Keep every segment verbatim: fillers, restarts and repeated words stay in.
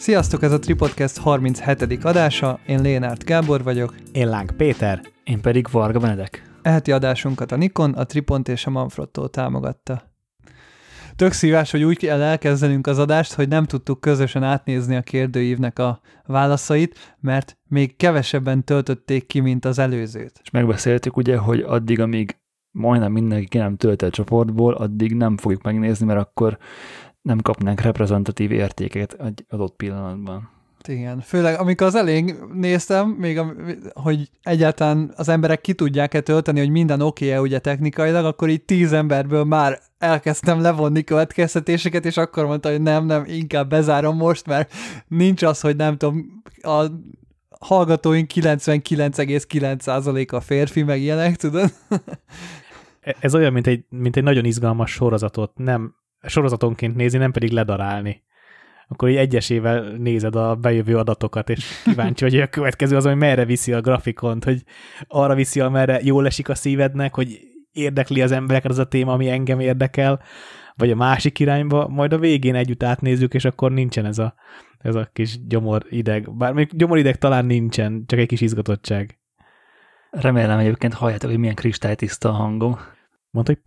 Sziasztok, ez a Tripodcast harminchetedik adása, én Lénárt Gábor vagyok. Én Láng Péter. Én pedig Varga Benedek. Eheti adásunkat a Nikon, a Tripont és a Manfrotto támogatta. Tök szívás, hogy úgy kell elkezdenünk az adást, hogy nem tudtuk közösen átnézni a kérdőívnek a válaszait, mert még kevesebben töltötték ki, mint az előzőt. És megbeszéltük ugye, hogy addig, amíg majdnem mindenki ki nem tölt el csoportból, addig nem fogjuk megnézni, mert akkor nem kapnánk reprezentatív értéket egy adott pillanatban. Igen, főleg amikor az elején néztem, még a, hogy egyáltalán az emberek ki tudják-e tölteni, hogy minden oké-e ugye technikailag, akkor így tíz emberből már elkezdtem levonni következtetéseket, és akkor mondta, hogy nem, nem, inkább bezárom most, mert nincs az, hogy nem tudom, a hallgatóink kilencvenkilenc egész kilenc százaléka férfi, meg ilyenek, tudod? Ez olyan, mint egy, mint egy nagyon izgalmas sorozatot, nem sorozatonként nézni, nem pedig ledarálni. Akkor így egyesével nézed a bejövő adatokat, és kíváncsi vagy, hogy a következő az, hogy merre viszi a grafikont, hogy arra viszi, amerre jól esik a szívednek, hogy érdekli az embereket az a téma, ami engem érdekel, vagy a másik irányba, majd a végén együtt átnézzük, és akkor nincsen ez a, ez a kis gyomorideg. Bár még gyomorideg talán nincsen, csak egy kis izgatottság. Remélem egyébként halljátok, hogy milyen kristálytiszta a hangom. Mondd, hogy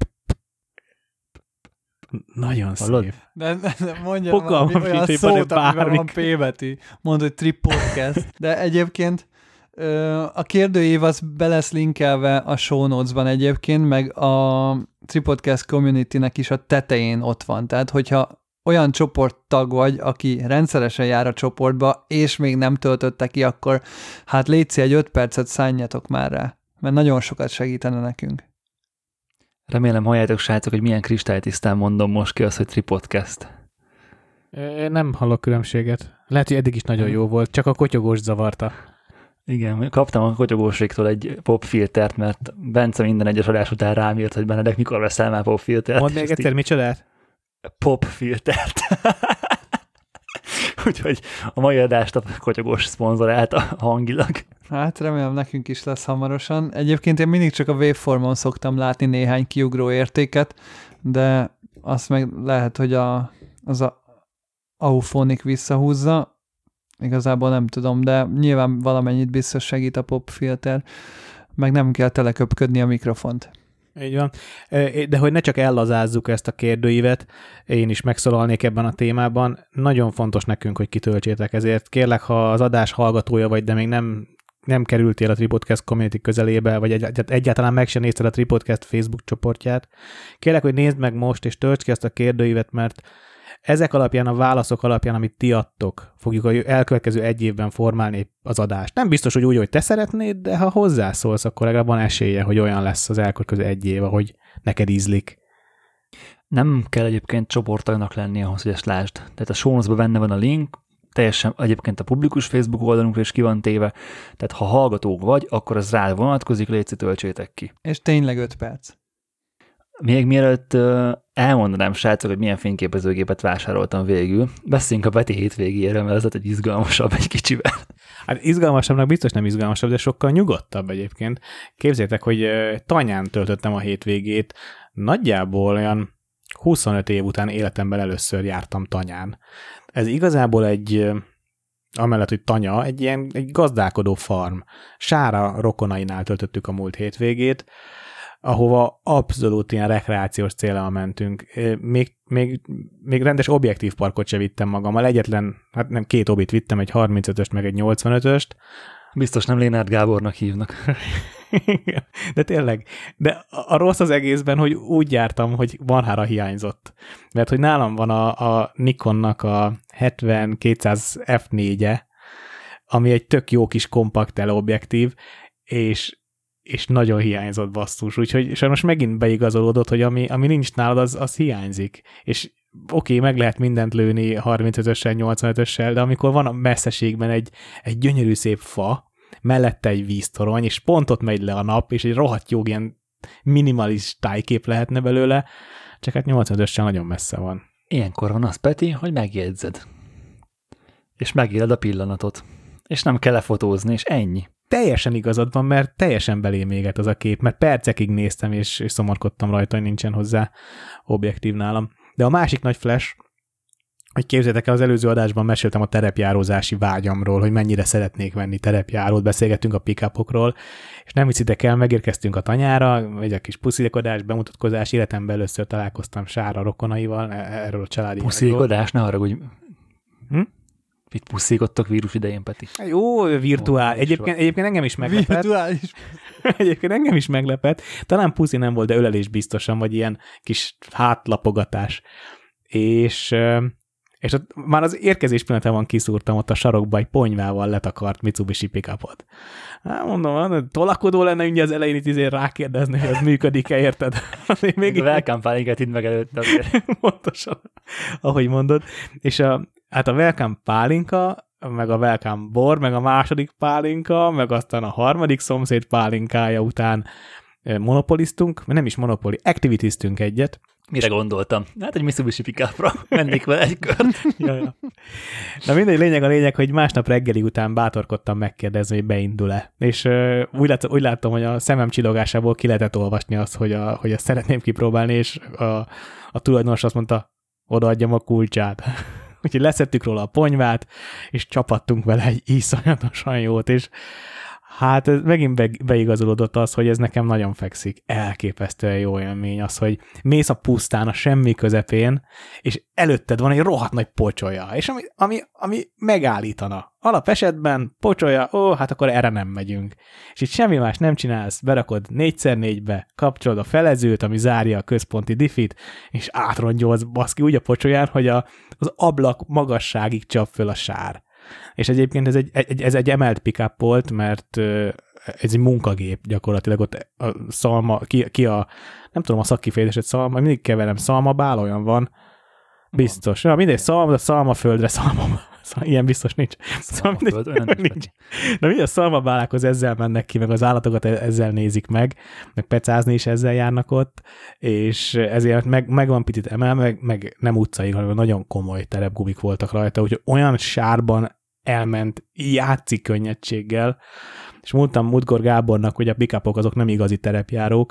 nagyon Hallod? szép. De, de, de mondja Fogalmam valami olyan sincs, szót, van-e amivel bármi. van P-betű. Mondd, hogy Tripodcast. De egyébként a kérdőív az be lesz linkelve a show notes-ban egyébként, meg a Tripodcast community-nek is a tetején ott van. Tehát, hogyha olyan csoporttag vagy, aki rendszeresen jár a csoportba, és még nem töltötte ki, akkor hát létszi egy öt percet szálljatok már rá, mert nagyon sokat segítene nekünk. Remélem halljátok, srácok, hogy milyen kristálytisztán mondom most ki azt, hogy Tripodcast. Én nem hallok különbséget. Lehet, hogy eddig is nagyon jó volt, csak a kotyogós zavarta. Igen, kaptam a kotyogóséktól egy popfiltert, mert Bence minden egyes adás után rám írt, hogy Benedek, mikor veszel már popfiltert. Mondd még egyszer, micsodát? Popfiltert. Úgyhogy a mai adást a kotyogós szponzorálta hangilag. Hát remélem nekünk is lesz hamarosan. Egyébként én mindig csak a waveformon szoktam látni néhány kiugró értéket, de azt meg lehet, hogy a, az a Auphonic visszahúzza. Igazából nem tudom, de nyilván valamennyit biztos segít a popfilter, meg nem kell teleköpködni a mikrofont. Így van. De hogy ne csak ellazázzuk ezt a kérdőívet, én is megszólalnék ebben a témában. Nagyon fontos nekünk, hogy kitöltsétek, ezért kérlek, ha az adás hallgatója vagy, de még nem, nem kerültél a Tripodcast community közelébe, vagy egy, egyáltalán meg sem nézted a Tripodcast Facebook csoportját, kérlek, hogy nézd meg most, és tölts ki ezt a kérdőívet, mert ezek alapján, a válaszok alapján, amit ti adtok, fogjuk a elkövetkező egy évben formálni az adást. Nem biztos, hogy úgy, hogy te szeretnéd, de ha hozzászólsz, akkor legalább van esélye, hogy olyan lesz az elkövetkező egy év, ahogy neked ízlik. Nem kell egyébként csoporttagnak lenni ahhoz, hogy ezt lásd. Tehát a show notes-ban benne van a link, teljesen egyébként a publikus Facebook oldalunkra is ki van téve, tehát ha hallgatók vagy, akkor az rád vonatkozik, légy töltsétek ki. És tényleg öt perc. Még mielőtt uh, elmondanám, srácok, hogy milyen fényképezőgépet vásároltam végül, beszéljünk a Peti hétvégéről, mert ez lett egy izgalmasabb egy kicsivel. Hát izgalmasabbnak biztos nem izgalmasabb, de sokkal nyugodtabb egyébként. Képzeljétek, hogy uh, Tanyán töltöttem a hétvégét, nagyjából olyan huszonöt év után életemben először jártam Tanyán. Ez igazából egy, uh, amellett, hogy Tanya, egy ilyen egy gazdálkodó farm. Sára rokonainál töltöttük a múlt hétvégét, ahova abszolút ilyen rekreációs céllal mentünk. Még, még, még rendes objektív parkot se vittem magammal. Egyetlen, hát nem két obit vittem, egy harmincötöst, meg egy nyolcvanötöst. Biztos nem Lénárt Gábornak hívnak. De tényleg, de a, a rossz az egészben, hogy úgy jártam, hogy marhára hiányzott. Mert hogy nálam van a, a Nikonnak a hetven kétszáz ef négye, ami egy tök jó kis kompakt teleobjektív, és és nagyon hiányzott basszus, úgyhogy sajnos megint beigazolódott, hogy ami, ami nincs nálad, az, az hiányzik. És oké, okay, meg lehet mindent lőni harmincötössel, nyolcvanötössel, de amikor van a messzeségben egy, egy gyönyörű szép fa, mellette egy víztorony, és pont ott megy le a nap, és egy rohadt jó ilyen minimalis tájkép lehetne belőle, csak hát nyolcvanötössel nagyon messze van. Ilyenkor van az, Peti, hogy megjegyzed. És megéled a pillanatot. És nem kell lefotózni, és ennyi. Teljesen igazad van, mert teljesen belém égett az a kép, mert percekig néztem, és, és szomorkodtam rajta, hogy nincsen hozzá objektív nálam. De a másik nagy flash, hogy képzeljétek el, az előző adásban meséltem a terepjárózási vágyamról, hogy mennyire szeretnék venni terepjárót, beszélgettünk a pick-upokról, és nem hiszitek el, megérkeztünk a tanyára, vagy a kis puszilkodás, bemutatkozás, életemben először találkoztam Sára rokonaival, erről a családi... Puszilkodás, ne haragudj. Hm? Itt puszilkodtok vírus idején, Peti. Jó, virtuál. Oh, egyébként, egyébként engem is meglepett. Virtuális. Egyébként engem is meglepett. Talán puszi nem volt, de ölelés biztosan, vagy ilyen kis hátlapogatás. És... és ott már az érkezés pillanatában kiszúrtam ott a sarokba egy ponyvával letakart Mitsubishi pick-upot. Hát mondom, tolakodó lenne ugye az elején itt izé rákérdezni, hogy az működik-e, érted? Még a welcome pálinkát itt meg előtt. Pontosan, ahogy mondod. És a, hát a welcome pálinka, meg a welcome bor, meg a második pálinka, meg aztán a harmadik szomszéd pálinkája után monopoliztunk, nem is monopoli, activitiztünk egyet. Mire gondoltam? Hát egy Mitsubishi pick-upra mennék vele egy kört. ja, ja. Na mindegy, lényeg a lényeg, hogy másnap reggeli után bátorkodtam megkérdezni, hogy beindul-e. És uh, úgy, lát, úgy láttam, hogy a szemem csillogásából ki lehetett olvasni azt, hogy, a, hogy azt szeretném kipróbálni, és a, a tulajdonos azt mondta, odaadjam a kulcsát. Úgyhogy leszettük róla a ponyvát, és csapattunk vele egy iszonyatosan jót, és hát ez megint be, beigazolódott az, hogy ez nekem nagyon fekszik. Elképesztően jó élmény az, hogy mész a pusztán, a semmi közepén, és előtted van egy rohadt nagy pocsolya, és ami, ami, ami megállítana. Alap esetben pocsolya, ó, hát akkor erre nem megyünk. És itt semmi más nem csinálsz, berakod négyszer négybe, kapcsolod a felezőt, ami zárja a központi diffit, és átrongyolsz baszki úgy a pocsolyán, hogy a, az ablak magasságig csap föl a sár. És egyébként ez egy, egy, ez egy emelt pick-up volt, mert ez egy munkagép gyakorlatilag, ott a szalma, ki, ki a, nem tudom a szakkifejezést, szalma, mindig keverem, szalmabál, olyan van, biztos. Ja, mindegy, szalma, de szalmaföldre, szalma, ilyen biztos nincs. Szalmaföld, olyan nincs. nincs. De mind a szalmabálákhoz ezzel mennek ki, meg az állatokat ezzel nézik meg, meg pecázni is ezzel járnak ott, és ezért meg, meg van picit emel, meg, meg nem utcai, hanem nagyon komoly terepgumik voltak rajta, úgyhogy olyan sárban elment játszik könnyedséggel, és mondtam Mudgor Gábornak, hogy a pick-upok azok nem igazi terepjárók.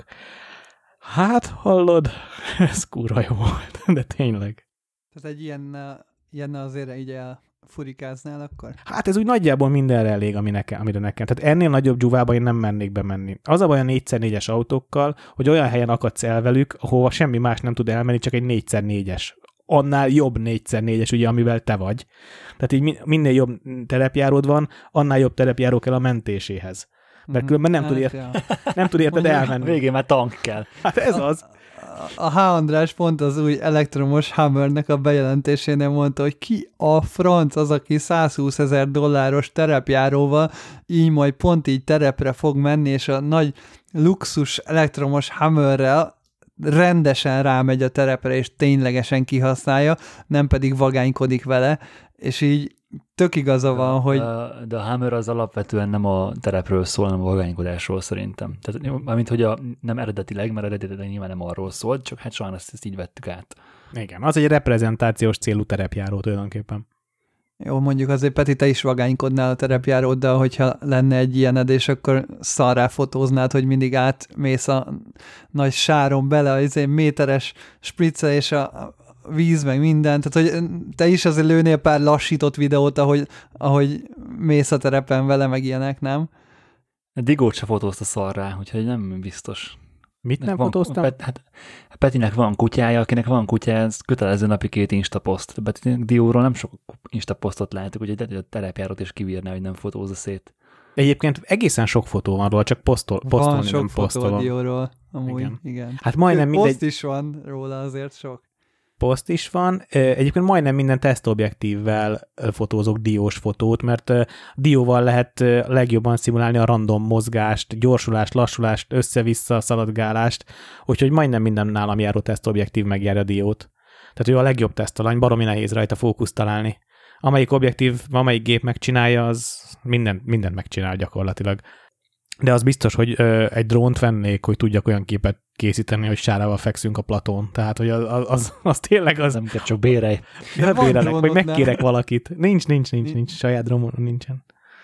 Hát, hallod, ez kurva jó volt, de tényleg. Tehát egy ilyen, ilyen azért így elfurikáznál akkor? Hát ez úgy nagyjából mindenre elég, ami nekem, amire nekem. Tehát ennél nagyobb dzsúvába én nem mennék bemenni. Az a baj a négyszer négyes autókkal, hogy olyan helyen akadsz el velük, ahova semmi más nem tud elmenni, csak egy négyszer négyes. Annál jobb négyszer négyes, ugye, amivel te vagy. Tehát így minél jobb terepjáród van, annál jobb terepjáró kell a mentéséhez. Mert különben nem, hát, tud, ért, ja. nem tud érted elmenni. Végén már tank kell. Hát ez az. A H. András pont az új elektromos Hummernek a bejelentésénél mondta, hogy ki a franc az, aki százhúszezer dolláros terepjáróval így majd pont így terepre fog menni, és a nagy luxus elektromos Hummerrel rendesen rámegy a terepre, és ténylegesen kihasználja, nem pedig vagánykodik vele, és így tök igaza van, de, hogy... De a Hummer az alapvetően nem a terepről szól, hanem a vagánykodásról szerintem. Tehát, mármint, hogy a, nem eredetileg, mert eredetileg nyilván nem arról szólt, csak hát sajnos ezt így vettük át. Igen, az egy reprezentációs célú terepjáró tulajdonképpen. Jó, mondjuk azért Peti, te is vagánykodnál a terepjáróddal, hogyha lenne egy ilyened, és akkor szarrá fotóznád, hogy mindig átmész a nagy sáron bele, az egy méteres sprice és a víz, meg minden, tehát hogy te is azért lőnél pár lassított videót, ahogy, ahogy mész a terepen vele, meg ilyenek, nem? Digót se fotózta szarrá, úgyhogy nem biztos. Mit nem van, fotóztam? Pet, hát, Petinek van kutyája, akinek van kutyája, ez kötelező napi két instaposzt. Petinek Dióról nem sok instaposztot látok, úgyhogy a terepjárót is kivírná, hogy nem fotózza szét. Egyébként egészen sok fotó van róla, csak posztol, posztolni van sok nem posztolom. fotó Dióról, amúgy, igen. igen. Hát majdnem mindegy... Poszt is van róla azért sok. Poszt is van. Egyébként majdnem minden tesztobjektívvel fotózok diós fotót, mert dióval lehet legjobban szimulálni a random mozgást, gyorsulást, lassulást, össze-vissza szaladgálást, úgyhogy majdnem minden nálam járó tesztobjektív megjár a diót. Tehát ő a legjobb tesztalany, baromi nehéz rajta fókuszt találni. Amelyik objektív, amelyik gép megcsinálja, az minden, mindent megcsinál gyakorlatilag. De az biztos, hogy ö, egy drónt vennék, hogy tudjak olyan képet készíteni, hogy sárával fekszünk a platón. Tehát, hogy az, az, az, az tényleg az... Nem kell, csak bérelj. Ja, bérelek, vagy megkérek nem. valakit. Nincs, nincs, nincs, nincs. Saját drónom nincsen.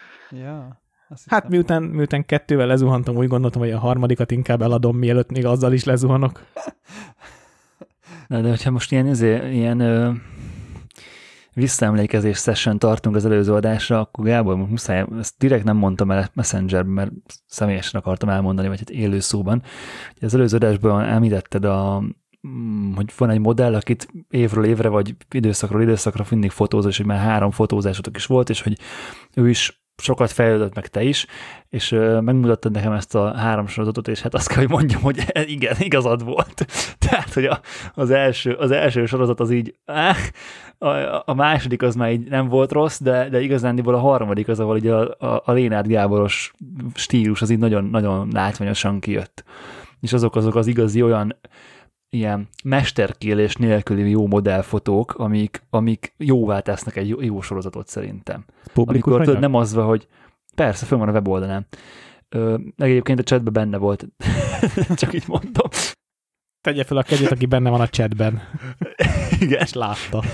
Ja. Hát miután, miután kettővel lezuhantam, úgy gondoltam, hogy a harmadikat inkább eladom, mielőtt még azzal is lezuhanok. Na, de hogyha most ilyen, ezért, ilyen ö, visszaemlékezés session tartunk az előző adásra, akkor Gábor, muszáj, ezt direkt nem mondtam el Messengerben, mert személyesen akartam elmondani, vagy hát élő szóban. Az előző adásban említetted, a, hogy van egy modell, akit évről évre, vagy időszakról időszakra mindig fotózol, és hogy már három fotózásotok is volt, és hogy ő is sokat fejlődött, meg te is, és megmutattad nekem ezt a három sorozatot, és hát azt kell, hogy mondjam, hogy igen, igazad volt. Tehát, hogy a, az, első, az első sorozat az így, áh, a, a második az már így nem volt rossz, de, de igazándiból a harmadik az, ahol így a, a, a Lénárt Gáboros stílus az így nagyon, nagyon látványosan kijött. És azok azok az igazi olyan ilyen mesterkélés nélküli jó modellfotók, amik, amik jóvá tesznek egy jó, jó sorozatot szerintem. Publikus amikor tudod, nem az van, hogy persze, fönn van a weboldalán. Ö, egyébként a chatben benne volt. Csak így mondom. Tegye fel a kezét, aki benne van a chatben. Igen. És látta.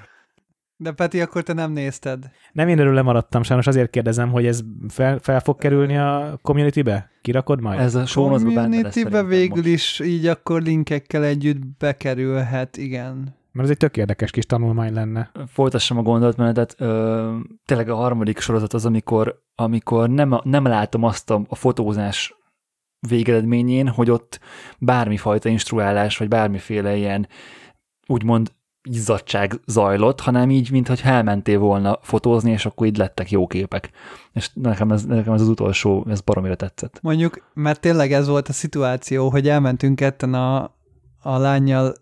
De Peti, akkor te nem nézted. Nem, én erről lemaradtam, sajnos azért kérdezem, hogy ez fel, fel fog kerülni a community-be? Kirakod majd? Ez a show-notesban benne lesz. Community-be végül most is így akkor linkekkel együtt bekerülhet, igen. Mert ez egy tök érdekes kis tanulmány lenne. Folytassam a gondolatmenetet. Ö, tényleg a harmadik sorozat az, amikor, amikor nem, nem látom azt a, a fotózás végeredményén, hogy ott bármifajta instruálás, vagy bármiféle ilyen úgymond izzadság zajlott, hanem így, mintha elmentél volna fotózni, és akkor így lettek jó képek. És nekem ez, nekem ez az utolsó, ez baromira tetszett. Mondjuk, mert tényleg ez volt a szituáció, hogy elmentünk ketten a, a lánnyal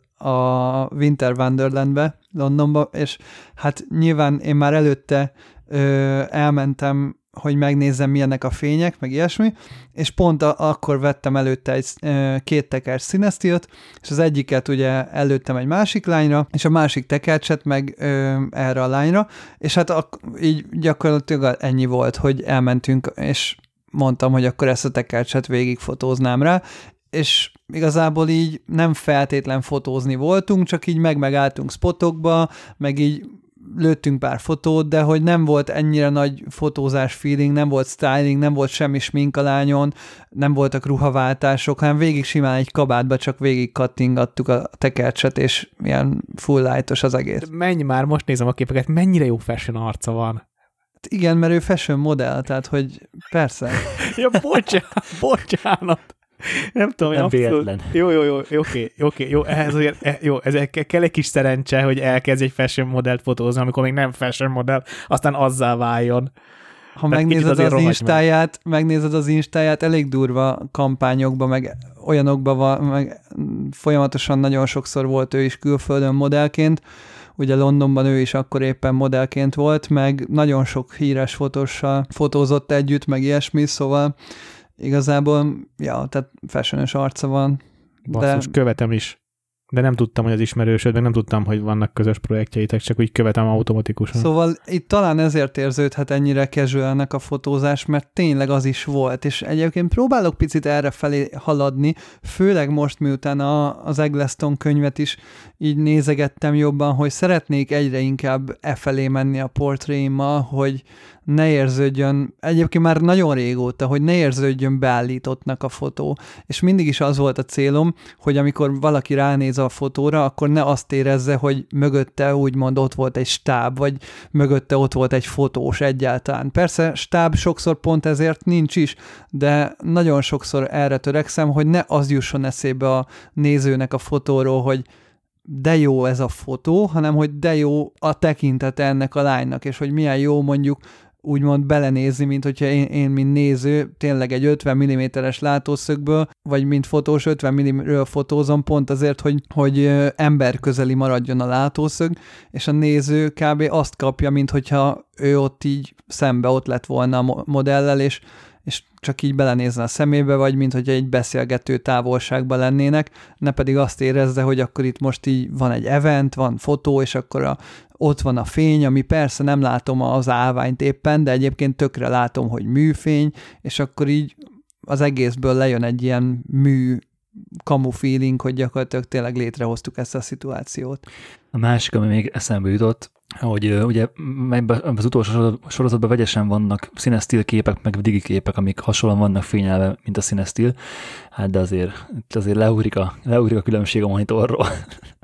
a Winter Wonderlandbe, Londonba, és hát nyilván én már előtte ö, elmentem, hogy megnézzem, milyenek a fények, meg ilyesmi, és pont a, akkor vettem előtte egy ö, két tekercs színesztilt, és az egyiket ugye előttem egy másik lányra, és a másik tekercset meg ö, erre a lányra, és hát ak- így gyakorlatilag ennyi volt, hogy elmentünk, és mondtam, hogy akkor ezt a tekercset végigfotóznám rá, és igazából így nem feltétlen fotózni voltunk, csak így meg-megálltunk spotokba, meg így lőttünk pár fotót, de hogy nem volt ennyire nagy fotózás feeling, nem volt styling, nem volt semmi smink a lányon, nem voltak ruhaváltások, hanem végig simán egy kabátba csak végig kattingattuk a tekercset, és ilyen full lightos az egész. Menj már, most nézem a képeket, mennyire jó fashion arca van. Igen, mert ő fashion modell, tehát hogy persze. Ja, bocsánat, bocsánat. Nem tudom, nem abszolút... véletlen. Jó, jó, jó, oké, oké, jó, ehhez azért, jó, ez kell egy kis szerencse, hogy elkezd egy fashion modellt fotózni, amikor még nem fashion modell, aztán azzá váljon. Ha tehát megnézed az instáját, meg. megnézed az instáját, elég durva kampányokban, meg olyanokban van, meg folyamatosan nagyon sokszor volt ő is külföldön modellként, ugye Londonban ő is akkor éppen modellként volt, meg nagyon sok híres fotóssal fotózott együtt, meg ilyesmi, szóval igazából, ja, tehát fashionos arca van. Basszus, de... követem is. De nem tudtam, hogy az ismerősöd, meg nem tudtam, hogy vannak közös projektjeitek, csak úgy követem automatikusan. Szóval itt talán ezért érződhet ennyire casualnek a fotózás, mert tényleg az is volt, és egyébként próbálok picit erre felé haladni, főleg most, miután a, az Eggleston könyvet is így nézegettem jobban, hogy szeretnék egyre inkább e felé menni a portréimmal, hogy ne érződjön, egyébként már nagyon régóta, hogy ne érződjön beállítottnak a fotó. És mindig is az volt a célom, hogy amikor valaki ránéz a fotóra, akkor ne azt érezze, hogy mögötte úgymond ott volt egy stáb, vagy mögötte ott volt egy fotós egyáltalán. Persze stáb sokszor pont ezért nincs is, de nagyon sokszor erre törekszem, hogy ne az jusson eszébe a nézőnek a fotóról, hogy de jó ez a fotó, hanem hogy de jó a tekintete ennek a lánynak, és hogy milyen jó mondjuk úgymond belenézni, mint hogyha én, én mint néző, tényleg egy ötven milliméteres látószögből, vagy mint fotós ötven milliméterről fotózom, pont azért, hogy, hogy emberközeli maradjon a látószög, és a néző kb. Azt kapja, mint hogyha ő ott így szembe ott lett volna a modellel, és, és csak így belenézne a szemébe, vagy mint hogyha egy beszélgető távolságban lennének, ne pedig azt érezze, hogy akkor itt most így van egy event, van fotó, és akkor a ott van a fény, ami persze nem látom az állványt éppen, de egyébként tökre látom, hogy műfény, és akkor így az egészből lejön egy ilyen mű kamu feeling, hogy gyakorlatilag tényleg létrehoztuk ezt a szituációt. A másik, ami még eszembe jutott, hogy uh, ugye az utolsó sorozatban vegyesen vannak színesztil képek, meg digi képek, amik hasonlóan vannak fényelve, mint a színesztil, hát de azért, azért leugrik a, leugrik a különbség a monitorról.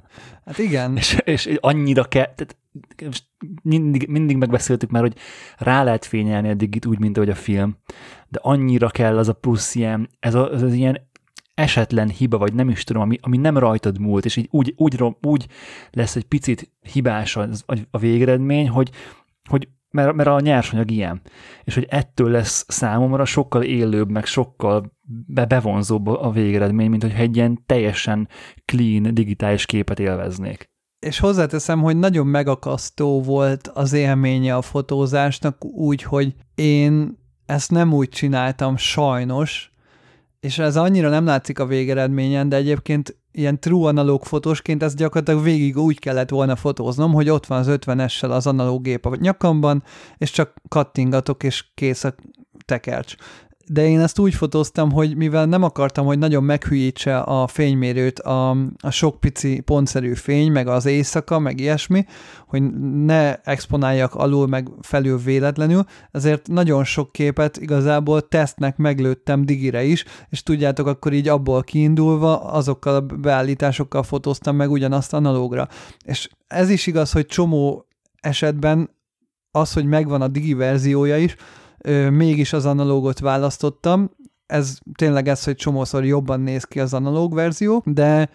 Hát igen. És, és annyira kell, tehát mindig, mindig megbeszéltük már, hogy rá lehet fényelni a digit úgy, mint ahogy a film, de annyira kell az a plusz ilyen, ez, a, ez az ilyen esetlen hiba, vagy nem is tudom, ami, ami nem rajtad múlt, és így úgy, úgy, úgy lesz egy picit hibás az, a végeredmény, hogy, hogy mert, mert a nyersanyag ilyen, és hogy ettől lesz számomra sokkal élőbb, meg sokkal be, bevonzóbb a végeredmény, mint hogyha egy ilyen teljesen clean digitális képet élveznék. És hozzáteszem, hogy nagyon megakasztó volt az élménye a fotózásnak úgy, hogy én ezt nem úgy csináltam sajnos, és ez annyira nem látszik a végeredményen, de egyébként ilyen true analóg fotósként ezt gyakorlatilag végig úgy kellett volna fotóznom, hogy ott van az ötvenessel az analóg gép a nyakamban, és csak kattingatok, és kész a tekercs. De én ezt úgy fotóztam, hogy mivel nem akartam, hogy nagyon meghülyítse a fénymérőt a, a sok pici pontszerű fény, meg az éjszaka, meg ilyesmi, hogy ne exponáljak alul, meg felül véletlenül, ezért nagyon sok képet igazából tesztnek meglőttem digire is, és tudjátok, akkor így abból kiindulva azokkal a beállításokkal fotóztam meg ugyanazt analógra. És ez is igaz, hogy csomó esetben az, hogy megvan a digi verziója is, mégis az analógot választottam. Ez tényleg ez, hogy csomószor jobban néz ki az analóg verzió, de,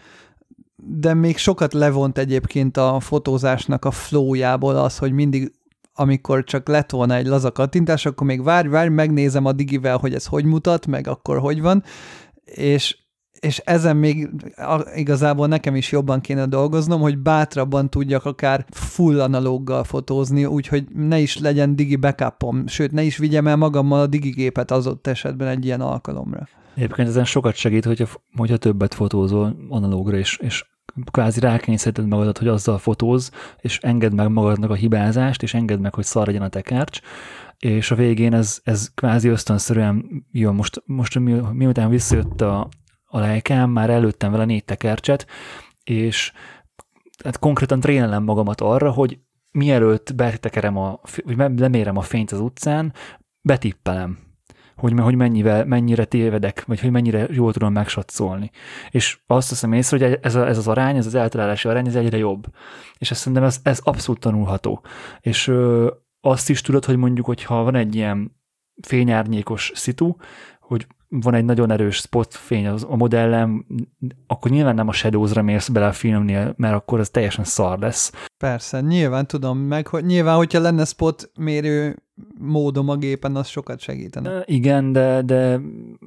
de még sokat levont egyébként a fotózásnak a flowjából az, hogy mindig, amikor csak lett volna egy laza kattintás, akkor még várj, várj, megnézem a digivel, hogy ez hogy mutat, meg akkor hogy van, és és ezen még igazából nekem is jobban kéne dolgoznom, hogy bátrabban tudjak akár full analóggal fotózni, úgyhogy ne is legyen digi backupom, sőt, ne is vigyem el magammal a digi gépet az ott esetben egy ilyen alkalomra. Egyébként ezen sokat segít, hogyha, hogyha többet fotózol analógra, és, és kvázi rákényszeríted magadat, hogy azzal fotóz, és engedd meg magadnak a hibázást, és engedd meg, hogy szarradjon a tekercs, és a végén ez, ez kvázi ösztönszerűen jön. Most, most mi, miután visszajött a a Leicám, már előttem vele négy tekercset, és hát konkrétan trénelem magamat arra, hogy mielőtt betekerem a, vagy lemérem a fényt az utcán, betippelem, hogy, hogy mennyivel, mennyire tévedek, vagy hogy mennyire jól tudom megsatszolni. És azt hiszem észre, hogy ez, a, ez az arány, ez az eltalálási arány, ez egyre jobb. És ezt szerintem ez, ez abszolút tanulható. És ö, azt is tudod, hogy mondjuk, hogyha van egy ilyen fényárnyékos szitu, hogy van egy nagyon erős spot fény a modellem, akkor nyilván nem a Shadows-ra mérsz bele a filmnél, mert akkor ez teljesen szar lesz. Persze, nyilván tudom meg, hogy nyilván, hogyha lenne spot mérő módom a gépen, az sokat segítene. Igen, de, de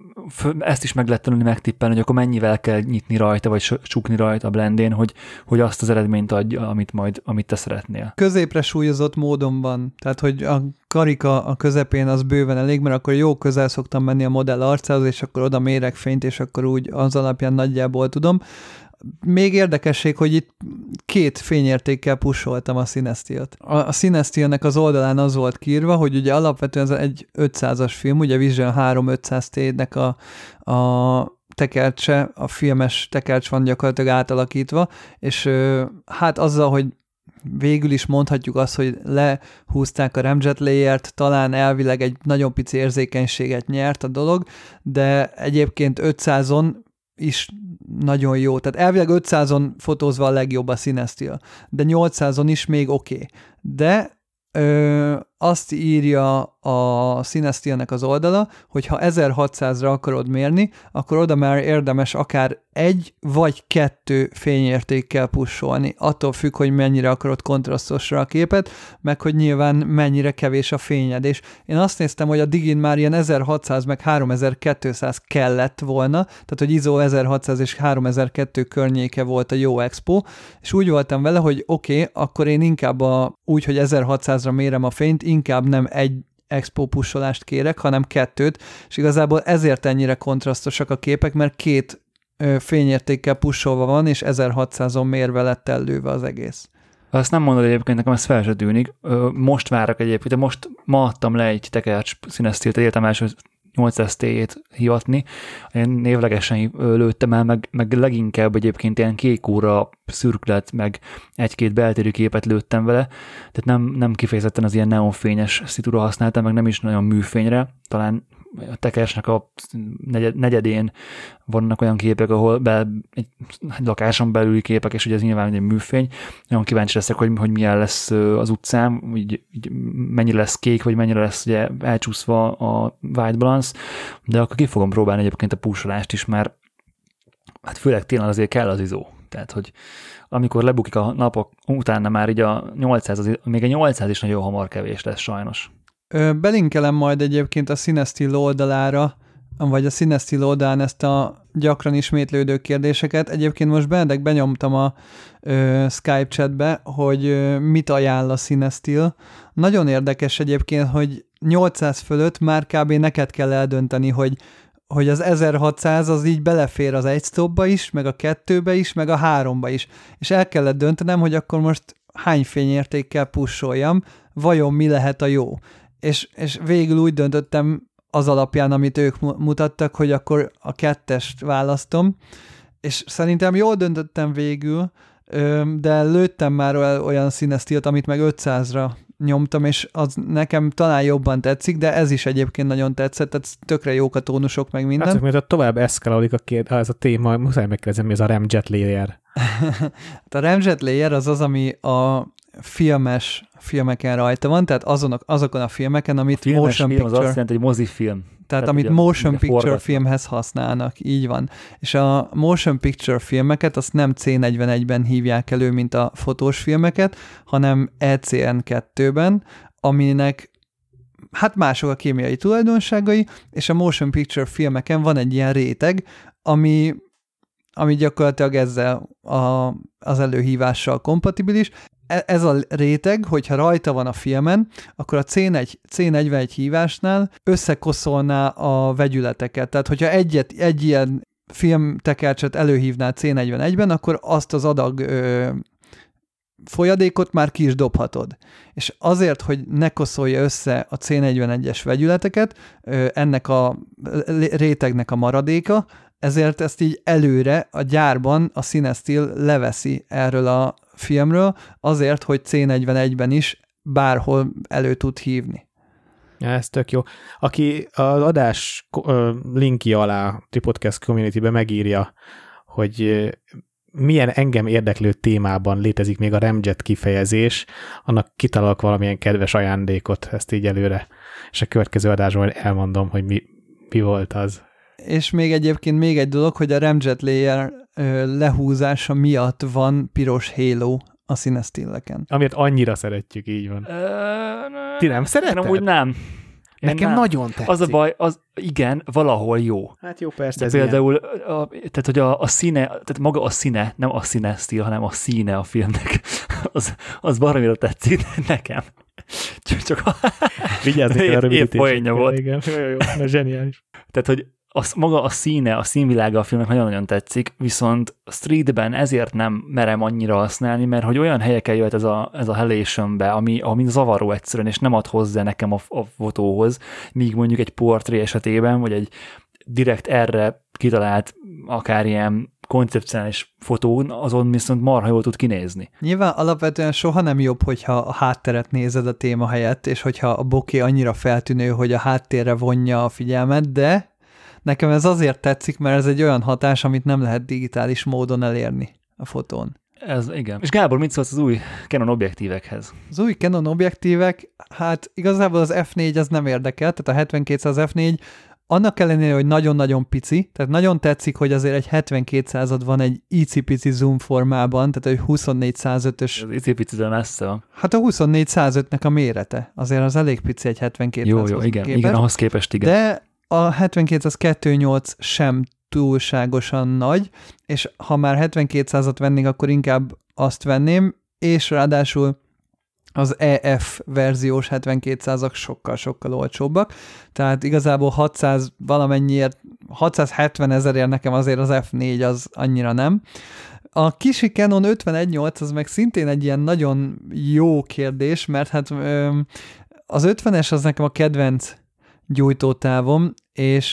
ezt is meg lehet tanulni megtippelni, hogy akkor mennyivel kell nyitni rajta, vagy csukni rajta a blendén, hogy, hogy azt az eredményt adja, amit majd, amit te szeretnél. Középre súlyozott módon van, tehát hogy a karika a közepén az bőven elég, mert akkor jó közel szoktam menni a modell arcához, és akkor oda mérek fényt, és akkor úgy az alapján nagyjából tudom. Még érdekesség, hogy itt két fényértékkel pusoltam a Cinestialt. A, a Cinestialnek az oldalán az volt kiírva, hogy ugye alapvetően ez egy ötszázas film, ugye Vision három ötszáz té-nek a, a tekercse, a filmes tekercs van gyakorlatilag átalakítva, és hát azzal, hogy végül is mondhatjuk azt, hogy lehúzták a ramjet layert, talán elvileg egy nagyon pici érzékenységet nyert a dolog, de egyébként ötszázon is nagyon jó. Tehát elvileg ötszázon fotózva a legjobb a Cinestial, de nyolcszázon is még oké. Okay. De ö, azt írja a Cinestialnek az oldala, hogy ha ezerhatszázra akarod mérni, akkor oda már érdemes akár egy vagy kettő fényértékkel pusolni. Attól függ, hogy mennyire akarod kontrasztosra a képet, meg hogy nyilván mennyire kevés a fényed. És én azt néztem, hogy a digin már ilyen ezerhatszáz meg háromezer-kétszáz kellett volna, tehát hogy i es o ezerhatszáz és háromezer-kettő környéke volt a jó expo, és úgy voltam vele, hogy oké, okay, akkor én inkább a, úgy, hogy ezerhatszázra mérem a fényt, inkább nem egy expo pusolást kérek, hanem kettőt, és igazából ezért ennyire kontrasztosak a képek, mert két ö, fényértékkel pusolva van, és ezerhatszázon mérve lett ellőve az egész. Azt nem mondod egyébként, nekem ez fel se tűnik. Most várok egyébként, de most ma adtam le egy tekercs Cinestialt, értem első nyolcszáz té-jét hivatni. Én névlegesen lőttem el, meg, meg leginkább egyébként ilyen kék óra szürkület, meg egy-két beltérű képet lőttem vele, tehát nem, nem kifejezetten az ilyen neonfényes szitúra használtam, meg nem is nagyon műfényre, talán a tekersnek a negyed, negyedén vannak olyan képek, ahol be, egy, egy lakáson belüli képek, és ugye ez nyilván egy műfény. Nagyon kíváncsi leszek, hogy, hogy milyen lesz az utcám, így, így mennyire lesz kék, vagy mennyire lesz ugye elcsúszva a white balance, de akkor ki fogom próbálni egyébként a pusolást is, mert hát főleg tényleg azért kell az izó. Tehát, hogy amikor lebukik a napok, utána már így a nyolcszáz, az, még a nyolcszáz is nagyon hamar kevés lesz sajnos. Belinkelem majd egyébként a Cinestill oldalára, vagy a Cinestill oldalán ezt a gyakran ismétlődő kérdéseket. Egyébként most Benedek benyomtam a ö, Skype chatbe, hogy ö, mit ajánl a Cinestill. Nagyon érdekes egyébként, hogy nyolcszáz fölött már kb. Neked kell eldönteni, hogy hogy az ezerhatszáz az így belefér az egy stopba is, meg a kettőbe is, meg a háromba is. És el kellett döntenem, hogy akkor most hány fényértékkel pusholjam, vajon mi lehet a jó. És, és végül úgy döntöttem az alapján, amit ők mutattak, hogy akkor a kettest választom, és szerintem jól döntöttem végül, de lőttem már olyan Cinestillt, amit meg ötszázra nyomtam, és az nekem talán jobban tetszik, de ez is egyébként nagyon tetszett, tehát tökre jók a tónusok, meg minden. Hát, mert tovább eszkalálódik a két, ez a téma, muszáj megkérdezem, mi ez a Ramjet Layer. A Ramjet Layer az az, ami a filmes filmeken rajta van, tehát azonok, azokon a filmeken, amit a motion film picture... az azt jelenti, hogy mozifilm. Tehát, tehát amit ugye, motion ugye picture forgatnak. filmhez használnak, így van. És a motion picture filmeket azt nem cé negyvenegyben hívják elő, mint a fotós filmeket, hanem é cé en kettőben, aminek hát mások a kémiai tulajdonságai, és a motion picture filmeken van egy ilyen réteg, ami, ami gyakorlatilag ezzel a, az előhívással kompatibilis. Ez a réteg, hogyha rajta van a filmen, akkor a cé negyvenegy hívásnál összekoszolná a vegyületeket. Tehát, hogyha egyet, egy ilyen filmtekercset előhívnál cé negyvenegyben, akkor azt az adag ö, folyadékot már ki is dobhatod. És azért, hogy ne koszolja össze a cé negyvenegyes vegyületeket, ö, ennek a rétegnek a maradéka, ezért ezt így előre a gyárban a Cinestill leveszi erről a filmről, azért, hogy cé negyvenegyben is bárhol elő tud hívni. Ja, ez tök jó. Aki az adás linkje alá a Tripodcast Community-be megírja, hogy milyen engem érdeklő témában létezik még a Ramjet kifejezés, annak kitalálok valamilyen kedves ajándékot, ezt így előre, és a következő adásban elmondom, hogy mi, mi volt az. És még egyébként még egy dolog, hogy a Ramjet Layer ö, lehúzása miatt van piros halo a Cinestilleken. Amit annyira szeretjük, így van. Ti nem szereted? Nem, úgy nem. Nekem nem. nagyon tetszik. Az a baj, az igen, valahol jó. Hát jó, persze. Ez például, a, tehát hogy a, a színe, tehát maga a színe, nem a Cinestill, hanem a színe a filmnek, az, az baromira tetszik nekem. Csak, csak a... Vigyázz, nekem a rövidítés. Épp poénja volt. Igen, jó, jó, na, zseniális. Tehát, hogy az, maga a színe, a színvilága a filmnek nagyon-nagyon tetszik, viszont streetben ezért nem merem annyira használni, mert hogy olyan helyeken jöhet ez a, ez a halationbe, ami, ami zavaró egyszerűen, és nem ad hozzá nekem a, a fotóhoz, míg mondjuk egy portré esetében, vagy egy direkt erre kitalált akár ilyen koncepcionális fotón, azon viszont marha jól tud kinézni. Nyilván alapvetően soha nem jobb, hogyha a hátteret nézed a téma helyett, és hogyha a bokeh annyira feltűnő, hogy a háttérre vonja a figyelmet, de nekem ez azért tetszik, mert ez egy olyan hatás, amit nem lehet digitális módon elérni a fotón. Ez igen. És Gábor, mit szólsz az új Canon objektívekhez? Az új Canon objektívek, hát igazából az ef négy az nem érdekel, tehát a hetvenkétszáz ef négy annak ellenére, hogy nagyon-nagyon pici, tehát nagyon tetszik, hogy azért egy hetvenkétszázad van egy icipici zoom formában, tehát egy huszonnégy százötös. Az icipicitől messze van. Hát a huszonnégy százötnek a mérete, azért az elég pici egy hetvenkétszázhoz. Jó, jó, igen, képest, igen, ahhoz képest igen. De a hetvenkétszázkettőnyolc sem túlságosan nagy, és ha már hetvenkétszázat vennék, akkor inkább azt venném, és ráadásul az é ef verziós hetvenkétszázak sokkal-sokkal olcsóbbak, tehát igazából hatszáz valamennyiért, hatszázhetven ezerért nekem azért az ef négy az annyira nem. A kisi Canon ötvenegy nyolc az meg szintén egy ilyen nagyon jó kérdés, mert hát az ötvenes az nekem a kedvenc gyújtótávom, és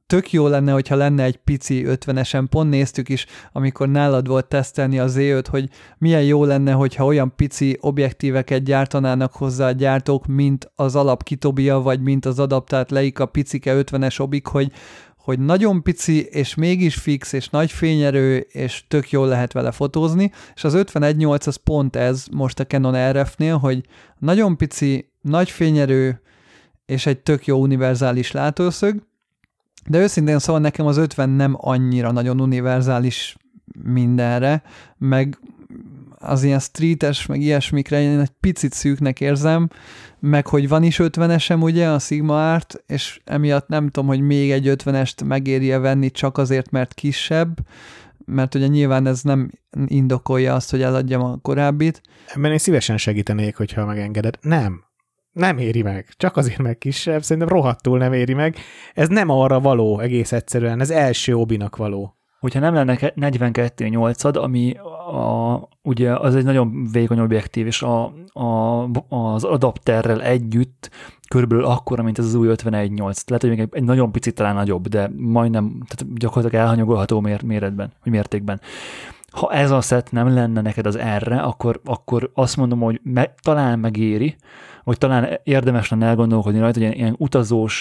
tök jó lenne, hogyha lenne egy pici ötvenesen, pont néztük is, amikor nálad volt tesztelni a zé öt, hogy milyen jó lenne, hogyha olyan pici objektíveket gyártanának hozzá a gyártók, mint az alap Kitobia, vagy mint az adaptált Leica picike ötvenes obik, hogy, hogy nagyon pici, és mégis fix, és nagy fényerő, és tök jól lehet vele fotózni, és az ötvenegy nyolc az pont ez most a Canon er ef-nél, hogy nagyon pici, nagy fényerő, és egy tök jó univerzális látószög, de őszintén szóval nekem az ötven nem annyira nagyon univerzális mindenre, meg az ilyen streetes, meg ilyesmikre én egy picit szűknek érzem, meg hogy van is ötvenesem ugye a Sigma Art, és emiatt nem tudom, hogy még egy ötvenest megéri-e venni csak azért, mert kisebb, mert ugye nyilván ez nem indokolja azt, hogy eladjam a korábbit. Ebben én szívesen segítenék, hogyha megengeded. Nem. Nem éri meg. Csak azért meg kisebb. Szerintem rohadtul nem éri meg. Ez nem arra való egész egyszerűen. Ez első obinak való. Hogyha nem lenne negyvenkettő nyolcad, ami a, ugye az egy nagyon vékony objektív, és a, a, az adapterrel együtt körülbelül akkora, mint ez az új ötvenegy nyolc. Lehet, hogy még egy, egy nagyon picit talán nagyobb, de majdnem, tehát gyakorlatilag elhanyagolható mér, méretben, vagy mértékben. Ha ez a szett nem lenne neked az erre, akkor, akkor azt mondom, hogy me, talán megéri, vagy talán érdemes lenne elgondolkodni rajta, hogy ilyen, ilyen utazós,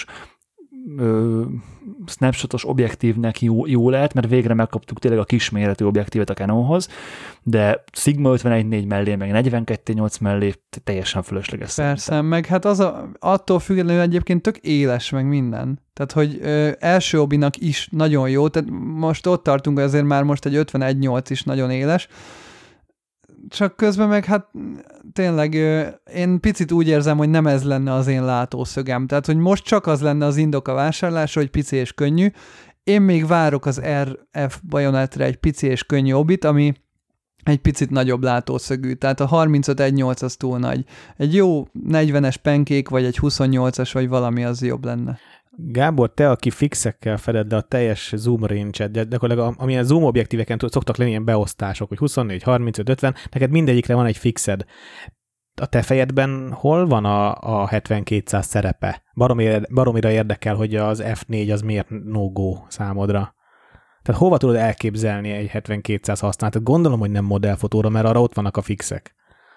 ö, snapshotos objektívnek jó, jó lehet, mert végre megkaptuk tényleg a kisméretű objektívet a Canonhoz, de Sigma ötvenegy négy mellé, meg negyvenkettő nyolc mellé teljesen fölösleges. Persze, szerintem. meg hát az a, attól függetlenül egyébként tök éles, meg minden. Tehát, hogy ö, első obinak is nagyon jó, tehát most ott tartunk, hogy azért már most egy ötvenegy nyolc is nagyon éles, csak közben meg hát tényleg én picit úgy érzem, hogy nem ez lenne az én látószögem. Tehát, hogy most csak az lenne az indok a vásárlásra, hogy pici és könnyű. Én még várok az er ef Bajonettre egy pici és könnyű obit, ami egy picit nagyobb látószögű. Tehát a harmincöt egy nyolc az túl nagy. Egy jó negyvenes penkék, vagy egy huszonnyolcas, vagy valami az jobb lenne. Gábor, te, aki fixekkel feded le a teljes zoom range-et, de gyakorlatilag amilyen zoom objektíveken szoktak lenni ilyen beosztások, hogy huszonnégy, harmincöt, ötven, neked mindegyikre van egy fixed. A te fejedben hol van a, a hetven-kétszáz szerepe? Baromira, baromira érdekel, hogy az ef négy az miért no-go számodra. Tehát hova tudod elképzelni egy hetven-kétszáz használatot? Gondolom, hogy nem modellfotóra, mert arra ott vannak a fixek.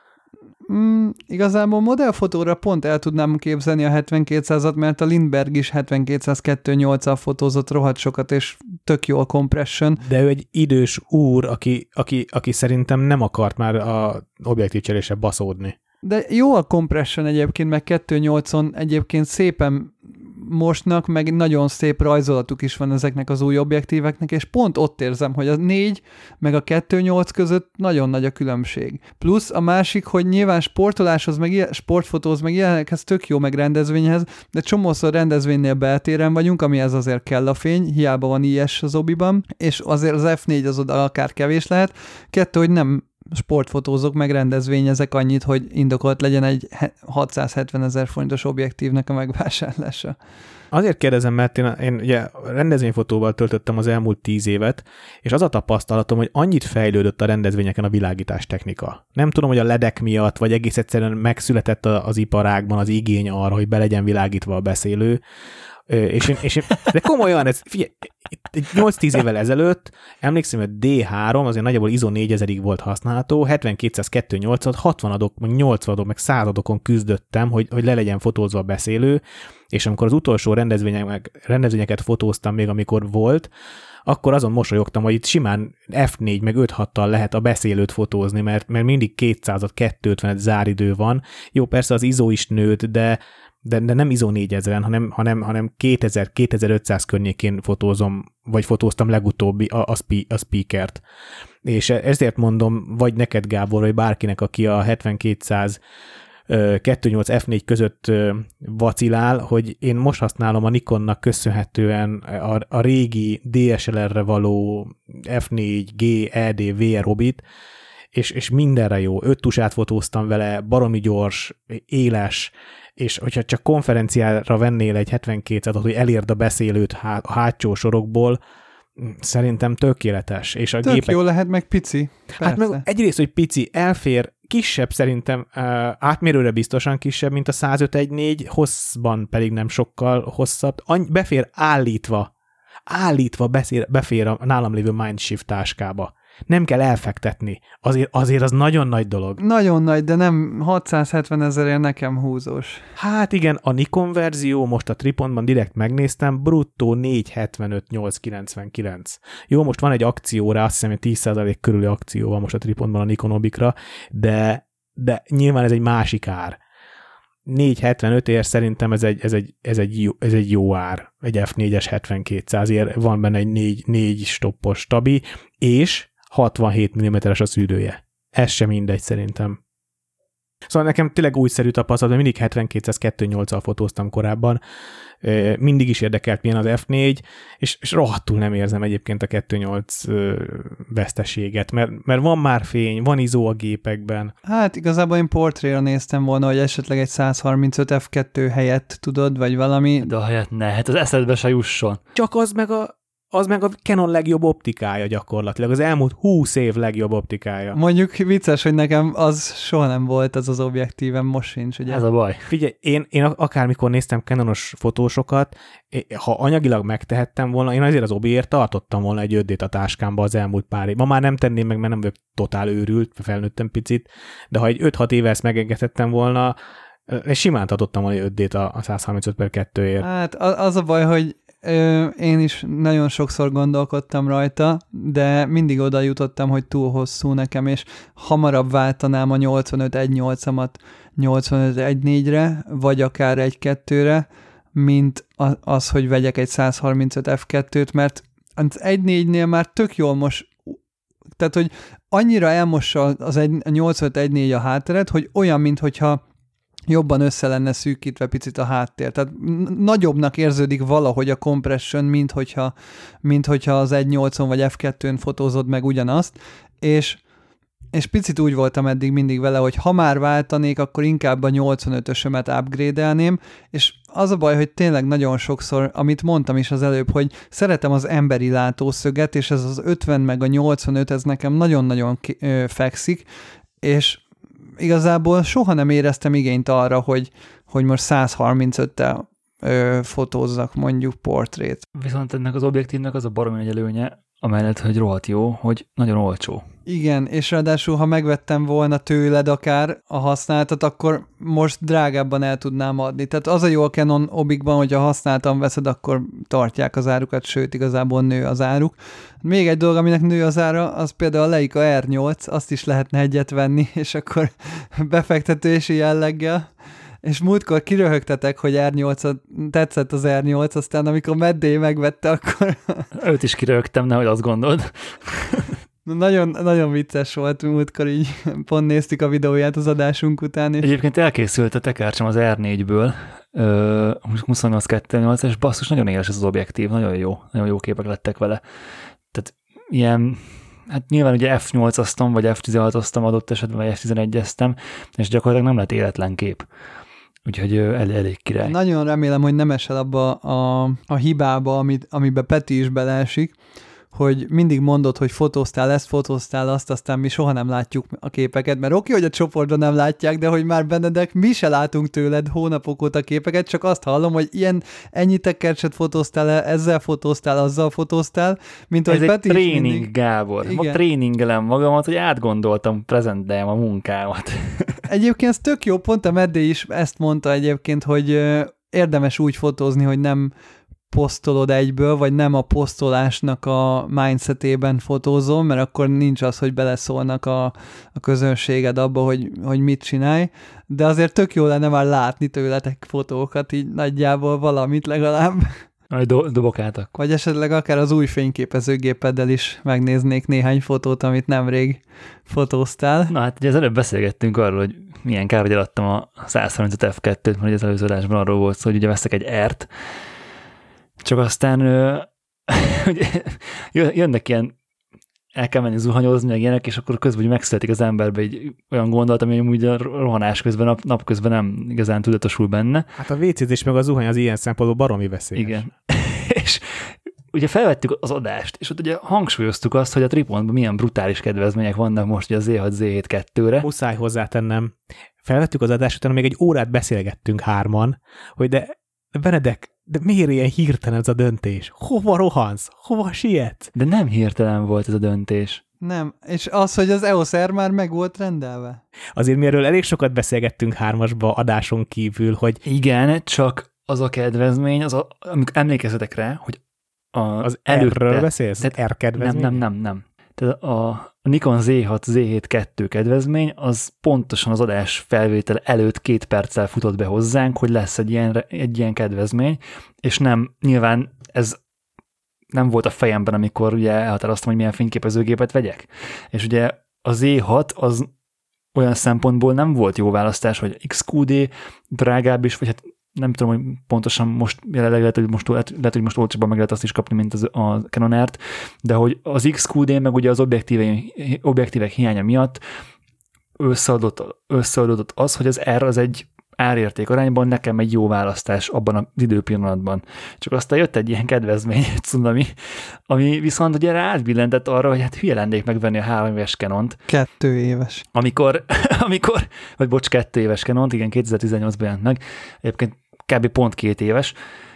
Mm, igazából modellfotóra pont el tudnám képzelni a hetven-kétszázat, mert a Lindbergh is hetven-kétszáz kettő nyolccal fotózott rohadt sokat, és tök jó a compression. De ő egy idős úr, aki, aki, aki szerintem nem akart már a objektívcserésre baszódni. De jó a compression egyébként, meg kettő nyolcon egyébként szépen mostnak, meg nagyon szép rajzolatuk is van ezeknek az új objektíveknek, és pont ott érzem, hogy a négy meg a kettő nyolc között nagyon nagy a különbség. Plusz a másik, hogy nyilván sportoláshoz, meg ilyen, sportfotóhoz, meg ilyenekhez tök jó, meg rendezvényhez, de csomószor rendezvénynél beltéren vagyunk, amihez azért kell a fény, hiába van i es az obiban, és azért az ef négy az oda akár kevés lehet. Kettő, hogy nem sportfotózok, meg rendezvényezek annyit, hogy indokolt legyen egy hatszázhetvenezer forintos objektívnek a megvásárlása. Azért kérdezem, mert én, én ugye rendezvényfotóval töltöttem az elmúlt tíz évet, és az a tapasztalatom, hogy annyit fejlődött a rendezvényeken a világítás technika. Nem tudom, hogy a ledek miatt, vagy egész egyszerűen megszületett az iparágban az igény arra, hogy be legyen világítva a beszélő, és én, és én, de komolyan, ez, figyelj, nyolc-tíz évvel ezelőtt emlékszem, hogy dé három azért nagyjából i es o négyezerig volt használható, hetven-kétszáz kettő nyolcat, hatvan adok, meg nyolcvan adok, meg száz adokon küzdöttem, hogy, hogy le legyen fotózva a beszélő, és amikor az utolsó rendezvények, rendezvényeket fotóztam még, amikor volt, akkor azon mosolyogtam, hogy itt simán ef négy meg öt hattal lehet a beszélőt fotózni, mert, mert mindig kétszázat, kétszázötvenet záridő van. Jó, persze az i es o is nőtt, de De, de nem i es o négyezren, hanem, hanem, hanem kétezer-kétezer-ötszáz környékén fotózom, vagy fotóztam legutóbbi a, a, spe, a speakert. És ezért mondom, vagy neked, Gábor, vagy bárkinek, aki a hetven-kétszáz kettő nyolc ef négy között vacilál, hogy én most használom a Nikonnak köszönhetően a, a régi dé es el er-re való ef négy gé é dé vé er hobit, és, és mindenre jó. Öt tusát fotóztam vele, baromi gyors, éles, és hogyha csak konferenciára vennél egy hetven-kétszázat, hogy elérd a beszélőt há- a hátsó sorokból, szerintem tökéletes. És a Tök gépek... jó lehet, meg pici. Persze. Hát meg egyrészt, hogy pici, elfér, kisebb szerintem, uh, átmérőre biztosan kisebb, mint a száz öt egy négy, hosszban pedig nem sokkal hosszabb. Any- befér állítva. állítva beszél, befér a nálam lévő Mindshift táskába. Nem kell elfektetni. Azért, azért az nagyon nagy dolog. Nagyon nagy, de nem hatszázhetven ezerért nekem húzós. Hát igen, a Nikon verzió, most a Tripodban direkt megnéztem, bruttó négyszázhetvenöt nyolcszázkilencvenkilenc. Jó, most van egy akció rá, azt hiszem, hogy tíz százalék körüli akció van most a Tripodban a Nikon Obikra, de, de nyilván ez egy másik ár. négyszázhetvenötért szerintem ez egy, ez egy, ez egy, jó, ez egy jó ár. Egy ef négyes hetvenkétszázért van benne egy négy, négy stoppos stabi, és hatvanhét milliméteres a szűrője. Ez sem mindegy szerintem. Szóval nekem tényleg újszerű tapasztalat, mert mindig hetvenkétszáz kettőnyolccal fotóztam korábban, mindig is érdekelt, milyen az ef négy, és, és rohadtul nem érzem egyébként a kettőnyolc veszteséget, mert, mert van már fény, van izó a gépekben. Hát igazából én portréra néztem volna, hogy esetleg egy százharmincöt ef kettő helyett tudod, vagy valami. De a helyett ne, hát az eszedbe se jusson. Csak az meg a az meg a Canon legjobb optikája gyakorlatilag, az elmúlt húsz év legjobb optikája. Mondjuk vicces, hogy nekem az soha nem volt az az objektívem, most sincs, ugye? Ez a baj. Figyelj, én, én akármikor néztem Canonos fotósokat, ha anyagilag megtehettem volna, én azért az obiért tartottam volna egy öt dét a táskámba az elmúlt pár év. Ma már nem tenném meg, mert nem vagyok totál őrült, felnőttem picit, de ha egy öt-hat éve ezt megengedhettem volna, és simán tartottam volna egy öt dét a százharmincöt per kettőért. Hát az a baj, hogy Ö, én is nagyon sokszor gondolkodtam rajta, de mindig oda jutottam, hogy túl hosszú nekem, és hamarabb váltanám a nyolcvanöt egy nyolcamat nyolcvanöt egy négyre, vagy akár egy kettőre, mint az, hogy vegyek egy százharmincöt ef kettőt, mert az egy négynél már tök jól most, tehát, hogy annyira elmossa az egy, a nyolcvanöt egy négy a hátteret, hogy olyan, minthogyha jobban össze lenne szűkítve picit a háttér. Tehát nagyobbnak érződik valahogy a compression, mint hogyha, mint hogyha az egy nyolcon vagy ef kettőn fotózod meg ugyanazt, és, és picit úgy voltam eddig mindig vele, hogy ha már váltanék, akkor inkább a nyolcvanötösömet upgrade-elném, és az a baj, hogy tényleg nagyon sokszor, amit mondtam is az előbb, hogy szeretem az emberi látószöget, és ez az ötven meg a nyolcvanöt, ez nekem nagyon-nagyon ö, fekszik, és igazából soha nem éreztem igényt arra, hogy, hogy most százharmincöttel ö, fotózzak mondjuk portrét. Viszont ennek az objektívnek az a baromi nagy előnye, amellett, hogy rohadt jó, hogy nagyon olcsó. Igen, és ráadásul, ha megvettem volna tőled akár a használtat, akkor most drágábban el tudnám adni. Tehát az a jó a Canon Obikban, hogy ha használtan veszed, akkor tartják az árukat, sőt, igazából nő az áruk. Még egy dolog, aminek nő az ára, az például a Leica er nyolc, azt is lehetne egyet venni, és akkor befektetési jelleggel. És múltkor kiröhögtetek, hogy er nyolcat, tetszett az er nyolc, aztán amikor Meddé megvette, akkor... Őt is kiröhögtem, nehogy azt gondold. Nagyon, nagyon vicces volt múltkor, így pont néztük a videóját az adásunk után. És... Egyébként elkészült a tekercsem az er négyből, huszonnyolc kettőnyolc, és basszus, nagyon éles ez az objektív, nagyon jó, nagyon jó képek lettek vele. Tehát ilyen, hát nyilván ugye ef nyolcaztam, vagy ef tizenhatoztam adott esetben, vagy ef tizenegyeztem, és gyakorlatilag nem lett életlen kép. Úgyhogy el, elég király. Nagyon remélem, hogy nem esel abba a, a hibába, amit, amiben Peti is beleesik, hogy mindig mondod, hogy fotóztál ezt, fotóztál azt, aztán mi soha nem látjuk a képeket, mert oké, hogy a csoportban nem látják, de hogy már Benedek, mi se látunk tőled hónapok óta képeket, csak azt hallom, hogy ilyen ennyi tekercset fotóztál, ezzel fotóztál, azzal fotóztál, mint ez hogy Peti egy tréning, mindig... Gábor. Igen. Ma tréningelem magamat, hogy átgondoltam, prezenteljem a munkámat. Egyébként ez tök jó, pont a Meddé is ezt mondta egyébként, hogy érdemes úgy fotózni, hogy nem posztolod egyből, vagy nem a posztolásnak a mindsetében fotózol, mert akkor nincs az, hogy beleszólnak a, a közönséged abba, hogy, hogy mit csinálj, de azért tök jó lenne már látni tőletek fotókat, így nagyjából valamit legalább. Majd do- dobok át akkor. Vagy esetleg akár az új fényképezőgépeddel is megnéznék néhány fotót, amit nemrég fotóztál. Na hát ugye az előbb beszélgettünk arról, hogy milyen kár, hogy eladtam a százharmincöt ef kettőt, mert az előző adásban arról volt szó, hogy ugye veszek egy R-t, csak aztán jönnek ilyen, el kell menni zuhanyozni, meg ilyenek, és akkor közben megszületik az emberbe egy olyan gondolat, ami úgy a rohanás közben, nap, napközben nem igazán tudatosul benne. Hát a vécézés meg a zuhany az ilyen szempontból baromi veszélyes. Igen. És ugye felvettük az adást, és ott ugye hangsúlyoztuk azt, hogy a Tripodban milyen brutális kedvezmények vannak most ugye a zé hat zé hét kettőre. Muszáj hozzátennem. Felvettük az adást, utána még egy órát beszélgettünk hárman, hogy de Benedek, de miért ilyen hirtelen ez a döntés? Hova rohansz? Hova sietsz? De nem hirtelen volt ez a döntés. Nem, és az, hogy az e o es er már meg volt rendelve. Azért mi erről elég sokat beszélgettünk hármasba adáson kívül, hogy... Igen, csak az a kedvezmény, az a, amikor emlékezzetek rá, hogy a az előtte, R-ről beszélsz? tehát R kedvezmény? Nem, nem, nem, nem. Tehát a Nikon zé hat zé hét kettő kedvezmény, az pontosan az adás felvétel előtt két perccel futott be hozzánk, hogy lesz egy ilyen, egy ilyen kedvezmény, és nem, nyilván ez nem volt a fejemben, amikor ugye elhatároztam, hogy milyen fényképezőgépet vegyek. És ugye a zé hat az olyan szempontból nem volt jó választás, hogy iksz kú dé drágább is, vagy hát nem tudom, hogy pontosan most jelenleg lehet, hogy most, lehet, hogy most olcsóban meg lehet azt is kapni, mint az, a Canon R-t, de hogy az iksz kú dé meg ugye az objektívek hiánya miatt összeadott, összeadott az, hogy az R az egy árérték arányban nekem egy jó választás abban az időpillanatban. Csak aztán jött egy ilyen kedvezmény, cunami, ami viszont ugye átbillentett arra, hogy hát hülye lennék megvenni a három éves Canont. Kettő éves. Amikor, amikor, vagy bocs, kettő éves Canont, igen, kétezer-tizennyolcban jelent meg, egyébként kb. Pont két éves,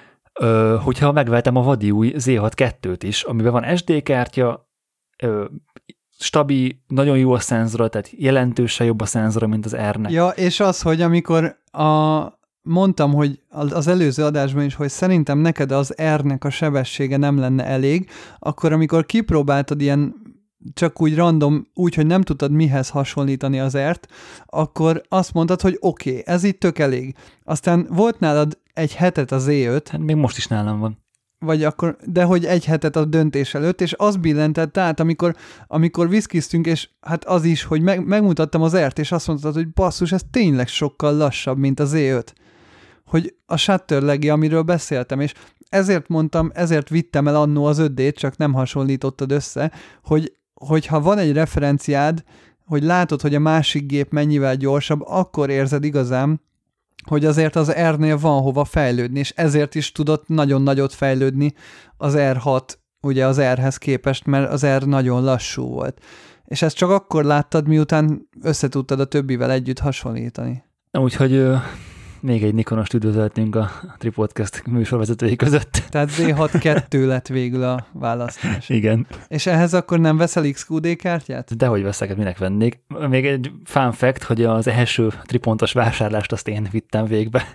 ö, hogyha megvettem a vadi új zé hat kettőt is, amiben van es dé kártya, ö, stabil, nagyon jó a szenzora, tehát jelentősen jobb a szenzora, mint az R-nek. Ja, és az, hogy amikor a, mondtam, hogy az előző adásban is, hogy szerintem neked az R-nek a sebessége nem lenne elég, akkor amikor kipróbáltad ilyen csak úgy random, úgy, hogy nem tudtad mihez hasonlítani az R-t, akkor azt mondtad, hogy oké, okay, ez itt tök elég. Aztán volt nálad egy hetet a zé öt. Hát még most is nálam van. Vagy akkor, de hogy egy hetet a döntés előtt, és az billentett át, amikor, amikor viszkiztünk, és hát az is, hogy meg, megmutattam az R-t, és azt mondtad, hogy basszus, ez tényleg sokkal lassabb, mint a zé öt. Hogy a shutter lag-je, amiről beszéltem, és ezért mondtam, ezért vittem el annó az öt dét, csak nem hasonlítottad össze, hogy hogyha van egy referenciád, hogy látod, hogy a másik gép mennyivel gyorsabb, akkor érzed igazán, hogy azért az R-nél van hova fejlődni, és ezért is tudott nagyon nagyot fejlődni az er hat, ugye az R-hez képest, mert az R nagyon lassú volt. És ezt csak akkor láttad, miután összetudtad a többivel együtt hasonlítani. Úgyhogy még egy Nikonost üdvözöltünk a Tripodcast műsorvezetői között. Tehát zé hat kettő lett végül a választás. Igen. És ehhez akkor nem veszel iksz kú dé kártyát? Dehogy veszek, minek vennék. Még egy fun fact, hogy az első tripontos vásárlást azt én vittem végbe.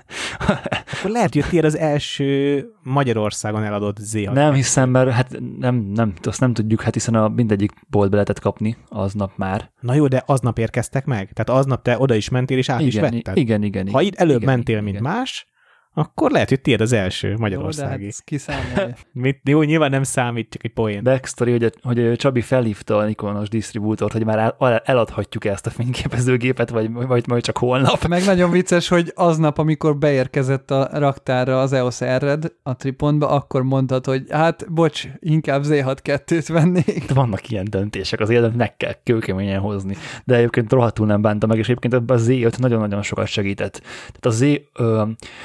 Akkor lehet, hogy tiéd az első Magyarországon eladott zé hat. Nem hiszem, mert hát nem, nem, azt nem tudjuk, hát hiszen a mindegyik boltba lehetett kapni aznap már. Na jó, de aznap érkeztek meg? Tehát aznap te oda is mentél, és át igen, is vetted? Igen, igen. Ha itt előbb igen, mentél, mint igen. más, akkor lehet, hogy tiéd az első magyarországi. Jó, de hát ez kiszámolja. Mit, jó, nyilván nem számít, csak egy poén. Backstory, hogy, hogy Csabi felhívta a Nikonos disztribútort, hogy már eladhatjuk ezt a fényképezőgépet, vagy, vagy majd csak holnap. Meg nagyon vicces, hogy aznap, amikor beérkezett a raktárra az e o es er-ed a Tripontba, akkor mondtad, hogy hát bocs, inkább zé hat kettőt vennék. De vannak ilyen döntések, az életet meg kell kőkeményen hozni. De egyébként rohadtul nem bánta meg, és egyébként ebben a zé öt nagyon-nagyon sokat segített. Tehát a Z... Ö,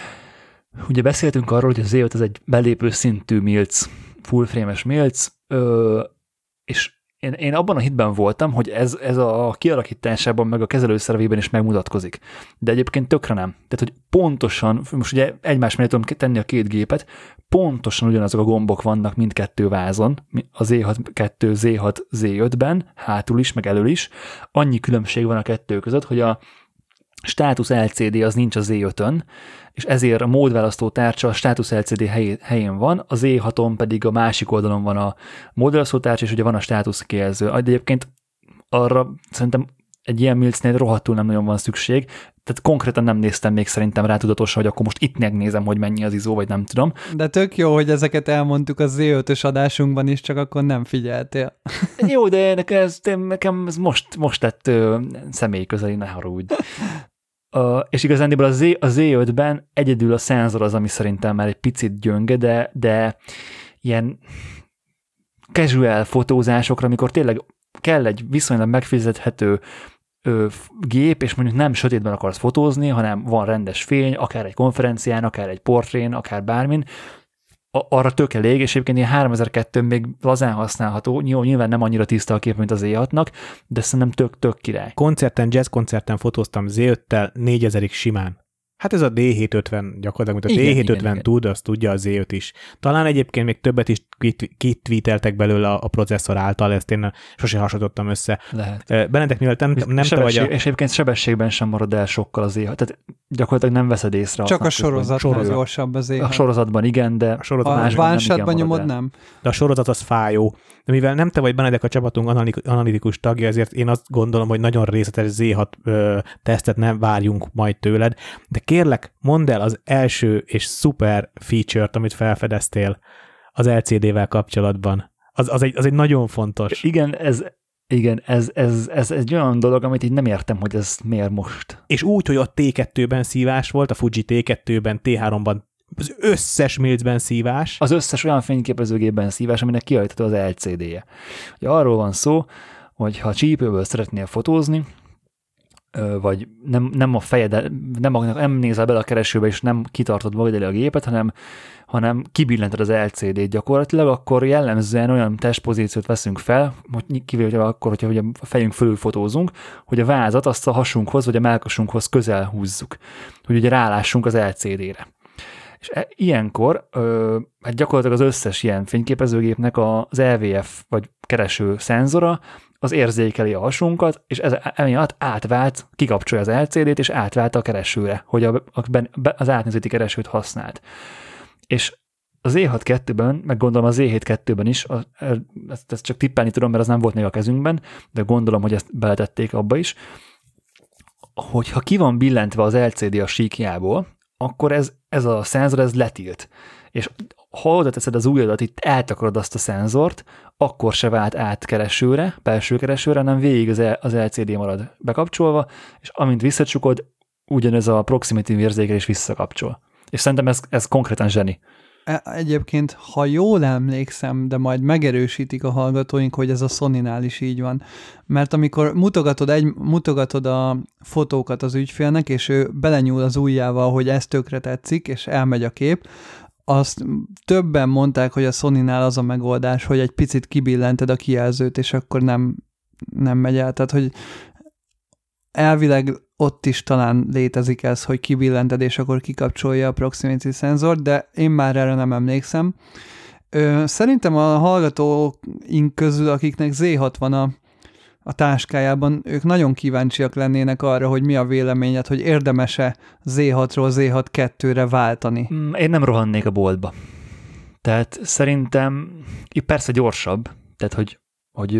ugye beszéltünk arról, hogy a zé öt az egy belépő szintű milc, full frame-es milc, ö, és én, én abban a hitben voltam, hogy ez, ez a kialakításában, meg a kezelőszervében is megmutatkozik. De egyébként tökre nem. Tehát, hogy pontosan, most ugye egymás mellé tudom tenni a két gépet, pontosan ugyanazok a gombok vannak mindkettő vázon, a zé hat kettő, zé hat, zé ötben, hátul is, meg elől is. Annyi különbség van a kettő között, hogy a státusz el cé dé az nincs a zé ötön, és ezért a módválasztó tárcsa a státusz el cé dé helyén van, a zé haton pedig a másik oldalon van a módválasztó tárcsa, és ugye van a státusz kijelző. De egyébként arra szerintem egy ilyen milcnél rohadtul nem nagyon van szükség, tehát konkrétan nem néztem még szerintem rá tudatosan, hogy akkor most itt megnézem, hogy mennyi az izó, vagy nem tudom. De tök jó, hogy ezeket elmondtuk a zé ötös adásunkban is, csak akkor nem figyeltél. Jó, de nekem ez, nekem ez most, most lett ö, személy közeli, ne haragudj. Uh, és igazándiból a, Z, a zé ötben egyedül a szenzor az, ami szerintem már egy picit gyönge, de, de ilyen casual fotózásokra, amikor tényleg kell egy viszonylag megfizethető ö, gép, és mondjuk nem sötétben akarsz fotózni, hanem van rendes fény, akár egy konferencián, akár egy portrén, akár bármin, arra tök elég, és egyébként ilyen háromezer-kettő még lazán használható, jó, nyilván nem annyira tiszta a kép, mint az zé hatnak, de szerintem tök, tök király. Koncerten, jazz koncerten fotóztam zé öttel négyezerig simán. Hát ez a dé hétszázötven gyakorlatilag, mint a Igen, dé hétszázötven igen, tud, azt tudja a zé öt is. Talán egyébként még többet is kitweeteltek belőle a, a processzor által, ezt én sosem hasonlítottam össze. Lehet. Benedek, mivel nem, nem te vagy a... És egyébként sebességben sem marad el sokkal az éha. Tehát gyakorlatilag nem veszed észre. Csak a sorozatban sorozat. gyorsabb az éha. A sorozatban igen, de a, sorozat a válsátban nyomod nem. De a sorozat az fájó. De mivel nem te vagy Benedek a csapatunk analitikus tagja, ezért én azt gondolom, hogy nagyon részletes zé hat ö, tesztet nem várjunk majd tőled. De kérlek, mondd el az első és szuper feature-t, amit felfedeztél az el cé dé-vel kapcsolatban. Az, az, egy, az egy nagyon fontos. Igen, ez, igen ez, ez, ez egy olyan dolog, amit így nem értem, hogy ez miért most. És úgy, hogy a té kettőben szívás volt, a Fuji té kettőben, té háromban az összes milcben szívás. Az összes olyan fényképezőgépben szívás, aminek kiajtható az el cé dé-je. Ugye arról van szó, hogy ha csípőből szeretnél fotózni, vagy nem, nem a fejed, nem, nem nézel bele a keresőbe, és nem kitartod magad elé a gépet, hanem, hanem kibillented az el cé dét gyakorlatilag, akkor jellemzően olyan testpozíciót veszünk fel, hogy kivéve akkor, hogyha hogy a fejünk fölül fotózunk, hogy a vázat azt a hasunkhoz, vagy a mellkasunkhoz közel húzzuk, hogy ugye rálássunk az el cé dére. És ilyenkor ö, hát gyakorlatilag az összes ilyen fényképezőgépnek az el vé ef vagy kereső szenzora az érzékeli a hasunkat, és ez emiatt átvált, kikapcsolja az el cé dét, és átvált a keresőre, hogy a, a, az átnézeti keresőt használt. És az zé hat kettőben, meg gondolom az zé hét kettőben is, a, ezt, ezt csak tippelni tudom, mert az nem volt még a kezünkben, de gondolom, hogy ezt beletették abba is, hogyha ki van billentve az el cé dé a síkjából, akkor ez, ez a szenzor, ez letilt. És ha oda teszed az ujjadat, itt eltakarod azt a szenzort, akkor se vált át keresőre, belső keresőre, hanem végig az, el, az el cé dé marad bekapcsolva, és amint visszacsukod, ugyanez a proximity érzékelés visszakapcsol. És szerintem ez, ez konkrétan zseni. Egyébként, ha jól emlékszem, de majd megerősítik a hallgatóink, hogy ez a Sonynál is így van. Mert amikor mutogatod, egy, mutogatod a fotókat az ügyfélnek, és ő belenyúl az ujjával, hogy ez tökre tetszik, és elmegy a kép, azt többen mondták, hogy a Sonynál az a megoldás, hogy egy picit kibillented a kijelzőt, és akkor nem, nem megy el. Tehát, hogy elvileg ott is talán létezik ez, hogy kibillented, és akkor kikapcsolja a proximity szenzort, de én már erre nem emlékszem. Ö, szerintem a hallgatóink közül, akiknek zé hat van a, a táskájában, ők nagyon kíváncsiak lennének arra, hogy mi a véleményed, hogy érdemes-e zé hatról zé hat kettőre váltani. Én nem rohannék a boltba. Tehát szerintem persze gyorsabb, tehát hogy, hogy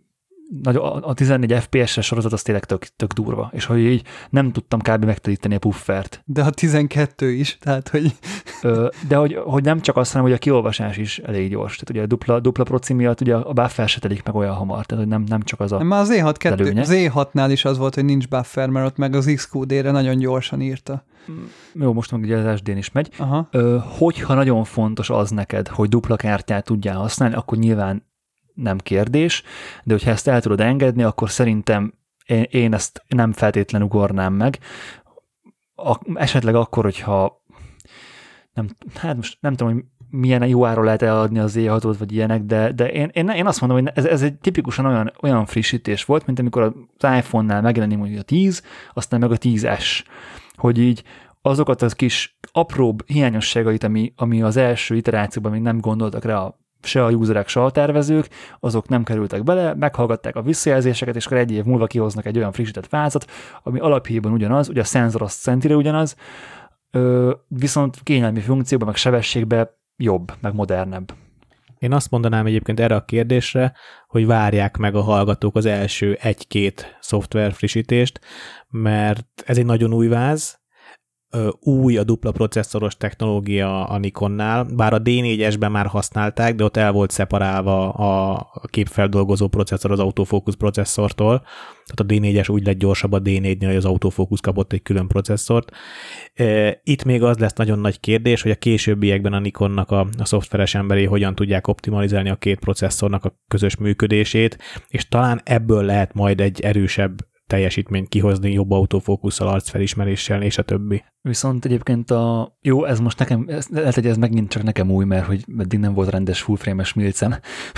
a tizennégy ef pé es-es sorozat az tényleg tök, tök durva, és hogy így nem tudtam kb. Megtanítani a puffert. De a tizenkettő is, tehát hogy... De hogy, hogy nem csak azt, hanem hogy a kiolvasás is elég gyors. Tehát ugye a dupla, dupla proci miatt ugye a buffer se telik meg olyan hamar, tehát hogy nem, nem csak az a Már az zé hat kettő, zé hatnál is az volt, hogy nincs buffer, mert ott meg az iksz kú dé-re nagyon gyorsan írta. Jó, most meg ugye az es dén is megy. Aha. Hogyha nagyon fontos az neked, hogy dupla kártyát tudjál használni, akkor nyilván nem kérdés, de hogyha ezt el tudod engedni, akkor szerintem én, én ezt nem feltétlenül ugornám meg. A, esetleg akkor, hogyha nem, hát most nem tudom, hogy milyen jó áron lehet eladni az zé hatot, vagy ilyenek, de, de én, én, én azt mondom, hogy ez, ez egy tipikusan olyan, olyan frissítés volt, mint amikor az iPhone-nál megjelenik mondjuk a tíz, aztán meg a tíz es, hogy így azokat az kis apróbb hiányosságait, ami, ami az első iterációban még nem gondoltak rá a se a userek, se a tervezők, azok nem kerültek bele, meghallgatták a visszajelzéseket, és akkor egy év múlva kihoznak egy olyan frissített vázat, ami alapjában ugyanaz, ugye a szenzor az centire ugyanaz, viszont kényelmi funkcióban, meg sebességben jobb, meg modernebb. Én azt mondanám egyébként erre a kérdésre, hogy várják meg a hallgatók az első egy-két szoftver frissítést, mert ez egy nagyon új váz, új a dupla processzoros technológia a Nikonnál, bár a dé négyesben már használták, de ott el volt szeparálva a képfeldolgozó processzor az autofókusz processzortól, tehát a dé négyes úgy lett gyorsabb a dé négynél, hogy az autofókusz kapott egy külön processzort. Itt még az lesz nagyon nagy kérdés, hogy a későbbiekben a Nikonnak a, a szoftveres emberei hogyan tudják optimalizálni a két processzornak a közös működését, és talán ebből lehet majd egy erősebb teljesítményt kihozni, jobb autofókusszal, arcfelismeréssel, és a többi. Viszont egyébként a... Jó, ez most nekem, ez, lehet, hogy ez megint csak nekem új, mert hogy eddig nem volt rendes full frame-es milcem.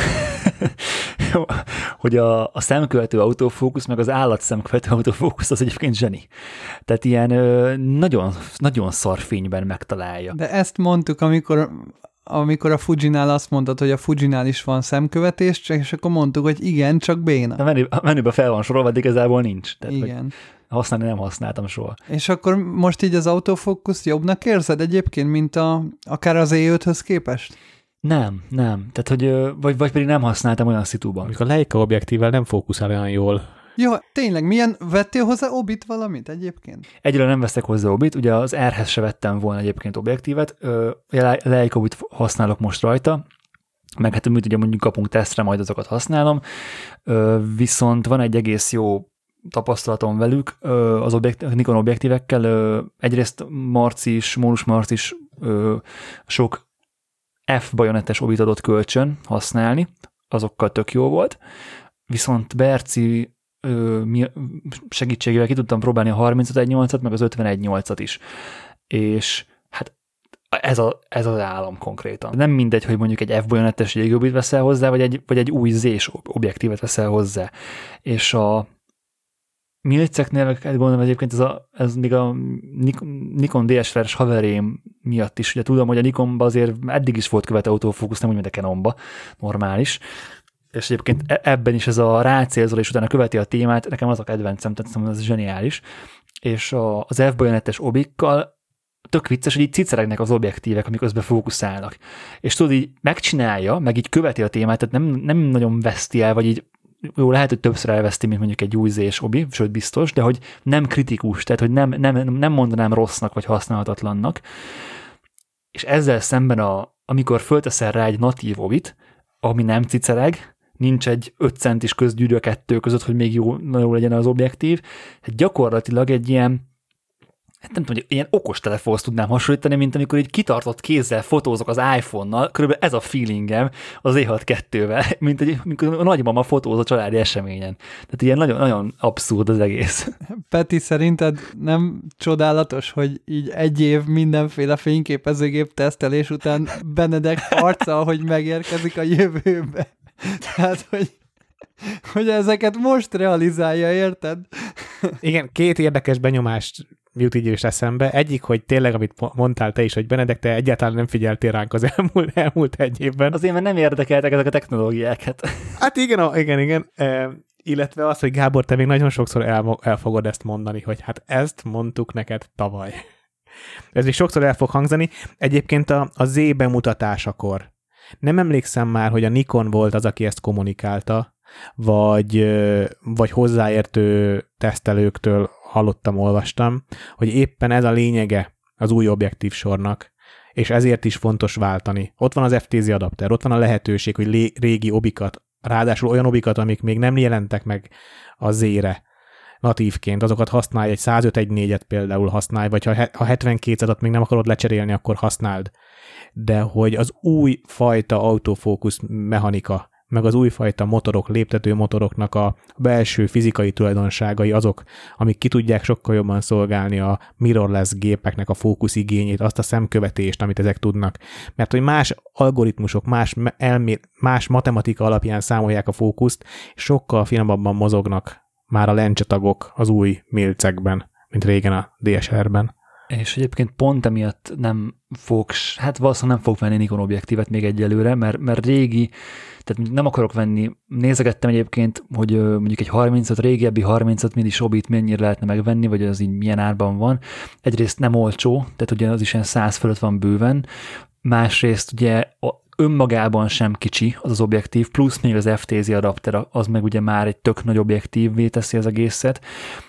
hogy a, a szemkövető autofókusz, meg az állat szemkövető autofókusz az egyébként zseni. Tehát ilyen ö, nagyon, nagyon szar fényben megtalálja. De ezt mondtuk, amikor, amikor a Fujinál azt mondtad, hogy a Fujinál is van szemkövetés, és akkor mondtuk, hogy igen, csak béna. A, menü, a menüben fel van sorolva, de igazából nincs. Tehát, igen. Használni nem használtam soha. És akkor most így az autofókuszt jobbnak érzed egyébként, mint a, akár az é öthöz képest? Nem, nem. Tehát, hogy vagy, vagy pedig nem használtam olyan szituban. Amikor a Leica objektívvel nem fókuszál olyan jól. Jó, tényleg, milyen, vettél hozzá obit valamit egyébként? Egyre nem veszek hozzá obit, ugye az R-hez se vettem volna egyébként objektívet, Leica obit használok most rajta, meg hát ugye mondjuk kapunk tesztre, majd azokat használom, viszont van egy egész jó tapasztalatom velük, az objektív, Nikon objektívekkel, egyrészt Marci is, Mónus Marci is sok F bajonettes obit adott kölcsön használni, azokkal tök jó volt, viszont Berci segítségével ki tudtam próbálni a harmincöt egy nyolcat, meg az ötvenegy nyolcat is, és hát ez, a, ez az állam konkrétan. Nem mindegy, hogy mondjuk egy F bajonettes jégobit veszel hozzá, vagy egy, vagy egy új Z-s objektívet veszel hozzá, és a milceknél gondolom egyébként ez, a, ez még a Nikon dé es el er-es haverém miatt is. Ugye tudom, hogy a Nikonban azért eddig is volt követő autofókusz, nem úgy, mint a Canonba, normális. És egyébként ebben is ez a rácélzol, és utána követi a témát, nekem az a kedvencem, tehát szerintem ez zseniális. És a, az F-bajonettes obikkal tök vicces, hogy így ciceregnek az objektívek, amik közben fókuszálnak. És tudod, így megcsinálja, meg így követi a témát, tehát nem, nem nagyon veszti el, vagy így jó, lehet, hogy többször elveszti, mint mondjuk egy új Z-s obi, sőt biztos, de hogy nem kritikus, tehát hogy nem, nem, nem mondanám rossznak, vagy használhatatlannak. És ezzel szemben, a, amikor fölteszel rá egy natív obit, ami nem cicereg, nincs egy öt centis közgyűrű a kettő között, hogy még jó, jó legyen az objektív, hát gyakorlatilag egy ilyen, hát nem tudom, hogy ilyen okos telefonhoz tudnám hasonlítani, mint amikor így kitartott kézzel fotózok az iPhone-nal, körülbelül ez a feelingem az é hatvankettővel, mint egy, amikor a nagymama fotóz a családi eseményen. Tehát ilyen nagyon, nagyon abszurd az egész. Peti, szerinted nem csodálatos, hogy így egy év mindenféle fényképezőgép tesztelés után Benedek arccal, hogy megérkezik a jövőbe? Tehát, hogy, hogy ezeket most realizálja, érted? Igen, két érdekes benyomást jut így is eszembe. Egyik, hogy tényleg, amit mondtál te is, hogy Benedek, te egyáltalán nem figyeltél ránk az elmúlt, elmúlt egy évben. Azért, mert nem érdekeltek ezek a technológiákat. Hát igen, igen, igen. E, illetve az, hogy Gábor, te még nagyon sokszor el, el fogod ezt mondani, hogy hát ezt mondtuk neked tavaly. Ez még sokszor el fog hangzani. Egyébként a, a Z bemutatásakor nem emlékszem már, hogy a Nikon volt az, aki ezt kommunikálta, vagy, vagy hozzáértő tesztelőktől hallottam, olvastam, hogy éppen ez a lényege az új objektív sornak, és ezért is fontos váltani. Ott van az ef té zé adapter, ott van a lehetőség, hogy lé- régi obikat, ráadásul olyan obikat, amik még nem jelentek meg a Z-re natívként, azokat használj, egy százöt egy négyet például használj, vagy ha, ha hetvenkétszázat még nem akarod lecserélni, akkor használd. De hogy az új fajta autofókusz mechanika, meg az újfajta motorok, léptető motoroknak a belső fizikai tulajdonságai azok, amik ki tudják sokkal jobban szolgálni a mirrorless gépeknek a fókuszigényét, azt a szemkövetést, amit ezek tudnak. Mert hogy más algoritmusok, más, elmé- más matematika alapján számolják a fókuszt, és sokkal finomabban mozognak már a lencsetagok az új milcekben, mint régen a dé es el er-ben. És egyébként pont emiatt nem fogsz, hát valószínűleg nem fog venni Nikon objektívet még egyelőre, mert, mert régi, tehát nem akarok venni, nézegettem egyébként, hogy mondjuk egy harmincöt, régebbi harmincöt millis obit mennyire lehetne megvenni, vagy az így milyen árban van. Egyrészt nem olcsó, tehát ugye az is ilyen száz fölött van bőven, másrészt ugye a önmagában sem kicsi az az objektív, plusz még az ef té zé adapter, az meg ugye már egy tök nagy objektívvé teszi az egészet,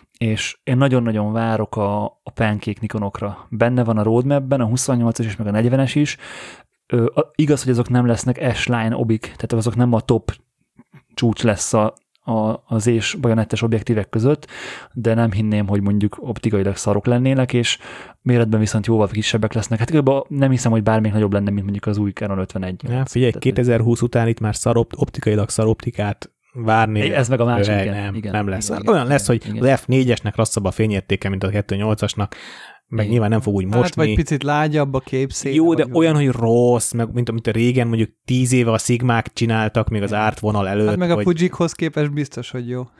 és én nagyon-nagyon várok a, a pancake Nikonokra. Benne van a roadmapben a huszonnyolcas és meg a negyvenes is. Ö, igaz, hogy azok nem lesznek S-line obik, tehát azok nem a top csúcs lesz a, a, az és bajonettes objektívek között, de nem hinném, hogy mondjuk optikailag szarok lennének, és méretben viszont jóval kisebbek lesznek. Hát igazából nem hiszem, hogy bármelyik nagyobb lenne, mint mondjuk az új Canon ötvenegy. Ja, figyelj, tehát kétezer-húsz után itt már szar optikailag szar optikát várni. Ez meg a másik, öreg, igen, nem, igen, nem lesz. Igen, Olyan igen, lesz, hogy igen. az ef négyesnek rosszabb a fényértéke, mint a kettő nyolcasnak. meg Igen. nyilván nem fog úgy mosni. Hát vagy picit lágyabb a képszéle. Jó, de olyan, hogy rossz, meg mint amit a régen mondjuk tíz éve a Sigmák csináltak, még az árt vonal előtt. Hát meg a vagy... Fujikhoz képest biztos, hogy jó.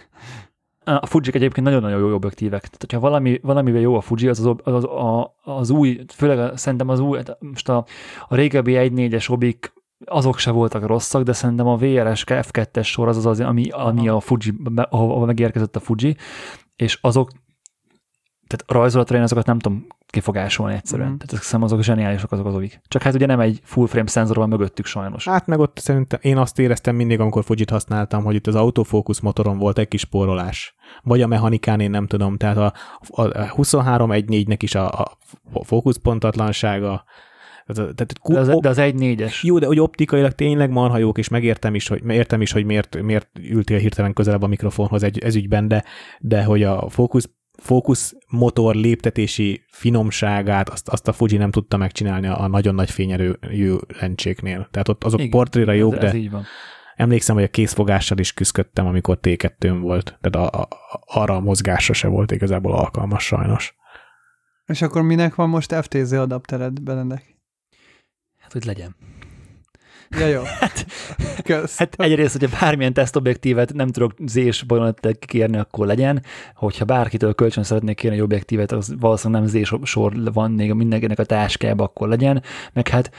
A Fujik egyébként nagyon-nagyon jó objektívek. Tehát, hogyha valami, valamivel jó a Fuji, az az, az, az, az új, főleg a, szerintem az új, most a, a régebbi egy négyes obik, azok se voltak rosszak, de szerintem a vé er es ef kettes sor az az, az ami, ami a Fuji, ahol megérkezett a Fuji, és azok, tehát rajzolatra én azokat nem tudom kifogásolni egyszerűen. Mm. Tehát azt hiszem, azok zseniálisak azok az ovik. Csak hát ugye nem egy full frame szenzor van mögöttük sajnos. Hát meg ott szerintem én azt éreztem mindig, amikor Fujit használtam, hogy itt az autofókusz motoron volt egy kis spórolás. Vagy a mechanikán én nem tudom, tehát a, a huszonhárom egy négynek is a, a fókuszpontatlansága. Tehát, de, az, de az egy négyes. Jó, de hogy optikailag tényleg marha jók, és megértem is, hogy, értem is, hogy miért, miért ültél hirtelen közelebb a mikrofonhoz egy, ez ügyben, de, de hogy a fókusz fókusz motor léptetési finomságát, azt, azt a Fuji nem tudta megcsinálni a nagyon nagy fényerőjű lencséknél. Tehát ott azok portréra jók, ez, ez de így van. Emlékszem, hogy a készfogással is küzdöttem, amikor té kettőn volt. Tehát a, a, arra a mozgásra se volt igazából alkalmas sajnos. És akkor minek van most ef té zé adaptered, Benedek? Hát, hogy legyen. Ja, jó. Hát, hát egyrészt, hogyha bármilyen tesztobjektívet nem tudok Z-s bajonettel kérni, akkor legyen. Hogyha bárkitől kölcsön szeretnék kérni egy objektívet, az valószínűleg nem Z sor van még mindenkinek a táskába, akkor legyen. Meg hát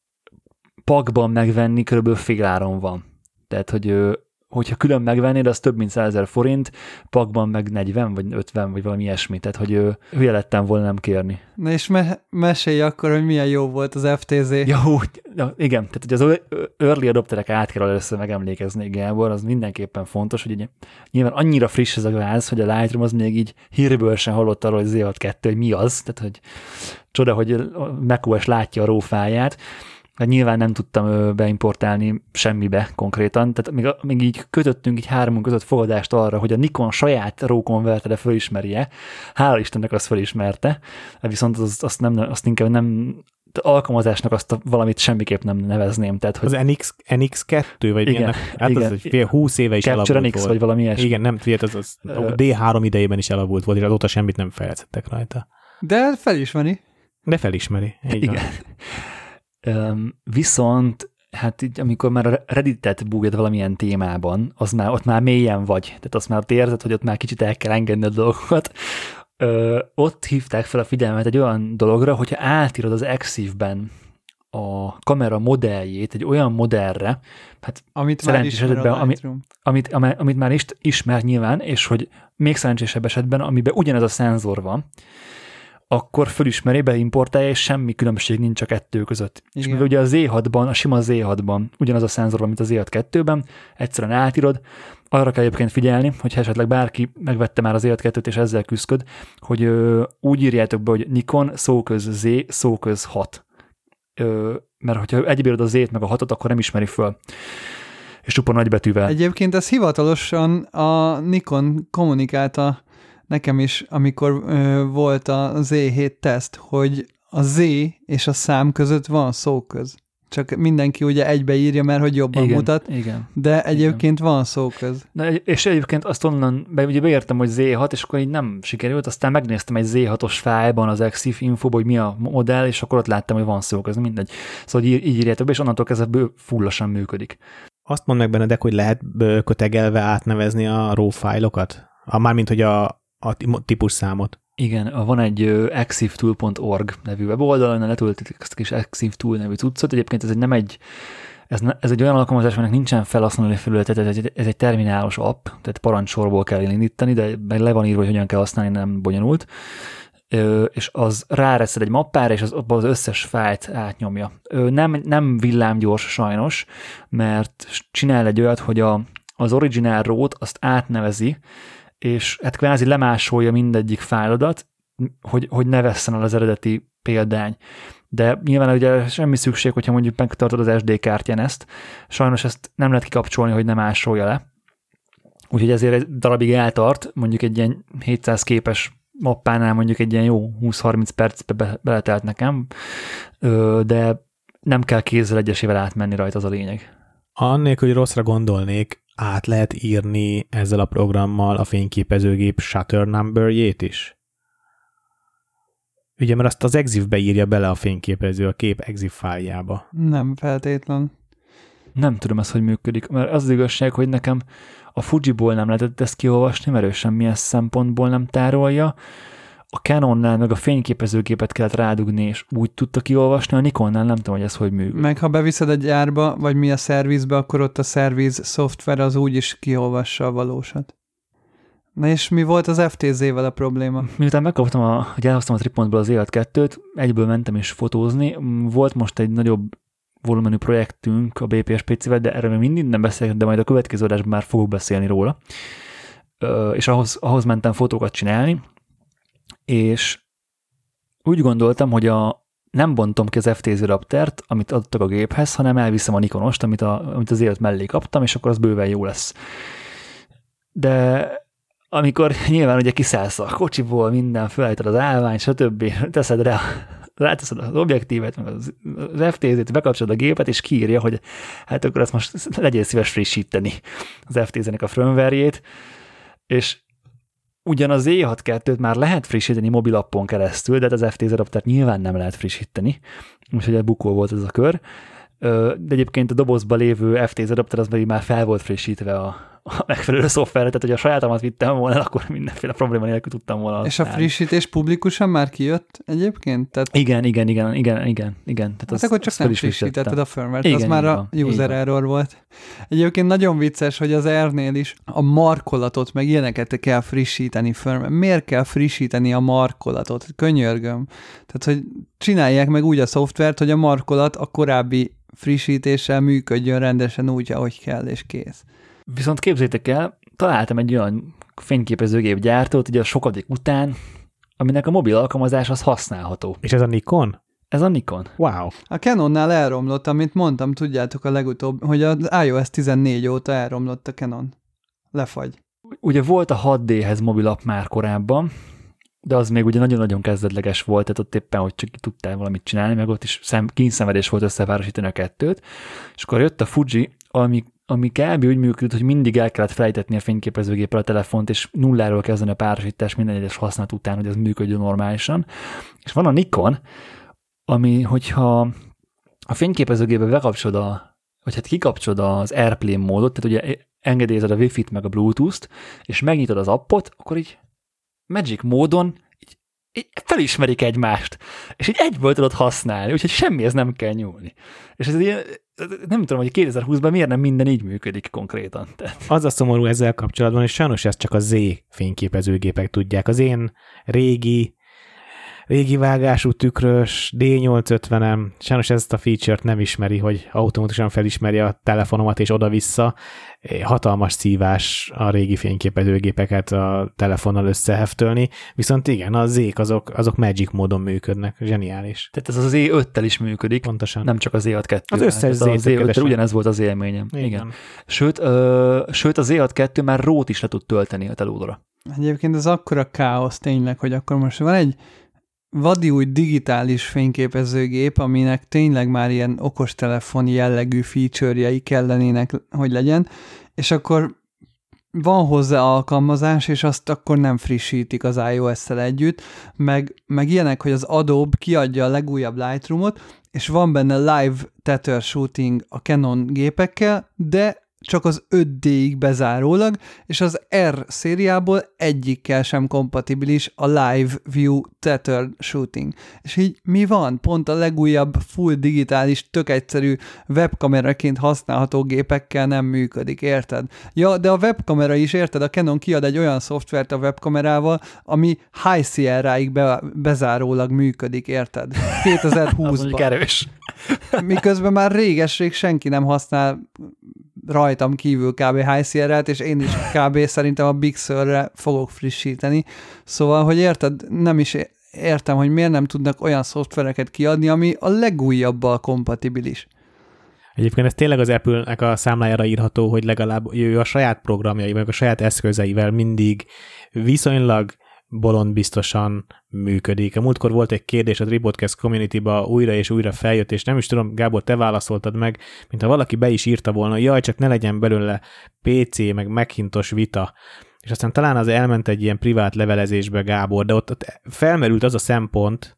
pakban megvenni körülbelül fél áron van. Tehát, hogy hogyha külön megvennéd, az több mint százezer forint, pakban meg negyven, vagy ötven, vagy valami ilyesmi. Tehát, hogy hülye lettem volna nem kérni. Na és me- mesélj akkor, hogy milyen jó volt az ef té zé. Jó, ja, igen, tehát hogy az early adopterek át kell először megemlékezni, Gábor, az mindenképpen fontos, hogy ugye, nyilván annyira friss ez a gáz, hogy a Lightroom az még így hírből sem hallott arról, hogy zé hatvankettő, hogy mi az, tehát hogy csoda, hogy macOS látja a rófáját. Hát nyilván nem tudtam beimportálni semmibe konkrétan, tehát még, még így kötöttünk így hármunk között fogadást arra, hogy a Nikon saját RAW konvertere fölismerje, hála Istennek azt fölismerte, viszont az, azt, nem, azt inkább nem, alkalmazásnak azt a valamit semmiképp nem nevezném. Tehát, hogy... Az en iksz, en iksz kettő, vagy igen, ilyenek? Hát igen. az egy fél húsz éve is Capture elavult en iksz, volt. vagy valami ilyesmi. Igen, nem, figyelj, az, az uh, dé három idejében is elavult volt, és azóta semmit nem fejlesztettek rajta. De felismeri. De felismeri. Így igen. Um, viszont, hát így, amikor már a Redditet bújod valamilyen témában, az már, ott már mélyen vagy. Tehát azt már ott érzed, hogy ott már kicsit el kell engedni a dolgokat. Ö, ott hívták fel a figyelmet egy olyan dologra, hogyha átírod az Exif-ben a kamera modelljét egy olyan modellre, hát amit már ismer a ami, amit, amit, amit már is, ismer nyilván, és hogy még szerencsésebb esetben, amiben ugyanez a szenzor van, akkor fölismeri, beimportálja, és semmi különbség nincs a kettő között. Igen. És mivel ugye a zé hatban, a sima zé hatban ugyanaz a szenzor van, mint a zé hat kettőben, egyszerűen átírod, arra kell egyébként figyelni, hogyha esetleg bárki megvette már a zé hat kettőt, és ezzel küszköd, hogy ö, úgy írjátok be, hogy Nikon szóköz Z, szóköz hat. Ö, mert hogyha egybírod a Z-t meg a hatot, akkor nem ismeri föl. És csupa nagybetűvel. Egyébként ez hivatalosan a Nikon kommunikálta nekem is, amikor ö, volt a zé hét teszt, hogy a Z és a szám között van szóköz. Csak mindenki ugye egybeírja, mert hogy jobban igen, mutat, igen, de egyébként igen. van szóköz. Na, és egyébként azt onnan, be, ugye beértem, hogy zé hat, és akkor így nem sikerült, aztán megnéztem egy zé hatos fájlban az Exif infóban, hogy mi a modell, és akkor ott láttam, hogy van szóköz, mindegy. Szóval így, így írjátok be, és onnantól kezdve fullosan működik. Azt mondd meg, Benedek, hogy lehet kötegelve átnevezni a RAW fájlokat? A, mármint, hogy a, a típus számot. Igen, van egy uh, exiftool pont org nevű weboldalon, letöltik ezt a kis exiftool nevű cuccot. Egyébként ez egy, nem egy, ez, ne, ez egy olyan alkalmazás, aminek nincsen felhasználói felületet, ez egy, ez egy terminálos app, tehát parancsorból kell indítani, de le van írva, hogy hogyan kell használni, nem bonyolult. Ö, és az ráreszed egy mappára, és az, abban az összes fájlt átnyomja. Ö, nem, nem villámgyors sajnos, mert csinál egy olyat, hogy a, az original RAW-t azt átnevezi, és hát kvázi lemásolja mindegyik fájlodat, hogy, hogy ne vesszen el az eredeti példány. De nyilván ugye semmi szükség, hogyha mondjuk megtartod az es dé kártyán ezt, sajnos ezt nem lehet kikapcsolni, hogy ne másolja le. Úgyhogy ezért egy darabig eltart, mondjuk egy ilyen hétszáz képes mappánál mondjuk egy ilyen jó húsz-harminc percbe be, beletelt nekem, de nem kell kézzel egyesével átmenni rajta, az a lényeg. Annélkül, hogy rosszra gondolnék, át lehet írni ezzel a programmal a fényképezőgép shutter number-jét is? Ugye, mert azt az EXIF-be írja bele a fényképező, a kép EXIF fájljába. Nem feltétlen. Nem tudom ezt, hogy működik, mert az az igazság, hogy nekem a Fujiból nem lehetett ezt kiolvasni, mert ő semmilyen szempontból nem tárolja. A Canonnál meg a fényképezőgépet kellett rádugni, és úgy tudta kiolvasni, a Nikonnál nem tudom, hogy ez hogy működik. Meg ha beviszed egy gyárba, vagy mi a szervizbe, akkor ott a szerviz szoftver az úgy is kiolvassa a valósat. Na és mi volt az ef té zével a probléma? Miután megkaptam, a, hogy elhoztam a Tripontból az élet kettőt, egyből mentem is fotózni. Volt most egy nagyobb volumenű projektünk a bé pé es pé cével, de erről még mindig nem beszélek, de majd a következő adásban már fogok beszélni róla. Ö, és ahhoz, ahhoz mentem fotókat csinálni, és úgy gondoltam, hogy a, nem bontom ki az ef té zé Raptert, amit adtak a géphez, hanem elviszem a Nikonost, amit, a, amit az élet mellé kaptam, és akkor az bőven jó lesz. De amikor nyilván ugye kiszállsz a kocsiból, minden, felállítod az állványt, stb. Teszed rá, ráteszed az objektívet, meg az, az ef té zét, bekapcsolod a gépet, és kiírja, hogy hát akkor ezt most legyél szíves frissíteni az ef té zének a firmware-jét, és ugyan az é hatvankettőt már lehet frissíteni mobilappon keresztül, de hát az ef té zé Raptert nyilván nem lehet frissíteni, úgyhogy egy bukó volt ez a kör. De egyébként a dobozban lévő ef té zé Rapter az pedig már fel volt frissítve a, a megfelelő szoftverre, tehát hogy a sajátomat vittem volna, akkor mindenféle probléma nélkül tudtam volna. És a frissítés publikusan már kijött egyébként? Tehát... Igen, igen, igen, igen, igen, igen. Tehát hát az, akkor csak nem frissítetted a firmware-t, az már a user error volt. Egyébként nagyon vicces, hogy az R-nél is a markolatot, meg ilyeneket kell frissíteni firmware. Miért kell frissíteni a markolatot? Könyörgöm. Tehát, hogy csinálják meg úgy a szoftvert, hogy a markolat a korábbi frissítéssel működjön rendesen úgy, ahogy kell, és kész. Viszont képzeljétek el, találtam egy olyan fényképezőgép gyártót, ugye a sokadik után, aminek a mobil alkalmazás az használható. És ez a Nikon? Ez a Nikon. Wow. A Canonnál elromlott, amit mondtam, tudjátok a legutóbb, hogy az iOS tizennégy óta elromlott a Canon. Lefagy. Ugye volt a hat dé-hez mobilapp már korábban, de az még ugye nagyon-nagyon kezdetleges volt, tehát ott éppen, hogy csak tudtál valamit csinálni, meg ott is szem, kényszenvedés volt összepárosítani a kettőt, és akkor jött a Fuji, ami, ami kb. Úgy működött, hogy mindig el kellett felejtetni a fényképezőgéppel a telefont, és nulláról kezdeni a párosítás minden egyes használat után, hogy ez működjön normálisan. És van a Nikon, ami, hogyha a fényképezőgépbe bekapcsolod a, vagy hát kikapcsolod az Airplane módot, tehát ugye engedélyezed a Wi-Fi-t meg a Bluetooth-t, és megnyitod az appot, akkor így Magic módon így, így felismerik egymást, és így egyből tudod használni, úgyhogy semmihez nem kell nyúlni. És ez ilyen, nem tudom, hogy kétezer-húszban miért nem minden így működik konkrétan. Tehát. Az a szomorú ezzel kapcsolatban, és sajnos ezt csak a Z fényképezőgépek tudják. Az én régi, régi vágású tükrös dé nyolcszázötvenem sajnos ezt a feature-t nem ismeri, hogy automatikusan felismeri a telefonomat és oda-vissza. Hatalmas szívás a régi fényképezőgépeket a telefonnal összeheftölni, viszont igen, a Z-k azok, azok Magic módon működnek, zseniális. Tehát ez az zé öttel is működik, pontosan. Nem csak az zé hatvankettő. Az összes zé öttel ugyanez volt az élményem. Igen. igen. Sőt, ö, sőt, a zé hatvankettő már rót is le tud tölteni a telódra. Egyébként ez akkora káosz tényleg, hogy akkor most van egy vadi új digitális fényképezőgép, aminek tényleg már ilyen okostelefon jellegű feature-jei kellenének, hogy legyen, és akkor van hozzá alkalmazás, és azt akkor nem frissítik az iOS-szel együtt, meg, meg ilyenek, hogy az Adobe kiadja a legújabb Lightroom-ot, és van benne live tether shooting a Canon gépekkel, de csak az öt dé-ig bezárólag, és az R szériából egyikkel sem kompatibilis a Live View Tether Shooting. És így mi van? Pont a legújabb full digitális, tök egyszerű webkameraként használható gépekkel nem működik, érted? Ja, de a webkamera is, érted? A Canon kiad egy olyan szoftvert a webkamerával, ami High Sierra-ig be, bezárólag működik, érted? kétezer-húszban. Az mondjuk erős. Miközben már réges-rég senki nem használ rajtam kívül kb. High Sierra-t, és én is kb. Szerintem a Big Sur-re fogok frissíteni. Szóval, hogy érted, nem is értem, hogy miért nem tudnak olyan szoftvereket kiadni, ami a legújabbal kompatibilis. Egyébként ez tényleg az Apple-nek a számlájára írható, hogy legalább ő a saját programjai, meg a saját eszközeivel mindig viszonylag bolond biztosan működik. A múltkor volt egy kérdés a Tripodcast Community-ba, újra és újra feljött, és nem is tudom, Gábor, te válaszoltad meg, mintha valaki be is írta volna, jaj, csak ne legyen belőle pé cé, meg Macintosh vita. És aztán talán az elment egy ilyen privát levelezésbe, Gábor, de ott, ott felmerült az a szempont,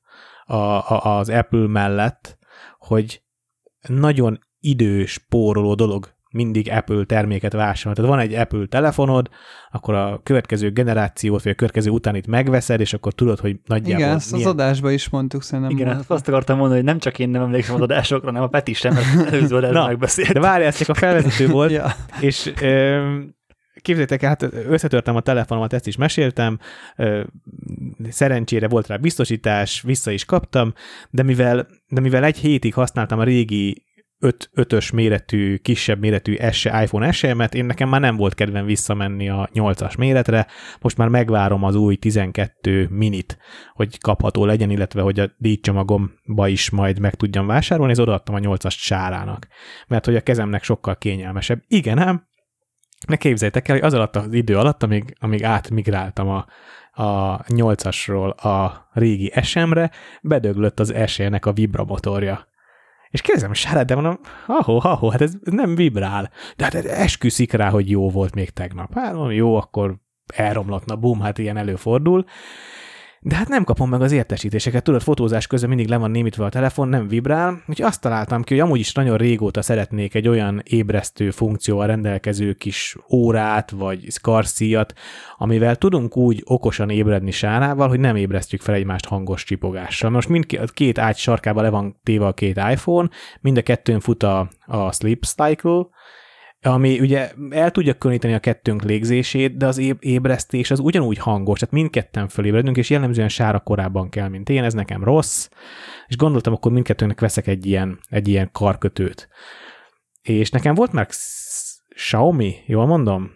a, a, az Apple mellett, hogy nagyon időspóroló dolog mindig Apple terméket vásárolni. Tehát van egy Apple telefonod, akkor a következő generációt, vagy a következő utánit megveszed, és akkor tudod, hogy nagyjából igen, ezt milyen... az adásban is mondtuk szerintem. Igen, mondtuk. Azt akartam mondani, hogy nem csak én nem emlékszem az adásokra, hanem a Peti sem, mert előző adásban megbeszélt. De várj, ez csak a felvezető volt, ja. és ö, képzeljétek el, hát összetörtem a telefonomat, ezt is meséltem, ö, szerencsére volt rá biztosítás, vissza is kaptam, de mivel, de mivel egy hétig használtam a régi ötös méretű, kisebb méretű iPhone es e-met, én nekem már nem volt kedvem visszamenni a nyolcas méretre, most már megvárom az új tizenkettő minit, hogy kapható legyen, illetve hogy a díjcsomagomba is majd meg tudjam vásárolni, és odaadtam a nyolcas Sárának, mert hogy a kezemnek sokkal kényelmesebb. Igen ám, ne képzeljétek el, hogy az alatt az idő alatt, amíg, amíg átmigráltam a, a nyolcasról a régi es em-re, bedöglött az es e-nek a vibramotorja. És kérdezem, Sára, de mondom, ahó, ahó, hát ez nem vibrál. De hát esküszik rá, hogy jó volt még tegnap. Hát mondom, jó, akkor elromlott, na bum, hát ilyen előfordul. De hát nem kapom meg az értesítéseket. Tudod, fotózás közben mindig le van némítva a telefon, nem vibrál. Úgyhogy azt találtam ki, hogy amúgy is nagyon régóta szeretnék egy olyan ébresztő funkcióval rendelkező kis órát, vagy szkarszíjat, amivel tudunk úgy okosan ébredni Sárával, hogy nem ébresztjük fel egymást hangos csipogással. Most mindkét két ágy sarkában le van téve a két iPhone, mind a kettőn fut a, a Sleep Cycle, ami ugye el tudja különíteni a kettőnk légzését, de az ébresztés az ugyanúgy hangos, tehát mindketten fölébredünk, és jellemzően Sára korábban kell, mint én, ez nekem rossz, és gondoltam, akkor mindkettőnek veszek egy ilyen, egy ilyen karkötőt. És nekem volt már Xiaomi, jól mondom?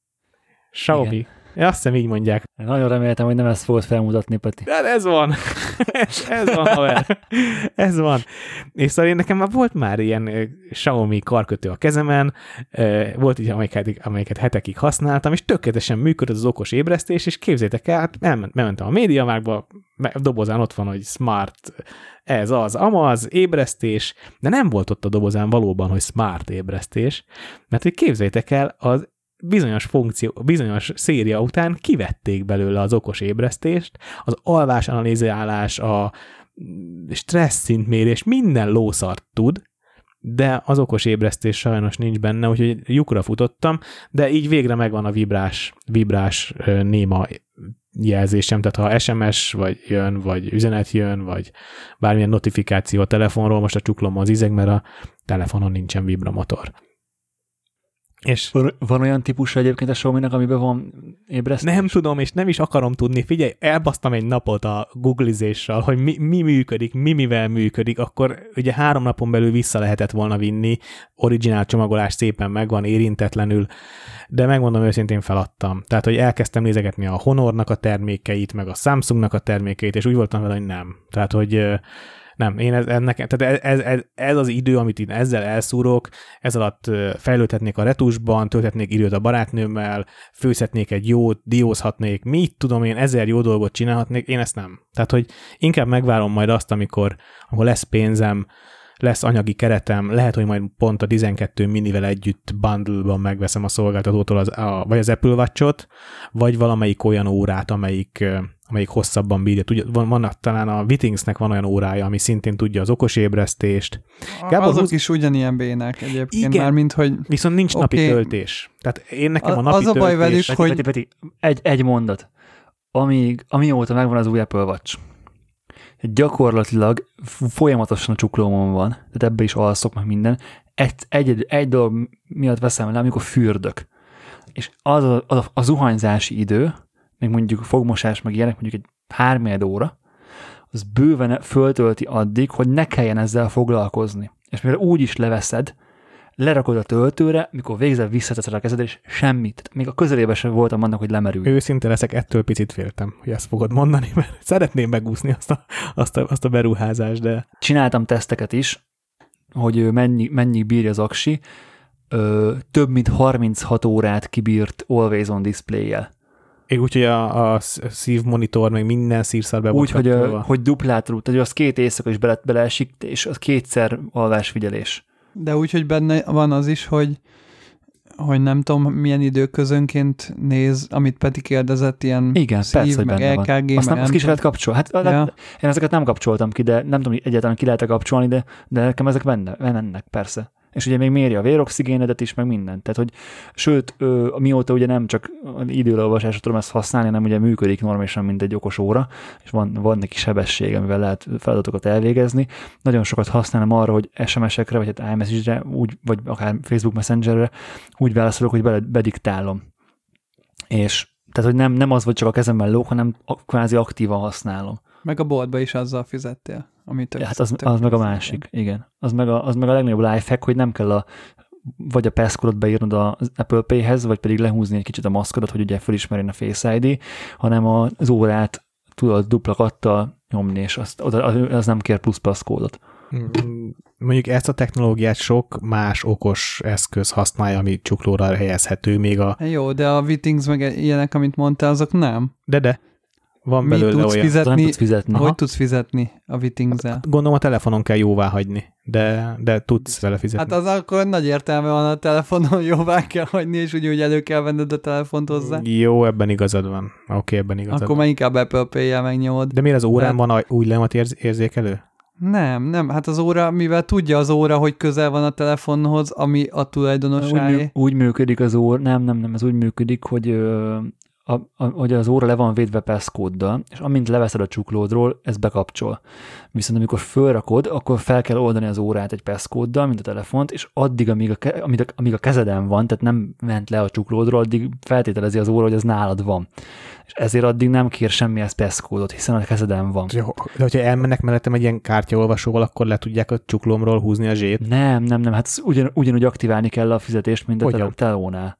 Xiaomi. Igen. Ja, azt hiszem így mondják. Nagyon reméltem, hogy nem ezt fogod felmutatni, Peti. De ez van. ez, ez van, haver. Ez van. És szóval én nekem már volt már ilyen Xiaomi karkötő a kezemen, volt így, amelyiket, amelyiket hetekig használtam, és tökéletesen működött az okos ébresztés, és képzétek el, hát elmentem a MediaMarktba, a dobozán ott van, hogy smart, ez az, amaz, ébresztés, de nem volt ott a dobozán valóban, hogy smart ébresztés, mert hogy képzétek el, az bizonyos funkció, bizonyos széria után kivették belőle az okos ébresztést, az alvás analízálás, a stressz szintmérés, minden lószart tud, de az okos ébresztés sajnos nincs benne, úgyhogy lyukra futottam, de így végre megvan a vibrás, vibrás néma jelzésem, tehát ha es em es vagy jön, vagy üzenet jön, vagy bármilyen notifikáció a telefonról, most a csuklom az izeg, mert a telefonon nincsen vibramotor. És van, van olyan típusra egyébként a Xiaomi-nak, amiben van ébresztés? Nem tudom, és nem is akarom tudni. Figyelj, elbasztam egy napot a googlizéssel, hogy mi, mi működik, mi mivel működik, akkor ugye három napon belül vissza lehetett volna vinni, originál csomagolás szépen megvan, érintetlenül, de megmondom őszintén feladtam. Tehát, hogy elkezdtem nézegetni a Honornak a termékeit, meg a Samsungnak a termékeit, és úgy voltam vele, hogy nem. Tehát, hogy nem, én ez, ennek, tehát ez, ez, ez az idő, amit én ezzel elszúrok, ez alatt fejlődhetnék a retusban, tölthetnék időt a barátnőmmel, főzhetnék egy jót, diózhatnék, mit tudom én, ezer jó dolgot csinálhatnék, én ezt nem. Tehát, hogy inkább megvárom majd azt, amikor, amikor lesz pénzem, lesz anyagi keretem, lehet, hogy majd pont a tizenkettő minivel együtt bundle-ban megveszem a szolgáltatótól az, a, vagy az Apple Watch-ot, vagy valamelyik olyan órát, amelyik, amelyik hosszabban bírja. Tudja, van, vannak, talán a Wittingsnek van olyan órája, ami szintén tudja az okos ébresztést. Gábor, azok húz... is ugyanilyen bének egyébként, igen, már mint hogy... Viszont nincs okay. napi töltés. Tehát én nekem a, a napi az a baj töltés... velük, Peti, hogy... Peti, Peti, egy, egy mondat. Amíg, amióta megvan az új Apple Watch, gyakorlatilag folyamatosan a csuklómon van, tehát ebbe is alszok, meg minden. Egy, egy, egy dolog miatt veszem le, amikor fürdök. És az a, az a zuhanyzási idő, meg mondjuk fogmosás, meg ilyenek, mondjuk egy háromnegyed óra, az bőven föltölti addig, hogy ne kelljen ezzel foglalkozni. És mivel úgy is leveszed, lerakod a töltőre, mikor végzel, visszateszed a kezed, és semmit. Tehát még a közelében sem voltam annak, hogy lemerül. Őszinte leszek, ettől picit féltem, hogy ezt fogod mondani, mert szeretném megúszni azt a, azt a, azt a beruházást, de... Csináltam teszteket is, hogy mennyi, mennyi bírja az aksi. Ö, több mint harminchat órát kibírt Always On Display-jel. Úgyhogy a, a szívmonitor, meg minden szírszal be Úgy, hogy, a, hogy duplát tudod, tehát az két éjszaka is bele, beleesik, és az kétszer alvásfigyelés. De úgy, hogy benne van az is, hogy hogy nem tudom, milyen időközönként néz, amit Peti kérdezett, ilyen igen, szív, persze, meg benne é ká gé, van. Azt, meg nem, azt ki is lehet kapcsolni. Hát, ja. hát, én ezeket nem kapcsoltam ki, de nem tudom, egyáltalán ki lehet kapcsolni, de, de nekem ezek benne, mennek, persze. És ugye még méri a véroxigénedet is, meg mindent. Tehát, hogy sőt, ö, mióta ugye nem csak időleolvasásra tudom ezt használni, hanem ugye működik normálisan, mint egy okos óra, és van, van neki sebesség, amivel lehet feladatokat elvégezni. Nagyon sokat használom arra, hogy es em es-ekre, vagy hát iMessage-re, úgy, vagy akár Facebook Messengerre úgy válaszolok, hogy bele, bediktálom. És tehát, hogy nem, nem az, hogy csak a kezemmel lóg, hanem kvázi aktívan használom. Meg a boltba is azzal fizettél. Amit tök, hát az, az meg a másik, igen. Az meg a, az meg a legnagyobb lifehack, hogy nem kell a, vagy a passcode-ot beírnod az Apple Pay-hez, vagy pedig lehúzni egy kicsit a maszkodat, hogy ugye felismerjen a Face i dé, hanem az órát tudod dupla kattal nyomni, és azt, az nem kér plusz passcode-ot. Mondjuk ezt a technológiát sok más okos eszköz használja, ami csuklóra helyezhető, még a... Jó, de a Wittings meg ilyenek, amit mondtál, azok nem. De de. Van Mi belőle tudsz olyan. fizetni, nem tudsz fizetni. hogy Aha. tudsz fizetni a Wittings-el? Hát, gondolom a telefonon kell jóvá hagyni, de, de tudsz vele fizetni. Hát az akkor nagy értelme van, a telefonon jóvá kell hagyni, és úgy, úgy elő kell venned a telefont hozzá. Jó, ebben igazad van. Oké, okay, ebben igazad Akkor van. már inkább Apple Pay-jel megnyomod. De miért az órán Hát- van a új lemat érz- érzékelő? Nem, nem, hát az óra, mivel tudja az óra, hogy közel van a telefonhoz, ami a Úgy, tulajdonosáé. mű, úgy működik az óra, nem, nem, nem, ez úgy működik, hogy, ö, a, a, hogy az óra le van védve passcode-dal, és amint leveszed a csuklódról, ez bekapcsol. Viszont amikor fölrakod, akkor fel kell oldani az órát egy passcode-dal, mint a telefont, és addig, amíg a, ke- amíg, a, amíg a kezeden van, tehát nem ment le a csuklódról, addig feltételezi az óra, hogy az nálad van. És ezért addig nem kér semmihez passcode-ot, hiszen a kezeden van. Jó, de hogyha elmennek mellettem egy ilyen kártyaolvasóval, akkor le tudják a csuklómról húzni a zsét? Nem, nem, nem, hát ugyan, ugyanúgy aktiválni kell a fizetést, mint a Hogyan? tele- telónál.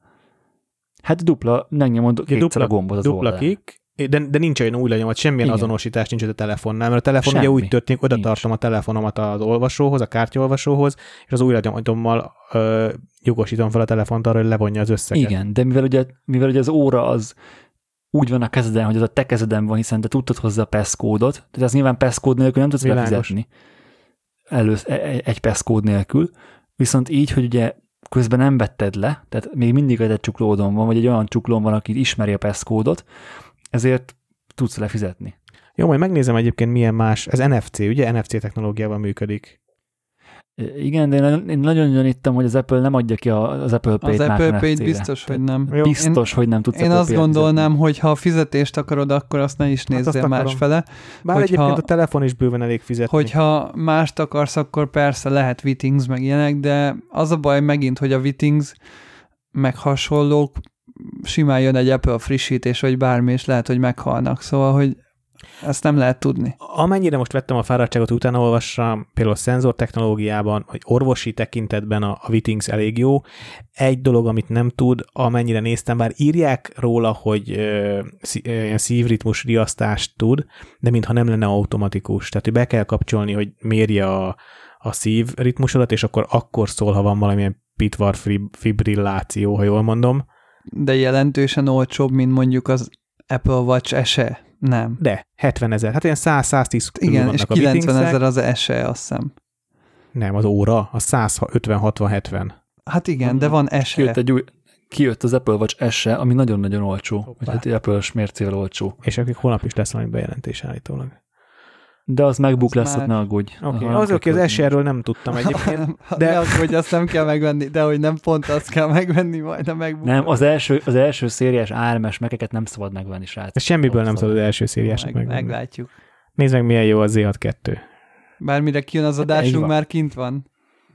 Hát dupla, megnyomod kétszer dupla, a gombot az dupla oldalán. klik, de, de nincs olyan új lenyomat, semmilyen Igen. azonosítás nincs a telefonnál, mert a telefon Semmi. ugye úgy történik, oda Nincs. tartom a telefonomat az olvasóhoz, a kártyaolvasóhoz, és az új lenyomatommal ö, jogosítom fel a telefont arra, hogy levonja az összeget. Igen, de mivel ugye, mivel ugye az óra az úgy van a kezeden, hogy az a te kezeden van, hiszen te tudtad hozzá a passcode-ot, tehát az nyilván passcode nélkül nem tudsz Világos. befizetni. Elősz, egy passcode nélkül, viszont így, hogy ugye közben nem vetted le, tehát még mindig egy csuklódon van, vagy egy olyan csuklón van, aki ismeri a passcode-ot, ezért tudsz lefizetni. Jó, majd megnézem egyébként milyen más, ez en ef cé, ugye en ef cé technológiával működik. Igen, de én, én nagyon gyaníttam, hogy az Apple nem adja ki a- az Apple Pay-t Az más Apple Pay-t en ef cére. biztos, hogy nem. Jó. Biztos, hogy nem tudsz Én Apple azt Pay-t gondolnám, fizetni. hogy ha a fizetést akarod, akkor azt ne is Hát azt nézzél akarom. másfele. Bár Hogyha- egyébként a telefon is bőven elég fizetni. Hogyha mást akarsz, akkor persze lehet Wittings meg ilyenek, de az a baj megint, hogy a Wittings meg hasonlók simán jön egy Apple frissítés, vagy bármi, és lehet, hogy meghalnak. Szóval, hogy ezt nem lehet tudni. Amennyire most vettem a fáradtságot, utána olvassam, például a szenzor technológiában, vagy orvosi tekintetben a, a Wittings elég jó. Egy dolog, amit nem tud, amennyire néztem, bár írják róla, hogy ö, szí, ö, ilyen szívritmus riasztást tud, de mintha nem lenne automatikus. Tehát, hogy be kell kapcsolni, hogy mérje a, a szívritmusodat, és akkor akkor szól, ha van valamilyen pitvar fibrilláció, ha jól mondom. De jelentősen olcsóbb, mint mondjuk az Apple Watch es e. Nem. De, hetvenezer, hát ilyen száz-száztíz körül Igen, vannak és a kilencven Wittingsek. ezer az es e, azt hiszem. Nem, az óra, a száz ötven hatvan hetven. Hát igen, de van es e. Kijött, egy új, kijött az Apple Watch es e, ami nagyon-nagyon olcsó. Hoppá. Vagy hát Apple-s mércével olcsó. És akik holnap is lesz valami bejelentés állítólag. De az MacBook Az lesz, már- ott ne aggódj. Oké, okay. Arra az nem oké, kell az költeni. es e-ről nem tudtam egyébként. De, de- de hogy azt nem kell megvenni, de hogy nem pont azt kell megvenni majd a MacBook. Nem, az első, az első szériás á er em-es mekeket nem szabad megvenni, srác. Ez semmiből nem szabad az első szériásnak meg, meg. meglátjuk. Nézd meg, milyen jó a zé hatvankettő. Bármire kijön az így adásunk, van. már kint van.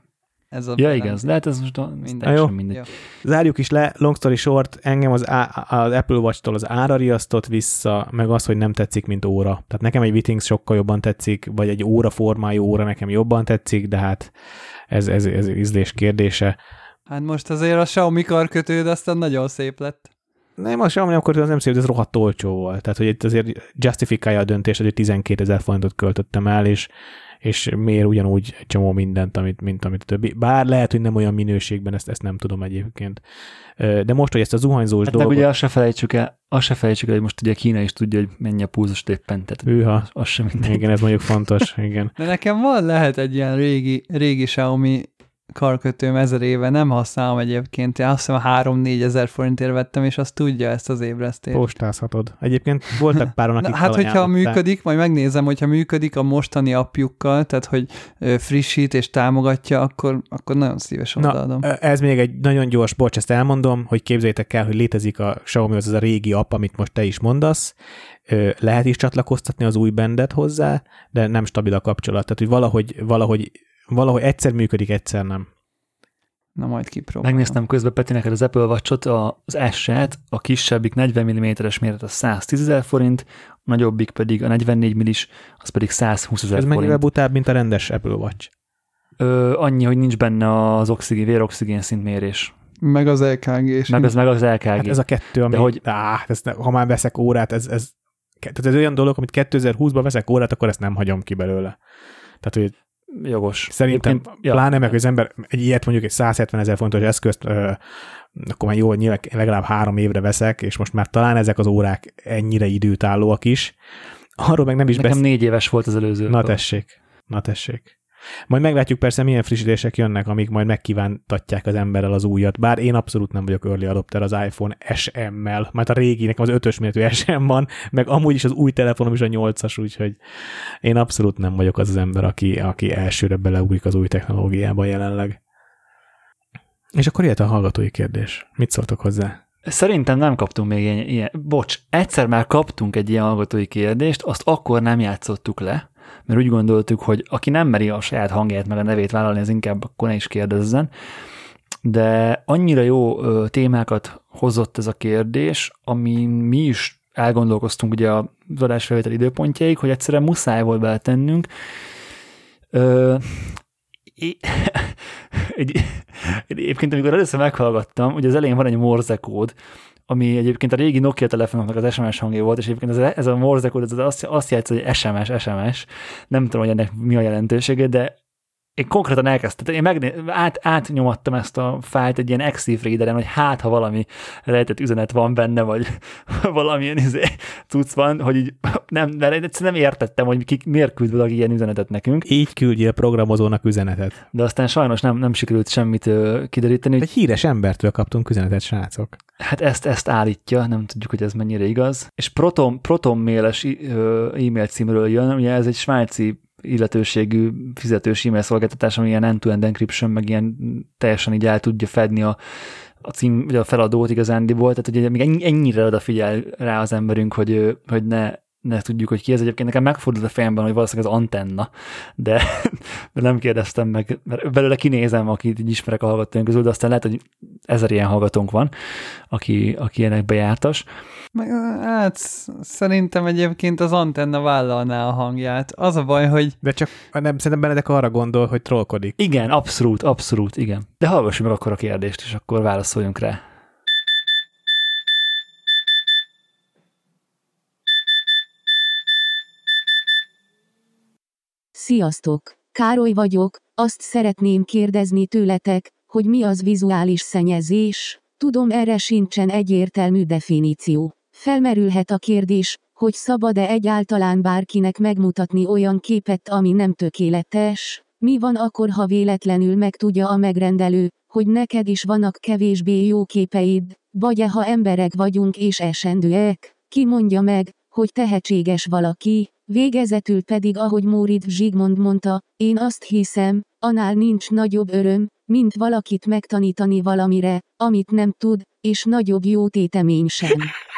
Ez a Ja, igen, lehet ez most a, Mindegy. teljesen Jó. mindegy. Jó. Zárjuk is le, long story short, engem az, á- az Apple Watch-tól az ára riasztott vissza, meg az, hogy nem tetszik, mint óra. Tehát nekem egy Wittings sokkal jobban tetszik, vagy egy óra formájú óra nekem jobban tetszik, de hát ez, ez, ez ízlés kérdése. Hát most azért a Xiaomi karkötőd aztán nagyon szép lett. Nem, az sem, akkor az nem szép, ez rohadt olcsó volt. Tehát, hogy itt azért justifikálja a döntést, hogy tizenkétezer forintot költöttem el, és, és miért ugyanúgy egy csomó mindent, amit, mint amit a többi. Bár lehet, hogy nem olyan minőségben, ezt, ezt nem tudom egyébként. De most, hogy ezt a zuhanyzós Hát meg dolgot... ugye azt se felejtsük el, azt se felejtsük el, hogy most ugye Kína is tudja, hogy mennyi a pulzus éppen, tehát Hűha. az, az sem mindegy. Igen, ez mondjuk fontos, igen. De nekem van, lehet egy ilyen régi, régi Xiaomi karkötőm ezer éve, nem használom egyébként. Én azt hiszem három-négy ezer forintért vettem, és azt tudja ezt az ébresztést. Postázhatod. Egyébként voltak páron, akik hát, hogyha működik, majd megnézem, hogyha működik a mostani appjukkal, tehát, hogy frissít és támogatja, akkor, akkor nagyon szívesen odaadom. Na, ez még egy nagyon gyors, bocs, ezt elmondom, hogy képzeljétek el, hogy létezik a Xiaomi, az a régi app, amit most te is mondasz, lehet is csatlakoztatni az új bandet hozzá, de nem stabil a kapcsolat. Tehát, hogy valahogy, valahogy, valahogy egyszer működik, egyszer nem. Na majd kipróbálom. Megnéztem közben, Peti, neked az Apple Watch-ot, az S-et, a kisebbik negyven milliméteres méret a száztízezer forint, a nagyobbik pedig a negyvennégy millis, az pedig százhúszezer forint. Ez mennyivel butább, mint a rendes Apple Watch? Ö, annyi, hogy nincs benne az oxigén, véroxigén szintmérés. Meg az é ká gé. Meg az, meg az é ká gé. Hát ez a kettő, ami, de hogy... áh, ez ne, ha már veszek órát, ez, ez, tehát ez olyan dolog, amit kétezer-húszban veszek órát, akkor ezt nem hagyom ki belőle. Tehát, hogy jogos. Szerintem, Éppen, pláne meg, hogy az ember egy ilyet mondjuk egy százhetven ezer fontos eszközt, ö, akkor már jó, nyilván legalább három évre veszek, és most már talán ezek az órák ennyire időtállóak is. Arról meg nem is Nekem besz... négy éves volt az előző. Na tessék, na tessék. Majd meglátjuk persze, milyen frissítések jönnek, amik majd megkívántatják az emberrel az újat. Bár én abszolút nem vagyok early adopter az iPhone es em-mel, majd a régi, nekem az ötös méretű es em van, meg amúgy is az új telefonom is a nyolcas, úgyhogy én abszolút nem vagyok az az ember, aki, aki elsőre beleugrik az új technológiába jelenleg. És akkor ilyet a hallgatói kérdés. Mit szóltok hozzá? Szerintem nem kaptunk még ilyen, ilyen... Bocs, egyszer már kaptunk egy ilyen hallgatói kérdést, azt akkor nem játszottuk le, mert úgy gondoltuk, hogy aki nem meri a saját hangját meg a nevét vállalni, az inkább akkor ne is kérdezzen. De annyira jó ö, témákat hozott ez a kérdés, ami mi is elgondolkoztunk ugye az adásfelvétel időpontjaig, hogy egyszerűen muszáj volt beletennünk. Ö, egy, egyébként amikor először meghallgattam, ugye az elején van egy Morse kód, ami egyébként a régi Nokia telefonoknak az es em es hangja volt, és egyébként ez a, ez a Morse kód, ez azt, azt játszik, hogy es em es, es em es, nem tudom, hogy ennek mi a jelentősége, de én konkrétan elkezdtem, én megné- át, átnyomattam ezt a fájlt egy ilyen exif readeren, hogy hát, ha valami rejtett üzenet van benne, vagy valamilyen izé, cucc van, hogy így nem, mert nem értettem, hogy ki, miért küld valaki ilyen üzenetet nekünk. Így küldjél programozónak üzenetet. De aztán sajnos nem, nem sikerült semmit uh, kideríteni. Egy híres embertől kaptunk üzenetet, srácok. Hát ezt, ezt állítja, nem tudjuk, hogy ez mennyire igaz. És Proton, Proton Mail-es e-mail címről jön, ugye ez egy svájci illetőségű fizetős e-mail szolgáltatás, ami ilyen end-to-end encryption, meg ilyen teljesen így el tudja fedni a, a cím, vagy a feladót igazándiból, tehát ugye még ennyire odafigyel rá az emberünk, hogy, hogy ne, ne tudjuk, hogy ki ez. Egyébként nekem megfordult a fejemben, hogy valószínűleg az antenna, de, de nem kérdeztem meg, mert belőle kinézem, akit így ismerek a hallgatóink közül, de aztán lehet, hogy ezer ilyen hallgatónk van, aki, aki ilyenek bejártas. Meg, hát szerintem egyébként az antenna vállalná a hangját. Az a baj, hogy... De csak nem, szerintem Benedek arra gondol, hogy trollkodik. Igen, abszolút, abszolút, igen. De hallgassuk meg akkor a kérdést, és akkor válaszoljunk rá. Sziasztok! Károly vagyok, azt szeretném kérdezni tőletek, hogy mi az vizuális szennyezés? Tudom, erre sincsen egyértelmű definíció. Felmerülhet a kérdés, hogy szabad-e egyáltalán bárkinek megmutatni olyan képet, ami nem tökéletes? Mi van akkor, ha véletlenül megtudja a megrendelő, hogy neked is vannak kevésbé jó képeid, vagy ha emberek vagyunk és esendőek? Ki mondja meg, hogy tehetséges valaki? Végezetül pedig, ahogy Móricz Zsigmond mondta, én azt hiszem, annál nincs nagyobb öröm, mint valakit megtanítani valamire, amit nem tud, és nagyobb jó tétemény sem.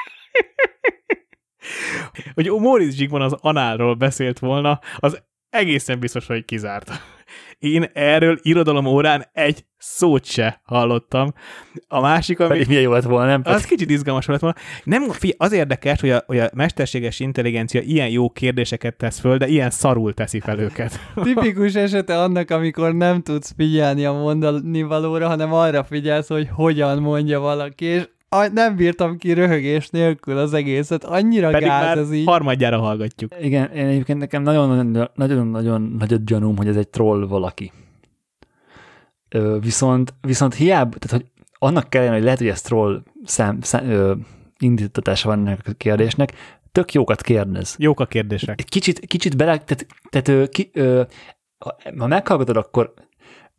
Hogy Móricz Zsigmond az análról beszélt volna, az egészen biztos, hogy kizárt. Én erről irodalom órán egy szót se hallottam. A másik, ami... Pedig milyen jó lett volna, nem? Az kicsit izgalmas lett volna. Nem, fi, az érdekes, hogy a, hogy a mesterséges intelligencia ilyen jó kérdéseket tesz föl, de ilyen szarul teszi fel őket. Tipikus esete annak, amikor nem tudsz figyelni a mondani valóra, hanem arra figyelsz, hogy hogyan mondja valaki, és nem bírtam ki röhögés nélkül az egészet. Annyira pedig gáz már ez így. harmadjára hallgatjuk. Igen, én egyébként nekem nagyon-nagyon nagyot gyanúm, hogy ez egy troll valaki. Ö, viszont, viszont hiába, tehát hogy annak kellene, hogy lehet, hogy ez troll szám, szám, ö, indítatása van ennek a kérdésnek, tök jókat kérdez. Jók a kérdések. Kicsit, kicsit bele, tehát, tehát ö, ki, ö, ha meghallgatod, akkor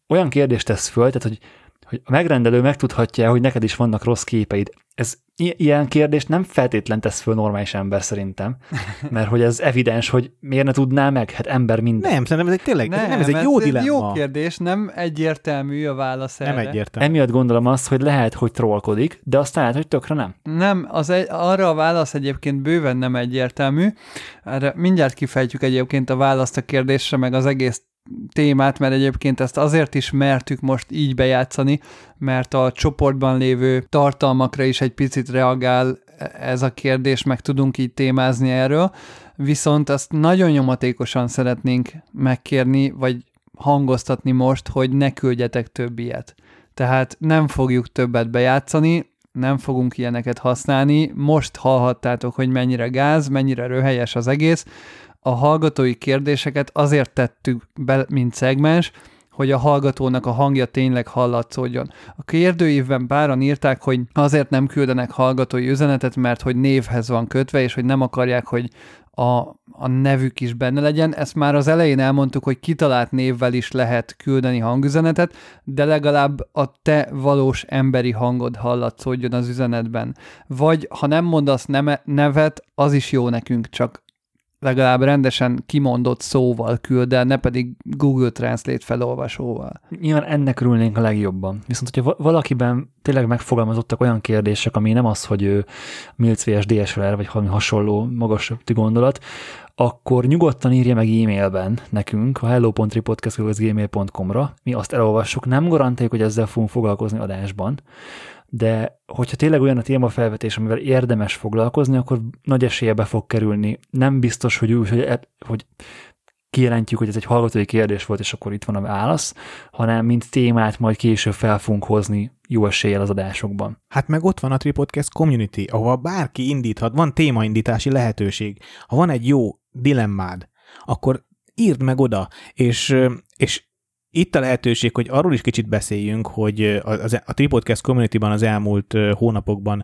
olyan kérdést tesz föl, tehát hogy, hogy a megrendelő megtudhatja, hogy neked is vannak rossz képeid. Ez i- ilyen kérdést nem feltétlen tesz föl normális ember szerintem, mert hogy ez evidens, hogy miért ne tudná meg? Hát ember minden. Nem, szerintem ez egy tényleg, nem, nem ez egy jó ez dilemma. Jó kérdés, nem egyértelmű a válasz erre. Nem egyértelmű. Emiatt gondolom azt, hogy lehet, hogy trollkodik, de aztán lehet, hogy tökre nem. Nem, az egy, arra a válasz egyébként bőven nem egyértelmű. Erre mindjárt kifejtjük egyébként a választ a kérdésre, meg az egész témát, mert egyébként ezt azért is mertük most így bejátszani, mert a csoportban lévő tartalmakra is egy picit reagál ez a kérdés, meg tudunk így témázni erről, viszont azt nagyon nyomatékosan szeretnénk megkérni, vagy hangoztatni most, hogy ne küldjetek több ilyet. Tehát nem fogjuk többet bejátszani, nem fogunk ilyeneket használni, most hallhattátok, hogy mennyire gáz, mennyire röhelyes az egész. A hallgatói kérdéseket azért tettük be, mint szegmens, hogy a hallgatónak a hangja tényleg hallatszódjon. A kérdőívben páran írták, hogy azért nem küldenek hallgatói üzenetet, mert hogy névhez van kötve, és hogy nem akarják, hogy a, a nevük is benne legyen. Ezt már az elején elmondtuk, hogy kitalált névvel is lehet küldeni hangüzenetet, de legalább a te valós emberi hangod hallatszódjon az üzenetben. Vagy ha nem mondasz neme, nevet, az is jó nekünk, csak legalább rendesen kimondott szóval küld el, ne pedig Google Translate felolvasóval. Nyilván ennek örülnénk a legjobban. Viszont, hogyha valakiben tényleg megfogalmazottak olyan kérdések, ami nem az, hogy ő Milc vé es dé es el er, vagy valami hasonló magas gondolat, akkor nyugodtan írja meg e-mailben nekünk a hello pont tripodcast kukac gmail pont com-ra. Mi azt elolvassuk, nem garantáljuk, hogy ezzel fogunk foglalkozni adásban, de hogyha tényleg olyan a témafelvetés, amivel érdemes foglalkozni, akkor nagy esélye be fog kerülni. Nem biztos, hogy úgy, hogy, hogy kijelentjük, hogy ez egy hallgatói kérdés volt, és akkor itt van a válasz, hanem mint témát majd később fel fogunk hozni jó eséllyel az adásokban. Hát meg ott van a Tripodcast Community, ahol bárki indíthat, van témaindítási lehetőség. Ha van egy jó dilemmád, akkor írd meg oda, és, és itt a lehetőség, hogy arról is kicsit beszéljünk, hogy a, a Tripodcast Community-ban az elmúlt hónapokban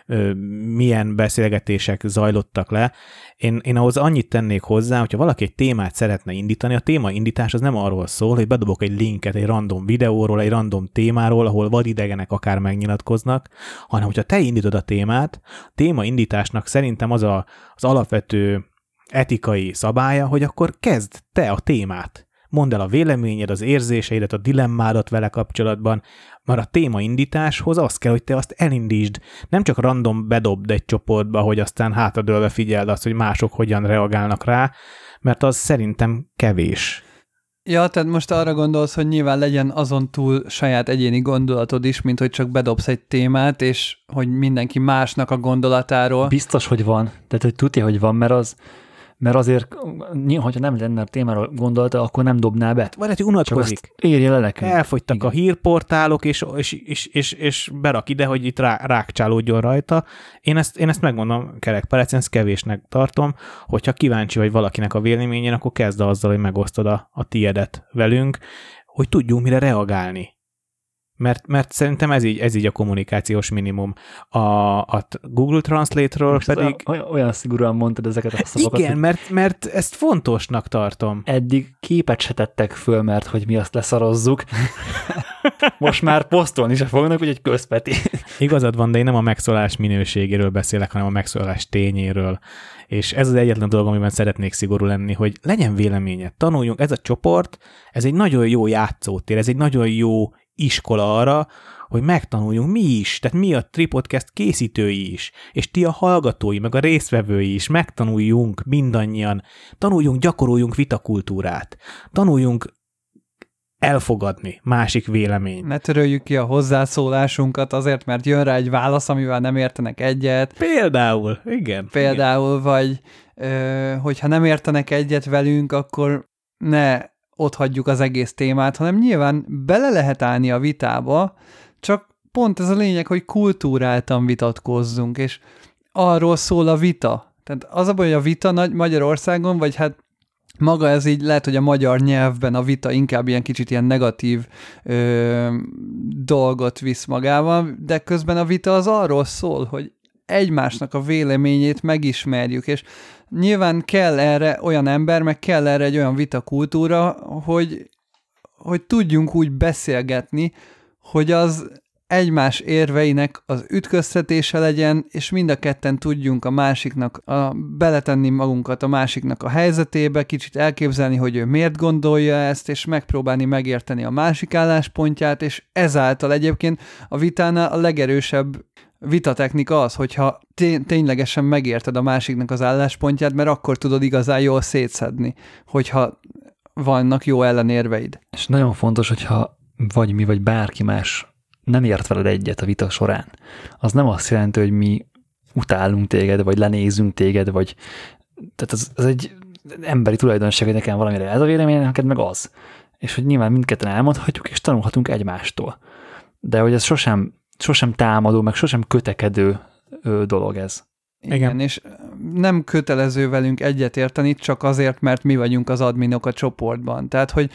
milyen beszélgetések zajlottak le. Én, én ahhoz annyit tennék hozzá, hogyha valaki egy témát szeretne indítani, a témaindítás az nem arról szól, hogy bedobok egy linket egy random videóról, egy random témáról, ahol vadidegenek akár megnyilatkoznak, hanem hogyha te indítod a témát, a témaindításnak szerintem az a, az alapvető etikai szabálya, hogy akkor kezd te a témát. Mondd el a véleményed, az érzéseidet, a dilemmádat vele kapcsolatban, mert a témaindításhoz az kell, hogy te azt elindítsd. Nem csak random bedobd egy csoportba, hogy aztán hátradőlve figyeld azt, hogy mások hogyan reagálnak rá, mert az szerintem kevés. Ja, tehát most arra gondolsz, hogy nyilván legyen azon túl saját egyéni gondolatod is, mint hogy csak bedobsz egy témát, és hogy mindenki másnak a gondolatáról. Biztos, hogy van. Tehát, hogy tudja, hogy van, mert az mert azért, hogyha nem lenne a témáról gondolta, akkor nem dobná be. Van egy, hogy unatkozik. Csak azt érje le nekünk. Elfogytak Igen. a hírportálok, és, és, és, és, és berak ide, hogy itt rá, rákcsálódjon rajta. Én ezt, én ezt megmondom, kerekperecen, ezt kevésnek tartom, hogyha kíváncsi vagy valakinek a véleményén, akkor kezd azzal, hogy megosztod a, a tiédet velünk, hogy tudjunk mire reagálni. Mert, mert szerintem ez így, ez így a kommunikációs minimum. A, a Google Translate-ről most pedig... Olyan, olyan szigorúan mondtad ezeket a szavakat. Igen, mert, mert ezt fontosnak tartom. Eddig képet se tettek föl, mert hogy mi azt leszarozzuk. Most már posztolni se fognak, hogy egy közpeti. Igazad van, de én nem a megszólás minőségéről beszélek, hanem a megszólás tényéről. És ez az egyetlen dolog, amiben szeretnék szigorú lenni, hogy legyen véleményed, tanuljunk. Ez a csoport, ez egy nagyon jó játszótér, ez egy nagyon jó iskola arra, hogy megtanuljunk mi is, tehát mi a Tripodcast készítői is, és ti a hallgatói, meg a résztvevői is, megtanuljunk mindannyian, tanuljunk, gyakoroljunk vitakultúrát, tanuljunk elfogadni másik véleményt. Ne töröljük ki a hozzászólásunkat azért, mert jön rá egy válasz, amivel nem értenek egyet. Például, igen. Például, igen. Vagy ö, hogyha nem értenek egyet velünk, akkor ne ott hagyjuk az egész témát, hanem nyilván bele lehet állni a vitába, csak pont ez a lényeg, hogy kultúráltan vitatkozzunk, és arról szól a vita. Tehát az a baj, hogy a vita Nagy Magyarországon, vagy hát maga ez így lehet, hogy a magyar nyelvben a vita inkább ilyen kicsit ilyen negatív ö, dolgot visz magával, de közben a vita az arról szól, hogy egymásnak a véleményét megismerjük, és nyilván kell erre olyan ember, meg kell erre egy olyan vitakultúra, hogy, hogy tudjunk úgy beszélgetni, hogy az egymás érveinek az ütköztetése legyen, és mind a ketten tudjunk a másiknak a, beletenni magunkat a másiknak a helyzetébe, kicsit elképzelni, hogy ő miért gondolja ezt, és megpróbálni megérteni a másik álláspontját, és ezáltal egyébként a vitánál a legerősebb vitatechnika az, hogyha té- ténylegesen megérted a másiknak az álláspontját, mert akkor tudod igazán jól szétszedni, hogyha vannak jó ellenérveid. És nagyon fontos, hogyha vagy mi, vagy bárki más nem ért veled egyet a vita során, az nem azt jelenti, hogy mi utálunk téged, vagy lenézünk téged, vagy tehát az, az egy emberi tulajdonság, hogy nekem valamire ez a véleményem, neked meg az. És hogy nyilván mindketten elmondhatjuk, és tanulhatunk egymástól. De hogy ez sosem, sosem támadó, meg sosem kötekedő ö, dolog ez. Igen, Igen, és nem kötelező velünk egyetérteni, csak azért, mert mi vagyunk az adminok a csoportban. Tehát, hogy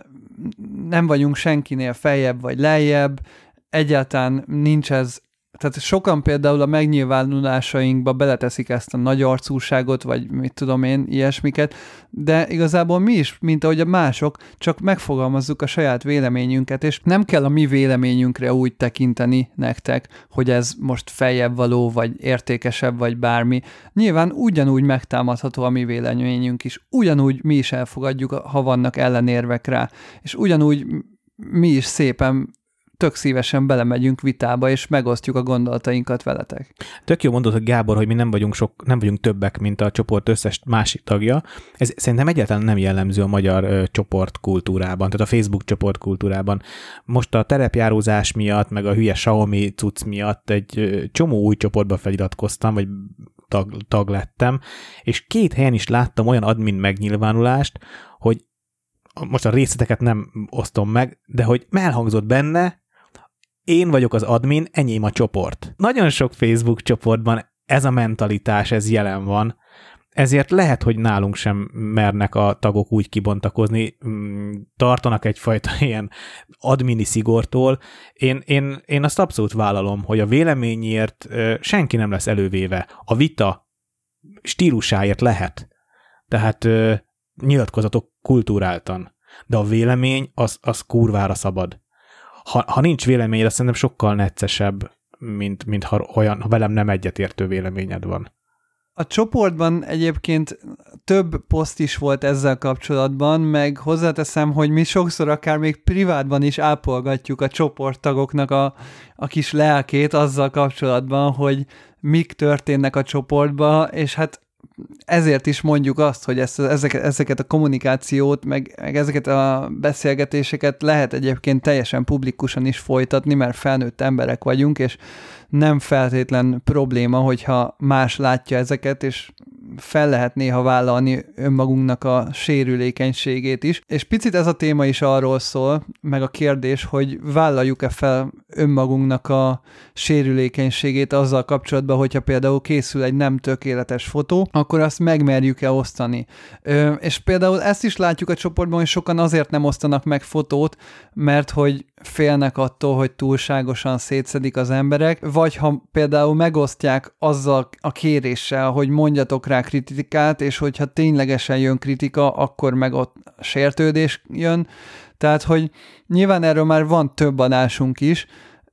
nem vagyunk senkinél feljebb vagy lejjebb, egyáltalán nincs ez, tehát sokan például a megnyilvánulásainkba beleteszik ezt a nagy arcúságot, vagy mit tudom én, ilyesmiket, de igazából mi is, mint ahogy a mások, csak megfogalmazzuk a saját véleményünket, és nem kell a mi véleményünkre úgy tekinteni nektek, hogy ez most feljebb való, vagy értékesebb, vagy bármi. Nyilván ugyanúgy megtámadható a mi véleményünk is, ugyanúgy mi is elfogadjuk, ha vannak ellenérvek rá, és ugyanúgy mi is szépen tök szívesen belemegyünk vitába, és megosztjuk a gondolatainkat veletek. Tök jó mondod, hogy Gábor, hogy mi nem vagyunk, sok, nem vagyunk többek, mint a csoport összes másik tagja. Ez szerintem egyáltalán nem jellemző a magyar ö, csoportkultúrában, tehát a Facebook csoportkultúrában. Most a terepjárózás miatt, meg a hülye Xiaomi cucc miatt egy ö, csomó új csoportba feliratkoztam, vagy tag, tag lettem, és két helyen is láttam olyan admin megnyilvánulást, hogy most a részleteket nem osztom meg, de hogy elhangzott benne, én vagyok az admin, enyém a csoport. Nagyon sok Facebook csoportban ez a mentalitás, ez jelen van, ezért lehet, hogy nálunk sem mernek a tagok úgy kibontakozni, tartanak egyfajta ilyen admini szigortól. Én, én, én azt abszolút vállalom, hogy a véleményért senki nem lesz elővéve. A vita stílusáért lehet. Tehát nyilatkozatok kulturáltan. De a vélemény az, az kurvára szabad. Ha, ha nincs véleményed, azt szerintem sokkal neccesebb, mint, mint ha, olyan, ha velem nem egyetértő véleményed van. A csoportban egyébként több poszt is volt ezzel kapcsolatban, meg hozzáteszem, hogy mi sokszor akár még privátban is ápolgatjuk a csoporttagoknak a, a kis lelkét azzal kapcsolatban, hogy mik történnek a csoportban, és hát ezért is mondjuk azt, hogy ezt, ezeket, ezeket a kommunikációt, meg, meg ezeket a beszélgetéseket lehet egyébként teljesen publikusan is folytatni, mert felnőtt emberek vagyunk, és nem feltétlen probléma, hogyha más látja ezeket, és fel lehet néha vállalni önmagunknak a sérülékenységét is. És picit ez a téma is arról szól, meg a kérdés, hogy vállaljuk-e fel önmagunknak a sérülékenységét azzal kapcsolatban, hogyha például készül egy nem tökéletes fotó, akkor azt megmerjük-e osztani. Ö, és például ezt is látjuk a csoportban, hogy sokan azért nem osztanak meg fotót, mert hogy félnek attól, hogy túlságosan szétszedik az emberek, vagy ha például megosztják azzal a kéréssel, hogy mondjatok rá kritikát, és hogyha ténylegesen jön kritika, akkor meg ott sértődés jön. Tehát, hogy nyilván erről már van több adásunk is.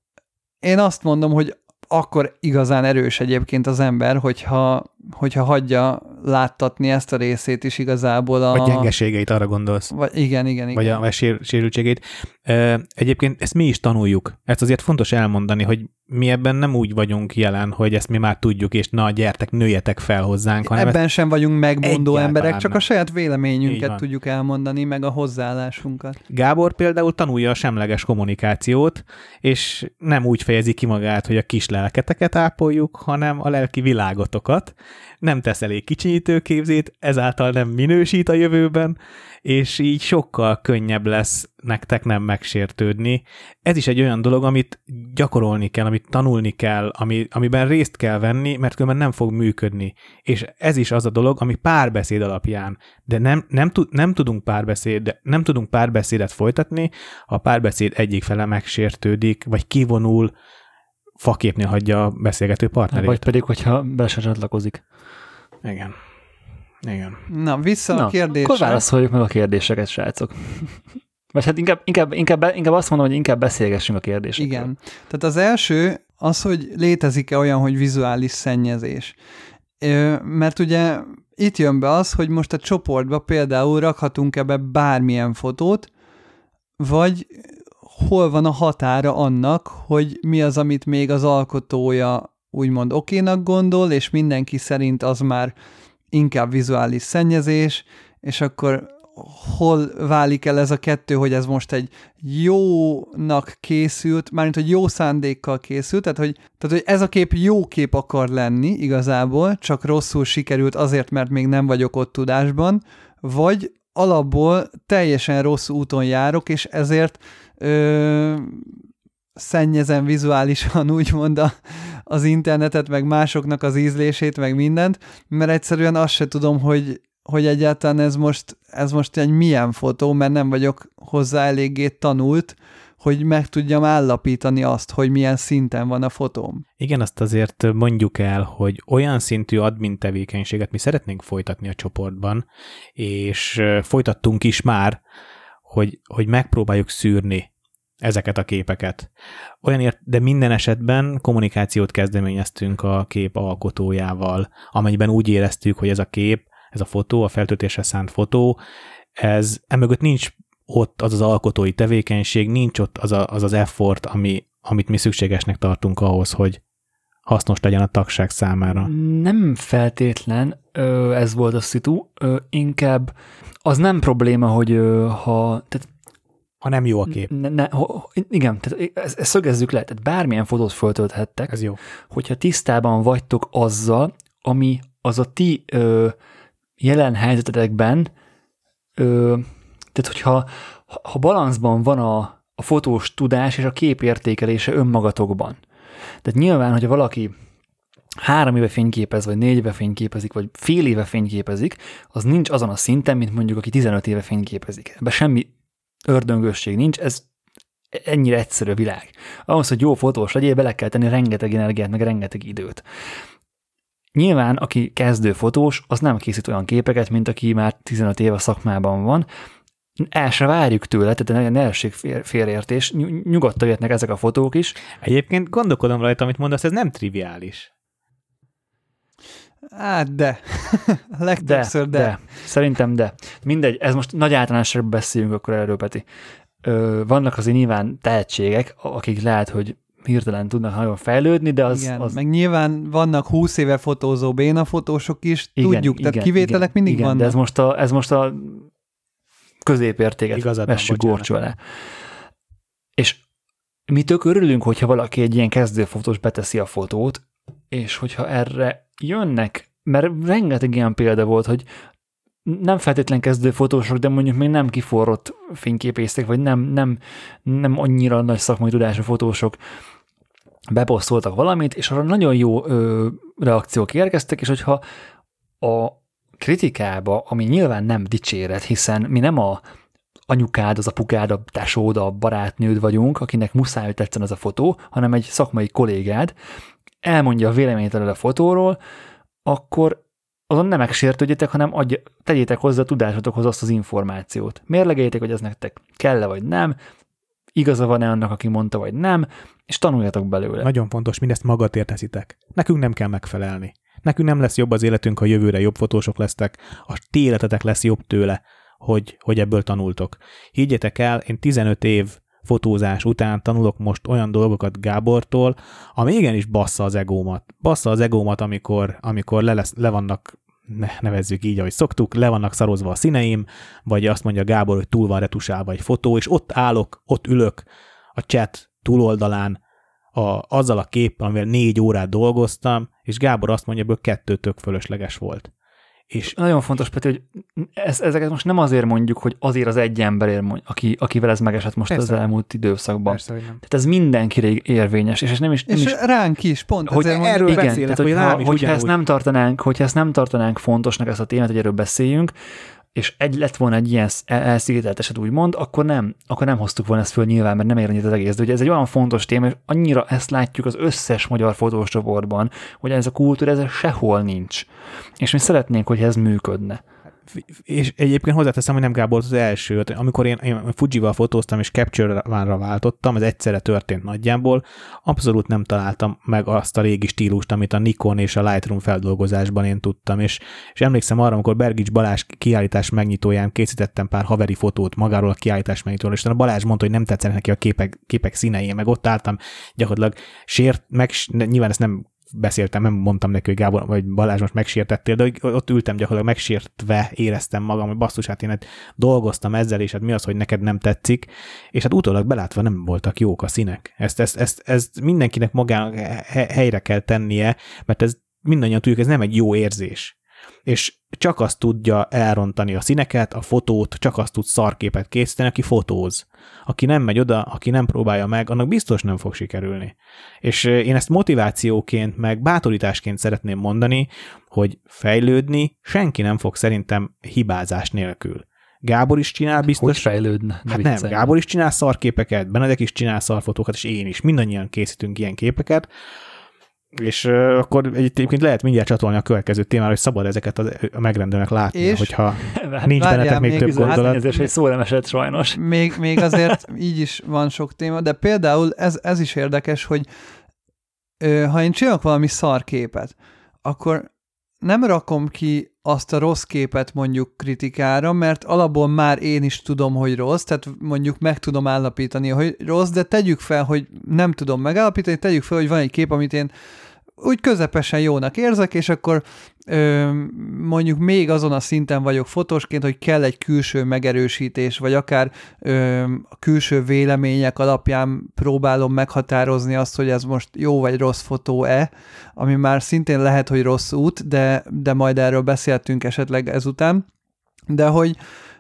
Én azt mondom, hogy akkor igazán erős egyébként az ember, hogyha, hogyha hagyja láttatni ezt a részét is igazából. A... Vagy gyengeségeit, arra gondolsz. Vagy, igen, igen, igen. Vagy a, a sér, sérültségeit. Egyébként ezt mi is tanuljuk. Ezt azért fontos elmondani, hogy mi ebben nem úgy vagyunk jelen, hogy ezt mi már tudjuk, és na, gyertek, nőjetek fel hozzánk. Hanem ebben sem vagyunk megmondó emberek, csak nem. A saját véleményünket tudjuk elmondani, meg a hozzáállásunkat. Gábor például tanulja a semleges kommunikációt, és nem úgy fejezi ki magát, hogy a kis lelketeket ápoljuk, hanem a lelki világotokat. Nem tesz elég kicsinyítőképzét, ezáltal nem minősít a jövőben, és így sokkal könnyebb lesz nektek nem megsértődni. Ez is egy olyan dolog, amit gyakorolni kell, amit tanulni kell, ami, amiben részt kell venni, mert különben nem fog működni. És ez is az a dolog, ami párbeszéd alapján. De nem, nem, tud, nem, tudunk párbeszéd, nem tudunk párbeszédet folytatni, ha a párbeszéd egyik fele megsértődik, vagy kivonul, faképnél hagyja a beszélgető partnerét. Vagy pedig, hogyha be se csatlakozik. Igen. Igen. Na, vissza Na, a kérdésre. akkor válaszoljuk meg a kérdéseket, srácok. Vagy hát inkább, inkább, inkább, inkább azt mondom, hogy inkább beszélgessünk a kérdésekről. Igen. Tehát az első az, hogy létezik-e olyan, hogy vizuális szennyezés. Mert ugye itt jön be az, hogy most a csoportba például rakhatunk ebbe bármilyen fotót, vagy hol van a határa annak, hogy mi az, amit még az alkotója úgymond okénak gondol, és mindenki szerint az már inkább vizuális szennyezés, és akkor hol válik el ez a kettő, hogy ez most egy jónak készült, mármint, hogy jó szándékkal készült, tehát hogy, tehát, hogy ez a kép jó kép akar lenni igazából, csak rosszul sikerült azért, mert még nem vagyok ott tudásban, vagy alapból teljesen rossz úton járok, és ezért ö, szennyezem vizuálisan úgymond a, az internetet, meg másoknak az ízlését, meg mindent, mert egyszerűen azt se tudom, hogy hogy egyáltalán ez most, ez most egy milyen fotó, mert nem vagyok hozzá eléggé tanult, hogy meg tudjam állapítani azt, hogy milyen szinten van a fotóm. Igen, azt azért mondjuk el, hogy olyan szintű admin tevékenységet mi szeretnénk folytatni a csoportban, és folytattunk is már, hogy, hogy megpróbáljuk szűrni ezeket a képeket. Olyanért, de minden esetben kommunikációt kezdeményeztünk a kép alkotójával, amelyben úgy éreztük, hogy ez a kép, ez a fotó, a feltöltésre szánt fotó, ez emögött nincs ott az az alkotói tevékenység, nincs ott az a, az, az effort, ami, amit mi szükségesnek tartunk ahhoz, hogy hasznos legyen a tagság számára. Nem feltétlen ez volt a szitu, inkább az nem probléma, hogy ha... Tehát ha nem jó a kép. Ne, ne, ho, igen, tehát ezt, ezt szögezzük le, tehát bármilyen fotót föltölthettek, ez jó. Hogyha tisztában vagytok azzal, ami az a ti ö, jelen helyzetetekben, ö, tehát hogyha ha balanszban van a, a fotós tudás és a kép értékelése önmagatokban. Tehát nyilván, hogyha valaki három éve fényképez, vagy négy éve fényképezik, vagy fél éve fényképezik, az nincs azon a szinten, mint mondjuk aki tizenöt éve fényképezik. Ebben semmi ördöngösség nincs, ez ennyire egyszerű a világ. Ahhoz, hogy jó fotós legyél, bele kell tenni rengeteg energiát, meg rengeteg időt. Nyilván, aki kezdő fotós, az nem készít olyan képeket, mint aki már tizenöt éve szakmában van. El se várjuk tőle, tehát ne essék félreértés, nyugodtan jöhetnek ezek a fotók is. Egyébként gondolkodom rajta, amit mondasz, ez nem triviális. Hát de. Legtöbbször de, de. de. Szerintem de. Mindegy, ez most nagy általánosságban beszéljünk akkor erről, Peti. Ö, vannak azért nyilván tehetségek, akik lehet, hogy hirtelen tudnak nagyon fejlődni, de az... Igen, az... meg nyilván vannak húsz éve fotózó béna fotósok is, igen, tudjuk, igen, tehát kivételek igen, mindig igen, vannak. De ez most a, ez most a középértéket Igazad van, vessük górcső alá. És mi tök örülünk, hogyha valaki egy ilyen kezdőfotós beteszi a fotót, és hogyha erre jönnek, mert rengeteg ilyen példa volt, hogy nem feltétlen kezdő fotósok, de mondjuk még nem kiforrott fényképészek, vagy nem, nem, nem annyira nagy szakmai tudású fotósok beposztoltak valamit, és arra nagyon jó ö, reakciók érkeztek, és hogyha a kritikába, ami nyilván nem dicséret, hiszen mi nem a anyukád, az apukád, a tesód, a barátnőd vagyunk, akinek muszáj, hogy tetszen az a fotó, hanem egy szakmai kollégád, elmondja a véleményt erről a fotóról, akkor azon nem megsértődjetek, hanem adj, tegyétek hozzá a tudásotokhoz azt az információt. Mérlegeljétek, hogy ez nektek kell-e vagy nem, igaza van-e annak, aki mondta, vagy nem, és tanuljatok belőle. Nagyon fontos, mindezt magatért teszitek. Nekünk nem kell megfelelni. Nekünk nem lesz jobb az életünk, ha jövőre jobb fotósok lesztek, a ti életetek lesz jobb tőle, hogy, hogy ebből tanultok. Higgyétek el, én tizenöt év fotózás után tanulok most olyan dolgokat Gábortól, ami igenis bassza az egómat. Bassza az egómat, amikor, amikor le, lesz, le vannak, ne, nevezzük így, ahogy szoktuk, le vannak szarozva a színeim, vagy azt mondja Gábor, hogy túl van retusálva egy fotó, és ott állok, ott ülök a chat túloldalán a, azzal a képpel, amivel négy órát dolgoztam, és Gábor azt mondja, hogy kettő tök fölösleges volt. És nagyon fontos, Peti, hogy ez, ezeket most nem azért mondjuk, hogy azért az egy emberért, aki, akivel ez megesett most persze, az elmúlt időszakban. Persze, tehát ez mindenkire érvényes, és ez nem is... Nem és is, ránk is, pont hogy ezért erről mondjuk, igen, beszélek, tehát, hogy hogyha, hogyha ezt nem tartanánk, hogyha ezt nem tartanánk fontosnak ezt a témát, hogy erről beszéljünk, és egy lett volna egy ilyen elszigetelt eset úgymond, akkor nem, akkor nem hoztuk volna ezt föl nyilván, mert nem érni az egész. De ugye ez egy olyan fontos téma, és annyira ezt látjuk az összes magyar fotós csoportban, hogy ez a kultúra ez sehol nincs. És mi szeretnénk, hogy ez működne. és egyébként hozzáteszem, hogy nem Gábor az első, amikor én, én Fujival fotóztam, és Capture One-ra váltottam, ez egyszerre történt nagyjából, abszolút nem találtam meg azt a régi stílust, amit a Nikon és a Lightroom feldolgozásban én tudtam, és, és emlékszem arra, amikor Bergics Balázs kiállítás megnyitóján készítettem pár haveri fotót magáról a kiállítás megnyitóról, és a Balázs mondta, hogy nem tetszenek neki a képek, képek színei, meg ott álltam, gyakorlatilag sért, meg, nyilván ezt nem beszéltem, nem mondtam neki, hogy Gábor vagy Balázs most megsértettél, de ott ültem gyakorlatilag megsértve, éreztem magam, hogy basszus, hát én hát dolgoztam ezzel, és hát mi az, hogy neked nem tetszik, és hát utólag belátva nem voltak jók a színek. Ezt, ezt, ezt, ezt mindenkinek magának helyre kell tennie, mert ez mindannyian tudjuk, ez nem egy jó érzés. És csak azt tudja elrontani a színeket, a fotót, csak azt tud szarképet készíteni, aki fotóz. Aki nem megy oda, aki nem próbálja meg, annak biztos nem fog sikerülni. És én ezt motivációként, meg bátorításként szeretném mondani, hogy fejlődni senki nem fog szerintem hibázás nélkül. Gábor is csinál biztos. Hogy fejlődne? Hát nem, Gábor is csinál szarképeket, Benedek is csinál szarfotókat, és én is. Mindannyian készítünk ilyen képeket, és uh, akkor egyébként lehet mindjárt csatolni a következő témára, hogy szabad ezeket a, a megrendelőnek látni, és hogyha nincs bennetek még, még több gondolat. Ez egy szó nem esett sajnos. Még, még azért így is van sok téma, de például ez, ez is érdekes, hogy ö, ha én csinálok valami szarképet, akkor nem rakom ki azt a rossz képet mondjuk kritikára, mert alapból már én is tudom, hogy rossz, tehát mondjuk meg tudom állapítani, hogy rossz, de tegyük fel, hogy nem tudom megállapítani, tegyük fel, hogy van egy kép, amit én úgy közepesen jónak érzek, és akkor ö, mondjuk még azon a szinten vagyok fotósként, hogy kell egy külső megerősítés, vagy akár ö, a külső vélemények alapján próbálom meghatározni azt, hogy ez most jó vagy rossz fotó-e, ami már szintén lehet, hogy rossz út, de, de majd erről beszéltünk esetleg ezután, de hogy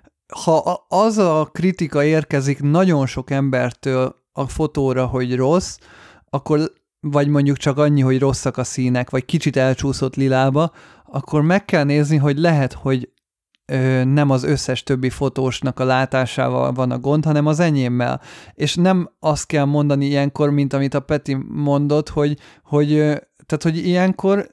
ha az a kritika érkezik nagyon sok embertől a fotóra, hogy rossz, akkor vagy mondjuk csak annyi, hogy rosszak a színek, vagy kicsit elcsúszott lilába, akkor meg kell nézni, hogy lehet, hogy ö, nem az összes többi fotósnak a látásával van a gond, hanem az enyémmel. És nem azt kell mondani ilyenkor, mint amit a Peti mondott, hogy, hogy, ö, tehát, hogy ilyenkor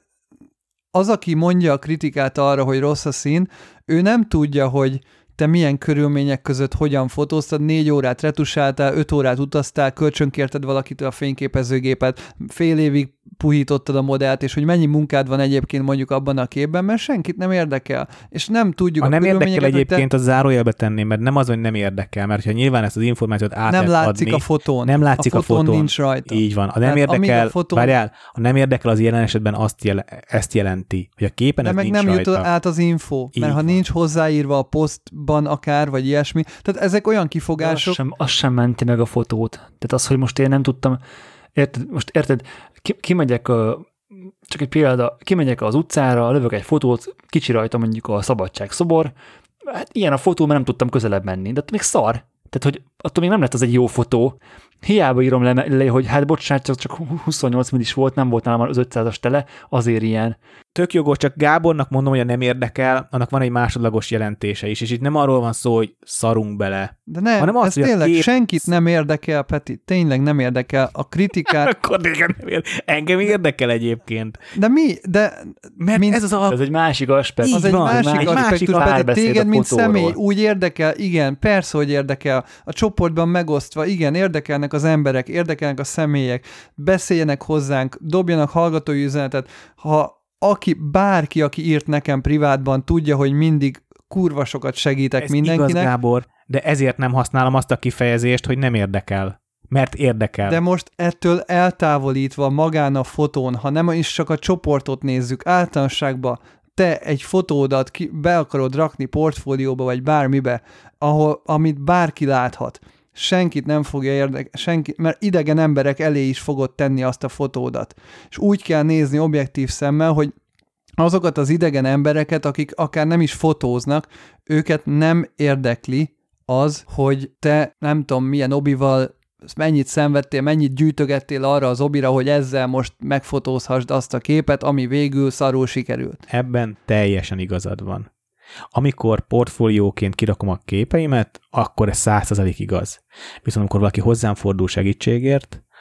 az, aki mondja a kritikát arra, hogy rossz a szín, ő nem tudja, hogy te milyen körülmények között hogyan fotóztad, négy órát retusáltál, öt órát utaztál, kölcsönkérted valakitől a fényképezőgépet, fél évig puhítottad a modellt, és hogy mennyi munkád van egyébként mondjuk abban a képben, mert senkit nem érdekel. És nem tudjuk a, a nem érdekel egyébként te... a zárójelbe tenném, mert nem az, hogy nem érdekel, mert ha nyilván ezt az információt át nem lehet látszik adni, a fotón. Nem látszik a a fotón. fotón. Nincs rajta. Így van. A nem hát, érdekel, a fotón... várjál, a nem érdekel az jelen esetben azt jele, ezt jelenti, hogy a képen de ez meg nincs nem rajta. jut át az info, Így mert ha van. nincs hozzáírva a posztban akár, vagy ilyesmi, tehát ezek olyan kifogások. Az sem, az sem menti meg a fotót. Tehát az, hogy most én nem tudtam, érted, most érted, ki, kimegyek, a, csak egy példa, kimegyek az utcára, lövök egy fotót, kicsi rajta mondjuk a Szabadság szobor, hát ilyen a fotó, mert nem tudtam közelebb menni, de még szar. Tehát, hogy attól még nem lett az egy jó fotó. Hiába írom le, le hogy hát bocsánat, csak, csak huszonnyolc millis volt, nem volt nálam az ötszázas tele, azért ilyen. Tök jogos, csak Gábornak mondom, hogy a nem érdekel, annak van egy másodlagos jelentése is, és itt nem arról van szó, hogy szarunk bele. De nem, hanem az, ez tényleg kép... senkit nem érdekel, Peti, tényleg nem érdekel a kritikát. Akkor nem érdekel. Engem érdekel egyébként. De mi? De mert mint... ez az a... Ez egy másik aspektus. Az egy van, másik, másik aspektus, másik Peti, téged, mint fotóról. személy úgy érdekel, igen, persze, hogy érdekel. A csoportban megosztva, igen, érdekelnek az emberek, érdekelnek a személyek, beszéljenek hozzánk, dobjanak hallgatói üzenetet. Ha aki, bárki, aki írt nekem privátban, tudja, hogy mindig kurva sokat segítek ez mindenkinek. Igaz, Gábor, de ezért nem használom azt a kifejezést, hogy nem érdekel. Mert érdekel. De most ettől eltávolítva magán a fotón, ha nem is csak a csoportot nézzük, általánosságban te egy fotódat ki, be akarod rakni portfólióba, vagy bármibe, ahol, amit bárki láthat, senkit nem fogja érdekelni, senki, mert idegen emberek elé is fogod tenni azt a fotódat. És úgy kell nézni objektív szemmel, hogy azokat az idegen embereket, akik akár nem is fotóznak, őket nem érdekli az, hogy te nem tudom milyen obival mennyit szenvedtél, mennyit gyűjtögettél arra az obira, hogy ezzel most megfotózhassd azt a képet, ami végül szarul sikerült. Ebben teljesen igazad van. Amikor portfólióként kirakom a képeimet, akkor ez száz százalék igaz. Viszont amikor valaki hozzám fordul segítségért,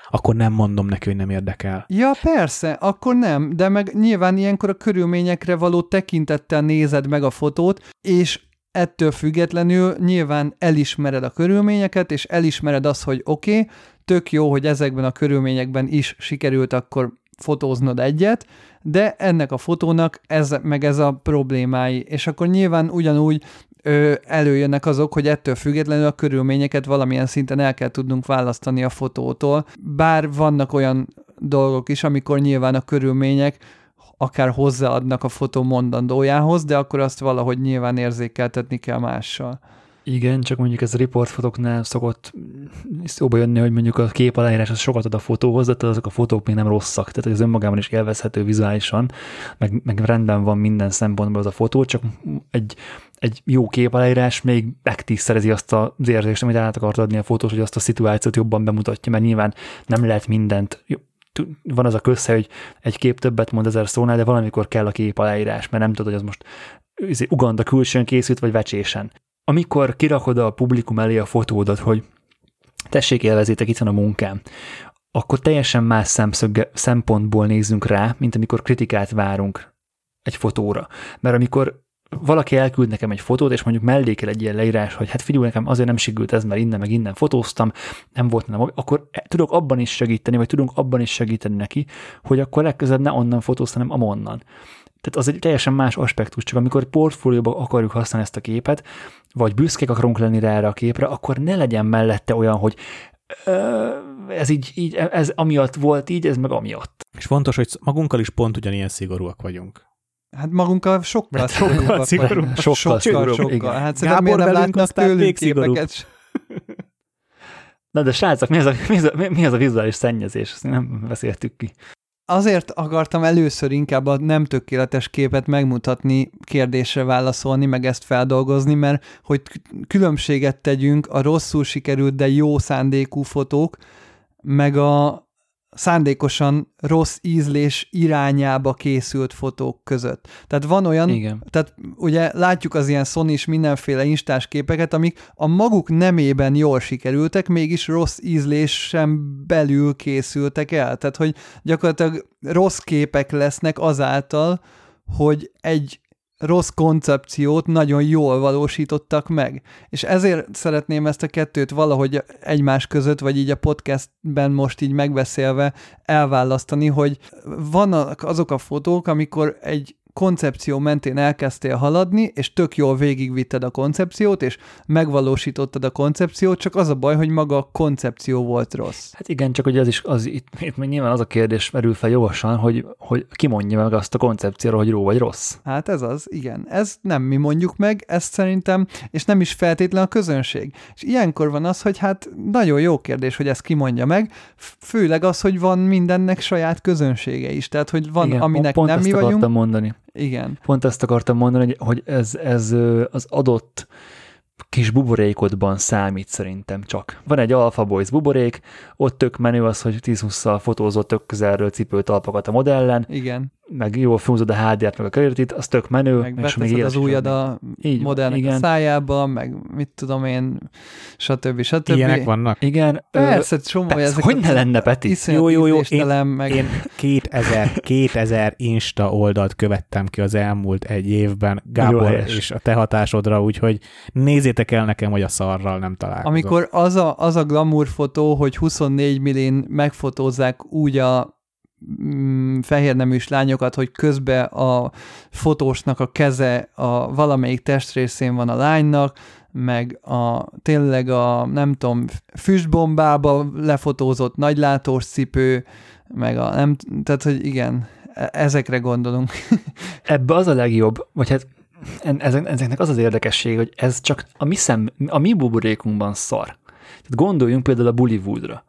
akkor nem mondom neki, hogy nem érdekel. Ja, persze, akkor nem, de meg nyilván ilyenkor a körülményekre való tekintettel nézed meg a fotót, és ettől függetlenül nyilván elismered a körülményeket, és elismered azt, hogy oké, okay, tök jó, hogy ezekben a körülményekben is sikerült akkor fotóznod egyet, de ennek a fotónak ez, meg ez a problémái, és akkor nyilván ugyanúgy ö, előjönnek azok, hogy ettől függetlenül a körülményeket valamilyen szinten el kell tudnunk választani a fotótól, bár vannak olyan dolgok is, amikor nyilván a körülmények akár hozzáadnak a fotó mondandójához, de akkor azt valahogy nyilván érzékeltetni kell mással. Igen, csak mondjuk ez a riportfotóknál szokott szóba jönni, hogy mondjuk a kép aláírás az sokat ad a fotóhoz, de azok a fotók még nem rosszak, tehát az önmagában is élvezhető vizuálisan, meg, meg rendben van minden szempontból az a fotó, csak egy, egy jó kép aláírás még megtízszerezi azt az érzést, amit át akart adni a fotós, hogy azt a szituációt jobban bemutatja, mert nyilván nem lehet mindent. Van az a közhely, hogy egy kép többet mond ezer szónál, de valamikor kell a kép aláírás, mert nem tudod, hogy az most Uganda külsőn készült, vagy vecsésen. Amikor kirakod a publikum elé a fotódat, hogy tessék, élvezétek, itt van a munkám, akkor teljesen más szemszögge, szempontból nézzünk rá, mint amikor kritikát várunk egy fotóra. Mert amikor valaki elküld nekem egy fotót, és mondjuk mellékel egy ilyen leírás, hogy hát figyelj, nekem azért nem sikerült ez, mert innen meg innen fotóztam, nem volt nem, akkor tudok abban is segíteni, vagy tudunk abban is segíteni neki, hogy akkor legközelebb ne onnan fotózz, hanem amonnan. Tehát az egy teljesen más aspektus, csak amikor portfólióban akarjuk használni ezt a képet, vagy büszkék akarunk lenni rá erre a képre, akkor ne legyen mellette olyan, hogy ez így, így, ez amiatt volt így, ez meg amiatt. És fontos, hogy magunkkal is pont ugyanilyen szigorúak vagyunk. Hát magunkkal sokkal szigorúak. Sokkal, sokkal, sokkal, sokkal. Hát szerintem miért nem látnak tőlünk képeket? Na de srácok, mi az a, mi az a, mi az a vizuális szennyezés? Ezt nem beszéltük ki. Azért akartam először inkább a nem tökéletes képet megmutatni, kérdésre válaszolni, meg ezt feldolgozni, mert hogy különbséget tegyünk a rosszul sikerült, de jó szándékú fotók, meg a szándékosan rossz ízlés irányába készült fotók között. Tehát van olyan, igen. Tehát ugye látjuk az ilyen Sony-s mindenféle instás képeket, amik a maguk nemében jól sikerültek, mégis rossz ízlésen belül készültek el. Tehát, hogy gyakorlatilag rossz képek lesznek azáltal, hogy egy rossz koncepciót nagyon jól valósítottak meg. És ezért szeretném ezt a kettőt valahogy egymás között, vagy így a podcastben most így megbeszélve elválasztani, hogy vannak azok a fotók, amikor egy koncepció mentén elkezdtél haladni, és tök jól végigvitted a koncepciót, és megvalósítottad a koncepciót, csak az a baj, hogy maga a koncepció volt rossz. Hát igen, csak hogy az is, az, itt, itt még nyilván az a kérdés merül fel jogosan, hogy, hogy ki mondja meg azt a koncepcióra, hogy jó vagy rossz. Hát ez az, igen. Ez nem mi mondjuk meg, ezt szerintem, és nem is feltétlen a közönség. És ilyenkor van az, hogy hát nagyon jó kérdés, hogy ezt ki mondja meg, főleg az, hogy van mindennek saját közönsége is, tehát hogy van, igen, aminek pont nem mi vagyunk. vagyunk. Mondani. Igen. Pont ezt akartam mondani, hogy ez, ez az adott kis buborékodban számít szerintem csak. Van egy Alpha Boys buborék, ott tök menő az, hogy tíz-hússzal fotózott tök közelről cipőtalpakat a modellen, igen. meg jól fúzod a há dé ert, meg a körülöttit, az tök menő. Meg beteszed az ujjad a modellnek igen. a szájába, meg mit tudom én, stb. stb. Ilyenek vannak? Igen. Persze, csomó. Persze, hogy ne lenne, Peti? Jó, jó, jó. Én, meg... én kétezer, kétezer Insta oldalt követtem ki az elmúlt egy évben, Gábor, és a te hatásodra, úgyhogy nézzétek el nekem, hogy a szarral nem találkozom. Amikor az a, az a glamour fotó, hogy huszonnégy millin megfotózzák úgy a mm, fehérneműs lányokat, hogy közben a fotósnak a keze a valamelyik testrészén van a lánynak, meg a tényleg a, nem tudom, füstbombába lefotózott nagylátós cipő, meg a nem, tehát, hogy igen, ezekre gondolunk. Ebbe az a legjobb, vagy hát ezeknek az az érdekesség, hogy ez csak a mi, szem, a mi buborékunkban szar. Tehát gondoljunk például a Bollywoodra.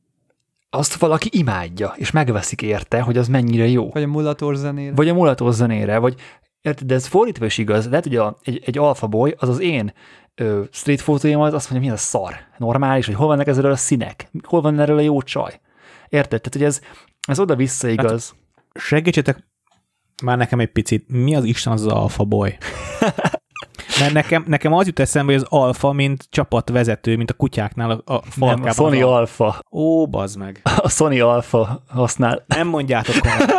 Azt valaki imádja, és megveszik érte, hogy az mennyire jó. Vagy a mulatos zenére. Vagy a mulatos zenére, vagy érted, de ez fordítva is igaz. Lehet, hogy a, egy, egy alfa boy, az az én ö, street fotóimat, azt mondja, mi az szar, normális, hogy hol vannak ezzel a színek, hol van erről a jó csaj. Érted? Tehát, hogy ez, ez oda-vissza igaz. Hát, segítsetek már nekem egy picit, mi az Isten az az alfa boy? Mert nekem, nekem az jut eszembe, hogy az alfa, mint csapatvezető, mint a kutyáknál a, a falkában. Nem, a Sony a... Alpha. Ó, bazd meg. A Sony Alpha használ. Nem mondjátok komolyan.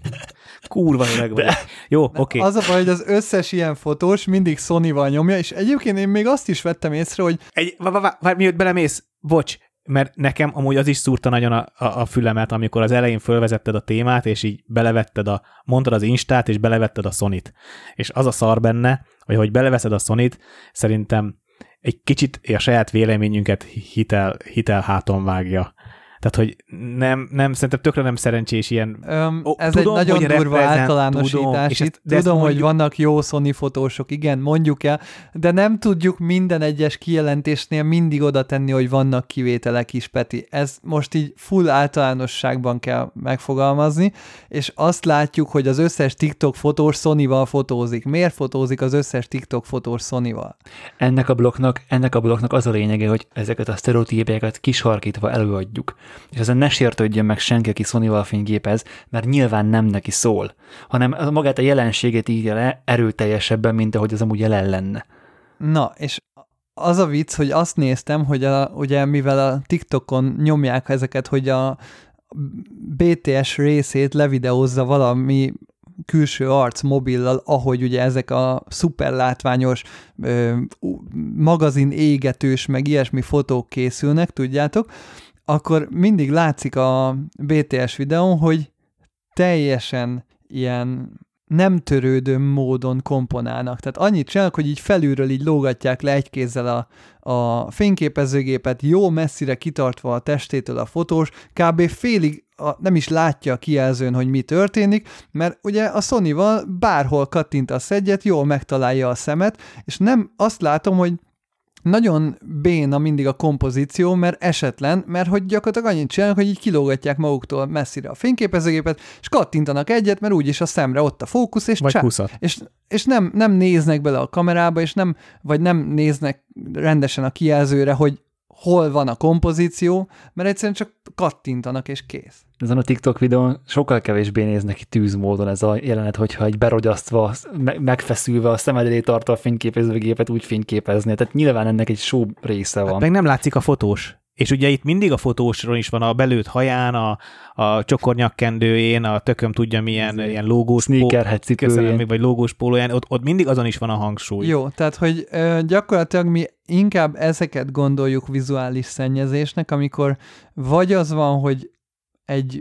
Kurva öreg vagyok. Jó, oké. Okay. Az a baj, hogy az összes ilyen fotós mindig Sony-val nyomja, és egyébként én még azt is vettem észre, hogy... Egy, vár, vár, vár, miért belemész? Bocs, mert nekem amúgy az is szúrta nagyon a, a, a fülemet, amikor az elején fölvezetted a témát, és így belevetted a, mondtad az Instát, és belevetted a Sony-t. És az a szar benne, hogy hogy beleveszed a Sony-t, szerintem egy kicsit a saját véleményünket hitel, hitel háton vágja. Tehát, hogy nem, nem, szerintem tökre nem szerencsés ilyen... Öm, Ó, ez tudom, egy nagyon durva általánosítás. Tudom, itt. Tudom hogy mondjuk... vannak jó Sony fotósok, igen, mondjuk el, de nem tudjuk minden egyes kijelentésnél mindig oda tenni, hogy vannak kivételek is, Peti. Ez most így full általánosságban kell megfogalmazni, és azt látjuk, hogy az összes TikTok fotós Sony-val fotózik. Miért fotózik az összes TikTok fotós Sony-val? Ennek a blokknak, ennek a blokknak az a lényege, hogy ezeket a sztereotípiákat kisarkítva előadjuk. És ezen ne sértődjön meg senki, aki Sony-val fényképez, mert nyilván nem neki szól, hanem magát a jelenséget írja le erőteljesebben, mint ahogy az amúgy jelen lenne. Na, és az a vicc, hogy azt néztem, hogy a, ugye mivel a TikTokon nyomják ezeket, hogy a bé té es részét levideózza valami külső arc mobillal, ahogy ugye ezek a szuper látványos ö, magazin égetős, meg ilyesmi fotók készülnek, tudjátok, akkor mindig látszik a bé té es videón, hogy teljesen ilyen nem törődő módon komponálnak. Tehát annyit csinálnak, hogy így felülről így lógatják le egy kézzel a, a fényképezőgépet, jó messzire kitartva a testétől a fotós, kb. Félig a, nem is látja a kijelzőn, hogy mi történik, mert ugye a Sony-val bárhol kattintasz egyet, jól megtalálja a szemet, és nem azt látom, hogy nagyon béna mindig a kompozíció, mert esetlen, mert hogy gyakorlatilag annyit csinálnak, hogy így kilógatják maguktól messzire a fényképezőgépet, és kattintanak egyet, mert úgyis a szemre ott a fókusz, és csá, és, és nem, nem néznek bele a kamerába, és nem, vagy nem néznek rendesen a kijelzőre, hogy hol van a kompozíció, mert egyszerűen csak kattintanak, és kész. Ezen a TikTok videón sokkal kevésbé néznek ki tűzmódon ez a jelenet, hogyha egy berogyasztva, megfeszülve a szemed elé tartva a fényképezőgépet úgy fényképezni. Tehát nyilván ennek egy show része van. Hát meg nem látszik a fotós. És ugye itt mindig a fotósról is van a belőtt haján, a, a csokornyakkendőjén, a tököm tudja milyen ilyen lógós sneakerhead cipőjén, vagy lógós pólóján, ott, ott mindig azon is van a hangsúly. Jó, tehát hogy ö, gyakorlatilag mi inkább ezeket gondoljuk vizuális szennyezésnek, amikor vagy az van, hogy egy,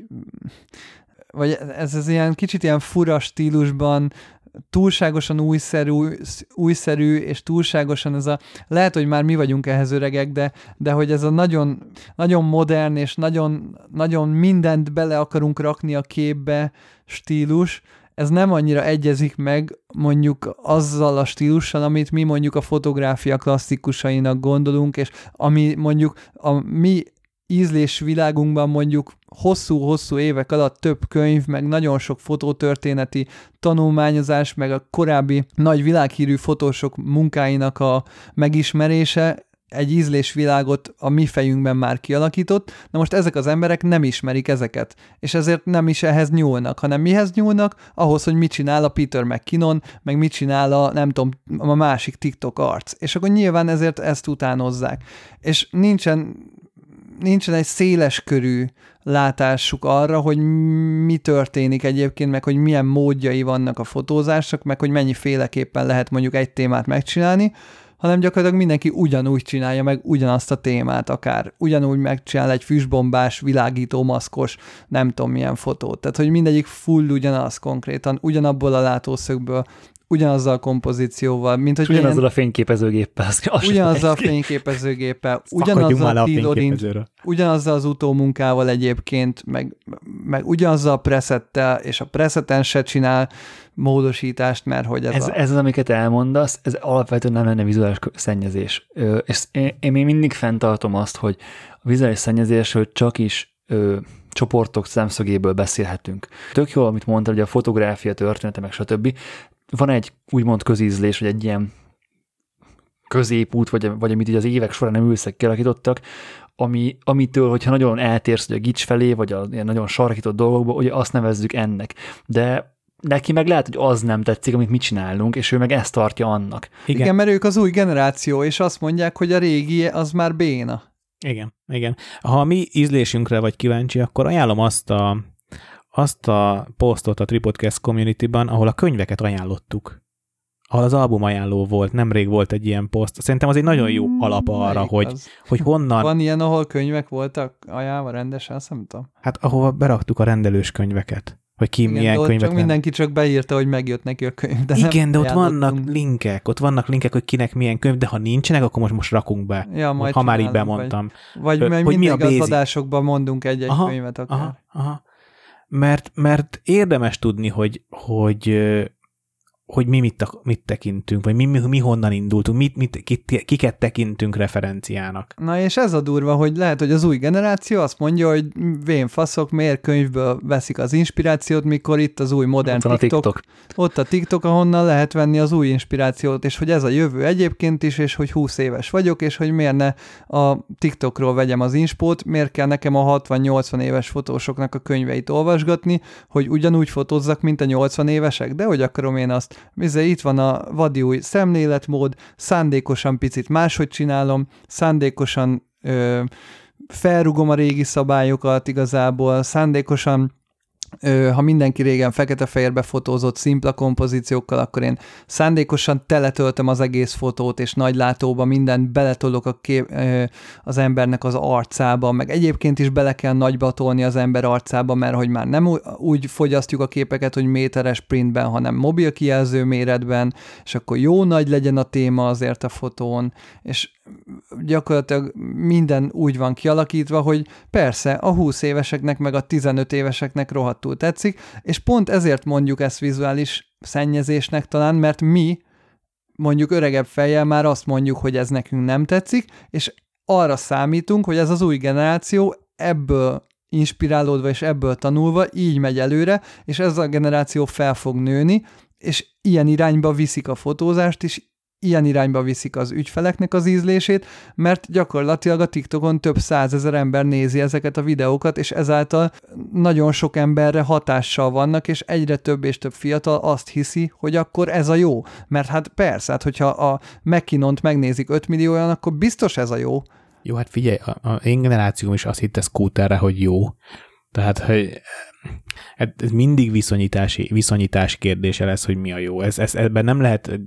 vagy ez az ilyen kicsit ilyen fura stílusban túlságosan újszerű, újszerű, és túlságosan ez a, lehet, hogy már mi vagyunk ehhez öregek, de, de hogy ez a nagyon, nagyon modern, és nagyon, nagyon mindent bele akarunk rakni a képbe stílus, ez nem annyira egyezik meg mondjuk azzal a stílussal, amit mi mondjuk a fotográfia klasszikusainak gondolunk, és ami mondjuk a mi ízlésvilágunkban mondjuk hosszú-hosszú évek alatt több könyv, meg nagyon sok fotótörténeti tanulmányozás, meg a korábbi nagy világhírű fotósok munkáinak a megismerése egy ízlésvilágot a mi fejünkben már kialakított, na most ezek az emberek nem ismerik ezeket, és ezért nem is ehhez nyúlnak, hanem mihez nyúlnak? Ahhoz, hogy mit csinál a Peter McKinnon, meg mit csinál a, nem tudom, a másik TikTok arc, és akkor nyilván ezért ezt utánozzák. És nincsen nincsen egy széles körű látásuk arra, hogy mi történik egyébként, meg hogy milyen módjai vannak a fotózásnak, meg hogy mennyi féleképpen lehet mondjuk egy témát megcsinálni, hanem gyakorlatilag mindenki ugyanúgy csinálja meg ugyanazt a témát, akár ugyanúgy megcsinál egy füstbombás, világító maszkos, nem tudom milyen fotót. Tehát, hogy mindegyik full ugyanaz konkrétan, ugyanabból a látószögből, ugyanazzal a kompozícióval, mint hogy ugyanazzal ilyen, a fényképezőgéppel. Ugyanazzal a fényképezőgéppel, ugyanazzal a Tilodint, ugyanazzal az utómunkával egyébként, meg, meg ugyanazzal a pressettel, és a preseten se csinál módosítást, mert hogy ez ez, a... ez az, amiket elmondasz, ez alapvetően nem lenne vizuális szennyezés. Ö, és én, én még mindig fenntartom azt, hogy a vizuális szennyezésről csak is ö, csoportok szemszögéből beszélhetünk. Tök jó, amit mondtál, hogy a fotográfia története, meg stb. Van egy úgymond közízlés, vagy egy ilyen középút, vagy, vagy amit így az évek során nem ülszek kialakítottak, ami, amitől, hogyha nagyon eltérsz, hogy a gics felé, vagy a ilyen nagyon sarkított dolgokba, ugye azt nevezzük ennek. De neki meg lehet, hogy az nem tetszik, amit mi csinálunk, és ő meg ezt tartja annak. Igen, igen, mert ők az új generáció, és azt mondják, hogy a régi az már béna. Igen, igen. Ha a mi ízlésünkre vagy kíváncsi, akkor ajánlom azt a, azt a posztot a Tripodcast community-ban, ahol a könyveket ajánlottuk. Ahol az album ajánló volt, nemrég volt egy ilyen poszt. Szerintem az egy nagyon jó alap arra, hogy, hogy honnan... Van ilyen, ahol könyvek voltak ajánlva rendesen, azt nem tudom. Hát ahova beraktuk a rendelős könyveket. Hogy ki igen, milyen könyvet csak rend... mindenki csak beírta, hogy megjött neki a könyv. De igen, de ott vannak linkek, ott vannak linkek, hogy kinek milyen könyv, de ha nincsenek, akkor most most rakunk be. Ja, majd ha már így bemondtam. Vagy, vagy hogy mindig mi a az adásokban mondunk egy-egy aha, könyvet akár. Aha, aha. Mert, mert érdemes tudni, hogy, hogy, hogy mi mit, mit tekintünk, vagy mi, mi, mi honnan indultunk, mit, mit, kit, kiket tekintünk referenciának. Na és ez a durva, hogy lehet, hogy az új generáció azt mondja, hogy vén faszok, miért könyvből veszik az inspirációt, mikor itt az új modern ott TikTok, a TikTok. Ott a TikTok, ahonnan lehet venni az új inspirációt, és hogy ez a jövő egyébként is, és hogy húsz éves vagyok, és hogy miért ne a TikTokról vegyem az inspót, miért kell nekem a hatvan-nyolcvan éves fotósoknak a könyveit olvasgatni, hogy ugyanúgy fotózzak, mint a nyolcvan évesek, de hogy akarom én azt. Bizony, itt van a vadi új szemléletmód, szándékosan picit máshogy csinálom, szándékosan ö, felrugom a régi szabályokat igazából, szándékosan Ö, ha mindenki régen fekete-fehérbe fotózott szimpla kompozíciókkal, akkor én szándékosan teletöltöm az egész fotót, és nagylátóba mindent beletolok a kép, ö, az embernek az arcába, meg egyébként is bele kell nagyba tolni az ember arcába, mert hogy már nem úgy fogyasztjuk a képeket, hogy méteres printben, hanem mobil kijelző méretben, és akkor jó nagy legyen a téma azért a fotón, és gyakorlatilag minden úgy van kialakítva, hogy persze a húsz éveseknek meg a tizenöt éveseknek rohadtul tetszik, és pont ezért mondjuk ezt vizuális szennyezésnek talán, mert mi mondjuk öregebb fejjel már azt mondjuk, hogy ez nekünk nem tetszik, és arra számítunk, hogy ez az új generáció ebből inspirálódva és ebből tanulva így megy előre, és ez a generáció fel fog nőni, és ilyen irányba viszik a fotózást is, ilyen irányba viszik az ügyfeleknek az ízlését, mert gyakorlatilag a TikTokon több százezer ember nézi ezeket a videókat, és ezáltal nagyon sok emberre hatással vannak, és egyre több és több fiatal azt hiszi, hogy akkor ez a jó. Mert hát persze, hát hogyha a McKinnont megnézik öt millióan, akkor biztos ez a jó. Jó, hát figyelj, a, a én generációm is azt hitte Scooterre, hogy jó. Tehát, hogy ez mindig viszonyítási, viszonyítás kérdése lesz, hogy mi a jó. Ez, ez, ebben nem lehet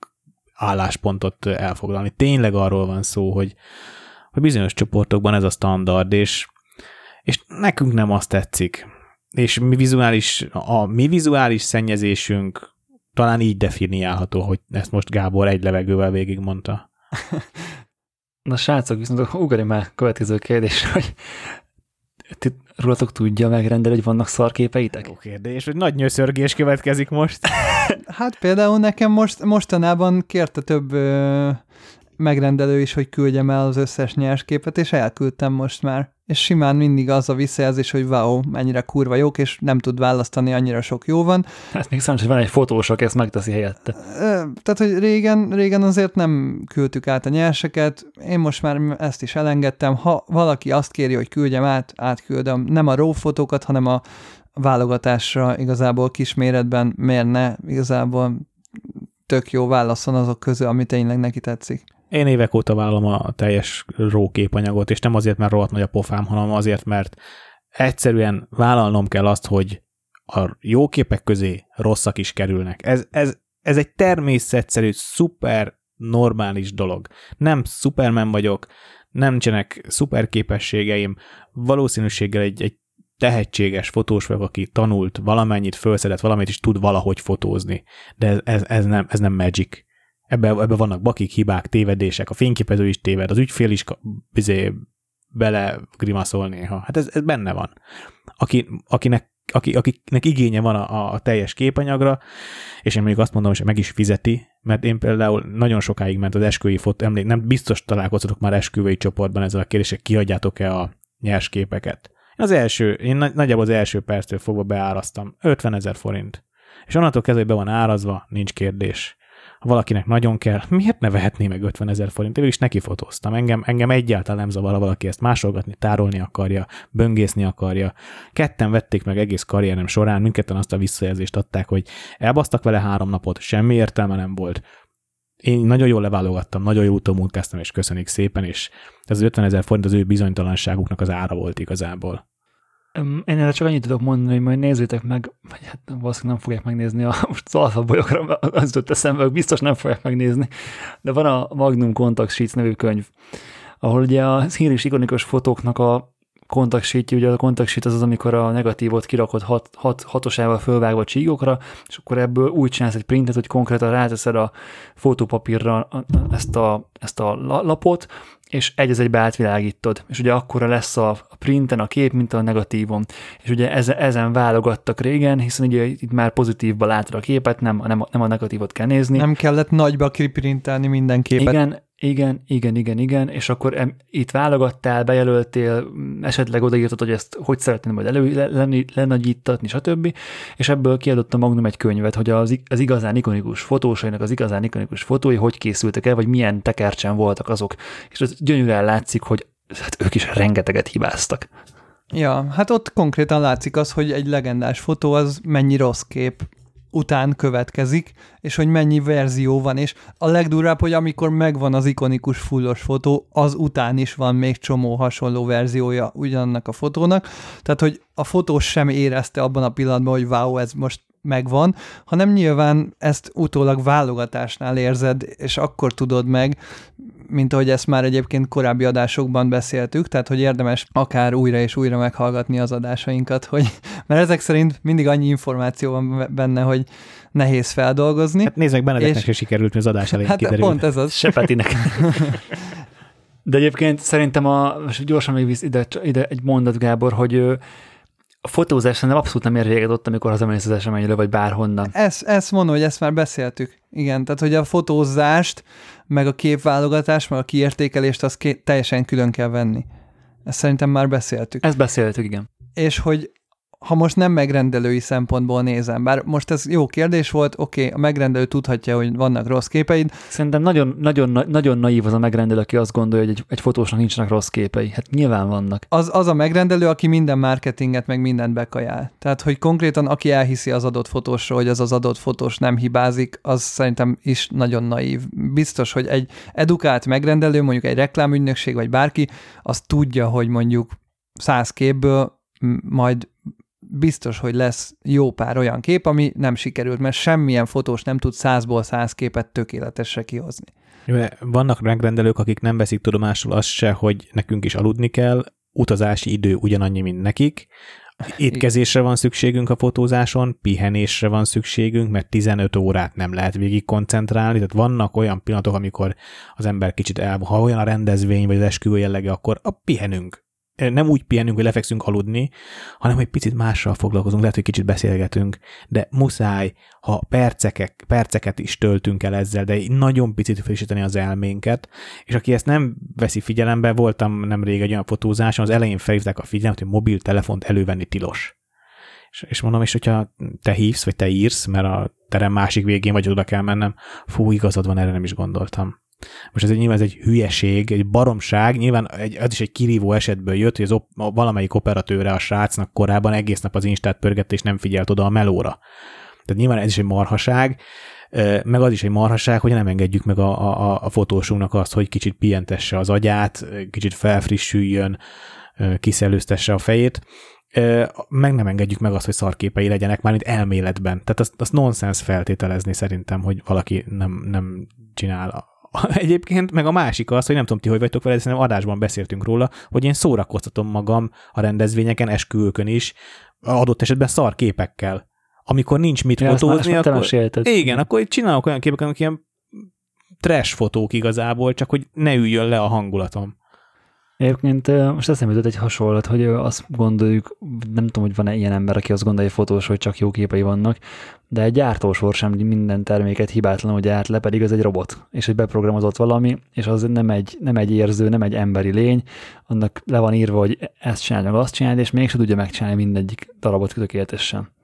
álláspontot elfoglalni. Tényleg arról van szó, hogy, hogy bizonyos csoportokban ez a standard, és, és nekünk nem azt tetszik. És mi vizuális, a mi vizuális szennyezésünk talán így definiálható, hogy ezt most Gábor egy levegővel végigmondta. Na srácok, viszont ugorj már következő kérdés, hogy ti rólatok tudja megrendelni, hogy vannak szarképeitek? Jó kérdés, hogy nagy nyőszörgés következik most. Hát például nekem most, mostanában kérte több ö, megrendelő is, hogy küldjem el az összes nyersképet, és elküldtem most már. És simán mindig az a visszajelzés, hogy wow, mennyire kurva jók, és nem tud választani, annyira sok jó van. Hát még számos, hogy van egy fotós, aki ezt megteszi helyette. Tehát, hogy régen, régen azért nem küldtük át a nyerseket, én most már ezt is elengedtem. Ha valaki azt kéri, hogy küldjem át, átküldöm. Nem a raw fotókat, hanem a válogatásra igazából kisméretben, miért ne, igazából tök jó válaszol azok közül, ami tényleg neki tetszik. Én évek óta vállalom a teljes raw képanyagot, és nem azért, mert rohadt nagy a pofám, hanem azért, mert egyszerűen vállalnom kell azt, hogy a jó képek közé rosszak is kerülnek. Ez, ez, ez egy természetszerű, szuper normális dolog. Nem Superman vagyok, nem nincsenek szuper képességeim, valószínűséggel egy, egy tehetséges fotós vagyok, aki tanult valamennyit, fölszedett valamit, és tud valahogy fotózni. De ez, ez, ez, nem, ez nem magic. Ebben ebbe vannak bakik, hibák, tévedések, a fényképező is téved, az ügyfél is bizé bele grimaszol néha. Hát ez, ez benne van. Aki, akinek, aki, akinek igénye van a, a teljes képanyagra, és én mondjuk azt mondom, hogy meg is fizeti, mert én például nagyon sokáig ment az esküvői fotó, emlék, nem biztos találkoztatok már esküvői csoportban ezzel a kérdéssel, kiadjátok-e a nyers képeket. Az első, én nagyjából az első perctől fogva beáraztam, ötvenezer forint. És onnantól kezdve be van árazva, nincs kérdés. ha valakinek nagyon kell, miért ne vehetné meg ötvenezer forintért, és neki fotóztam. Engem, engem egyáltalán nem zavar, ha valaki ezt másolgatni, tárolni akarja, böngészni akarja. Ketten vették meg egész karrierem során, mindketten azt a visszajelzést adták, hogy elbasztak vele három napot, semmi értelme nem volt. Én nagyon jól leválogattam, nagyon jól utómunkáztam, és köszönik szépen, és ez az ötvenezer forint az ő bizonytalanságuknak az ára volt igazából. Én erre csak annyit tudok mondani, hogy majd nézzétek meg, vagy hát valószínűleg nem fogják megnézni, a, most az alfabolyokra az jutott eszembe, hogy biztos nem fogják megnézni, de van a Magnum Contact Sheets nevű könyv, ahol ugye a hír és ikonikus fotóknak a contact sheetje, ugye a contact sheet az az, amikor a negatívot kirakod hat, hat, hatosával fölvágva csíkokra, és akkor ebből úgy csinálsz egy printet, hogy konkrétan ráteszed a fotópapírra ezt a, ezt a lapot, és egy az egybe átvilágítod, és ugye akkora lesz a printen a kép, mint a negatívon. És ugye ezen, ezen válogattak régen, hiszen ugye itt már pozitívba látod a képet, nem, nem, nem a negatívot kell nézni. Nem kellett nagyba kiprintelni minden képet. Igen, igen, igen, igen, igen, és akkor em, itt válogattál, bejelöltél, esetleg odaírtad, hogy ezt hogy szeretnél majd elő, len, lenagyítatni, stb. És ebből kiadott a Magnum egy könyvet, hogy az, az igazán ikonikus fotósainak az igazán ikonikus fotói hogy készültek el, vagy milyen tekercsen voltak azok. És az gyönyörűen látszik, hogy hát ők is rengeteget hibáztak. Ja, hát ott konkrétan látszik az, hogy egy legendás fotó az mennyi rossz kép után következik, és hogy mennyi verzió van, és a legdurvább, hogy amikor megvan az ikonikus fullos fotó, az után is van még csomó hasonló verziója ugyanannak a fotónak, tehát, hogy a fotós sem érezte abban a pillanatban, hogy wow, ez most megvan, hanem nyilván ezt utólag válogatásnál érzed, és akkor tudod meg, mint ahogy ezt már egyébként korábbi adásokban beszéltük, tehát hogy érdemes akár újra és újra meghallgatni az adásainkat, hogy, mert ezek szerint mindig annyi információ van benne, hogy nehéz feldolgozni. Hát nézzek, Benedeknek és... se sikerült, mi az adás elején hát kiderül. Pont ez az. Se Petinek. De egyébként szerintem a, most gyorsan még visz ide, ide egy mondat, Gábor, hogy a fotózás szerintem abszolút nem ér véget ott, amikor hazamész az eseményről, vagy bárhonnan. Ezt, ezt mondom, hogy ezt már beszéltük. Igen, tehát hogy a fotózást, meg a képválogatást, meg a kiértékelést, azt ké- teljesen külön kell venni. Ezt szerintem már beszéltük. Ezt beszéltük, igen. És hogy ha most nem megrendelői szempontból nézem, bár most ez jó kérdés volt, oké, okay, a megrendelő tudhatja, hogy vannak rossz képeid. Szerintem nagyon, nagyon, nagyon naív az a megrendelő, aki azt gondolja, hogy egy, egy fotósnak nincsenek rossz képei. Hát nyilván vannak. Az, az a megrendelő, aki minden marketinget, meg mindent bekajál. Tehát, hogy konkrétan aki elhiszi az adott fotósról, hogy az az adott fotós nem hibázik, az szerintem is nagyon naív. Biztos, hogy egy edukált megrendelő, mondjuk egy reklámügynökség, vagy bárki, az tudja, hogy mondjuk száz képből majd biztos, hogy lesz jó pár olyan kép, ami nem sikerült, mert semmilyen fotós nem tud százból száz képet tökéletesre kihozni. Vannak megrendelők, akik nem veszik tudomásul azt se, hogy nekünk is aludni kell, utazási idő ugyanannyi, mint nekik, étkezésre van szükségünk a fotózáson, pihenésre van szükségünk, mert tizenöt órát nem lehet végig koncentrálni, tehát vannak olyan pillanatok, amikor az ember kicsit el, ha olyan a rendezvény, vagy az esküvő jellege, akkor a pihenünk. Nem úgy pihenünk, hogy lefekszünk aludni, hanem hogy picit mással foglalkozunk, lehet, hogy kicsit beszélgetünk, de muszáj, ha percekek, perceket is töltünk el ezzel, de nagyon picit frissíteni az elménket, és aki ezt nem veszi figyelembe, voltam nemrég egy olyan fotózáson, az elején felhívták a figyelmet, hogy mobiltelefont elővenni tilos. És, és mondom, és hogyha te hívsz, vagy te írsz, mert a terem másik végén vagy oda kell mennem, fú, igazad van, erre nem is gondoltam. Most ez egy, nyilván ez egy hülyeség, egy baromság, nyilván egy, az is egy kirívó esetből jött, hogy az op, a valamelyik operatőre a srácnak korábban egész nap az Instát pörgette, és nem figyelt oda a melóra. Tehát nyilván ez is egy marhaság, meg az is egy marhaság, hogy nem engedjük meg a, a, a fotósunknak azt, hogy kicsit pihentesse az agyát, kicsit felfrissüljön, kiszellőztesse a fejét, meg nem engedjük meg azt, hogy szarképei legyenek, mármint elméletben. Tehát azt, azt nonsens feltételezni szerintem, hogy valaki nem, nem csinál. Egyébként meg a másik az, hogy nem tudom ti, hogy vagytok vele, de szerintem adásban beszéltünk róla, hogy én szórakoztatom magam a rendezvényeken, esküvőkön is, adott esetben szar képekkel. Amikor nincs mit ja, fotózni, akkor... Igen, akkor csinálok olyan képeket, amik ilyen trash fotók igazából, csak hogy ne üljön le a hangulatom. Egyébként most eszembe jutott egy hasonlat, hogy azt gondoljuk, nem tudom, hogy van-e ilyen ember, aki azt gondolja, hogy fotós, hogy csak jó képei vannak, de egy gyártósor sem minden terméket hibátlanul gyárt le, pedig ez egy robot, és egy beprogramozott valami, és az nem egy, nem egy érző, nem egy emberi lény, annak le van írva, hogy ezt csinálja, azt csinálja, és mégsem tudja megcsinálni mindegyik darabot tökéletesen.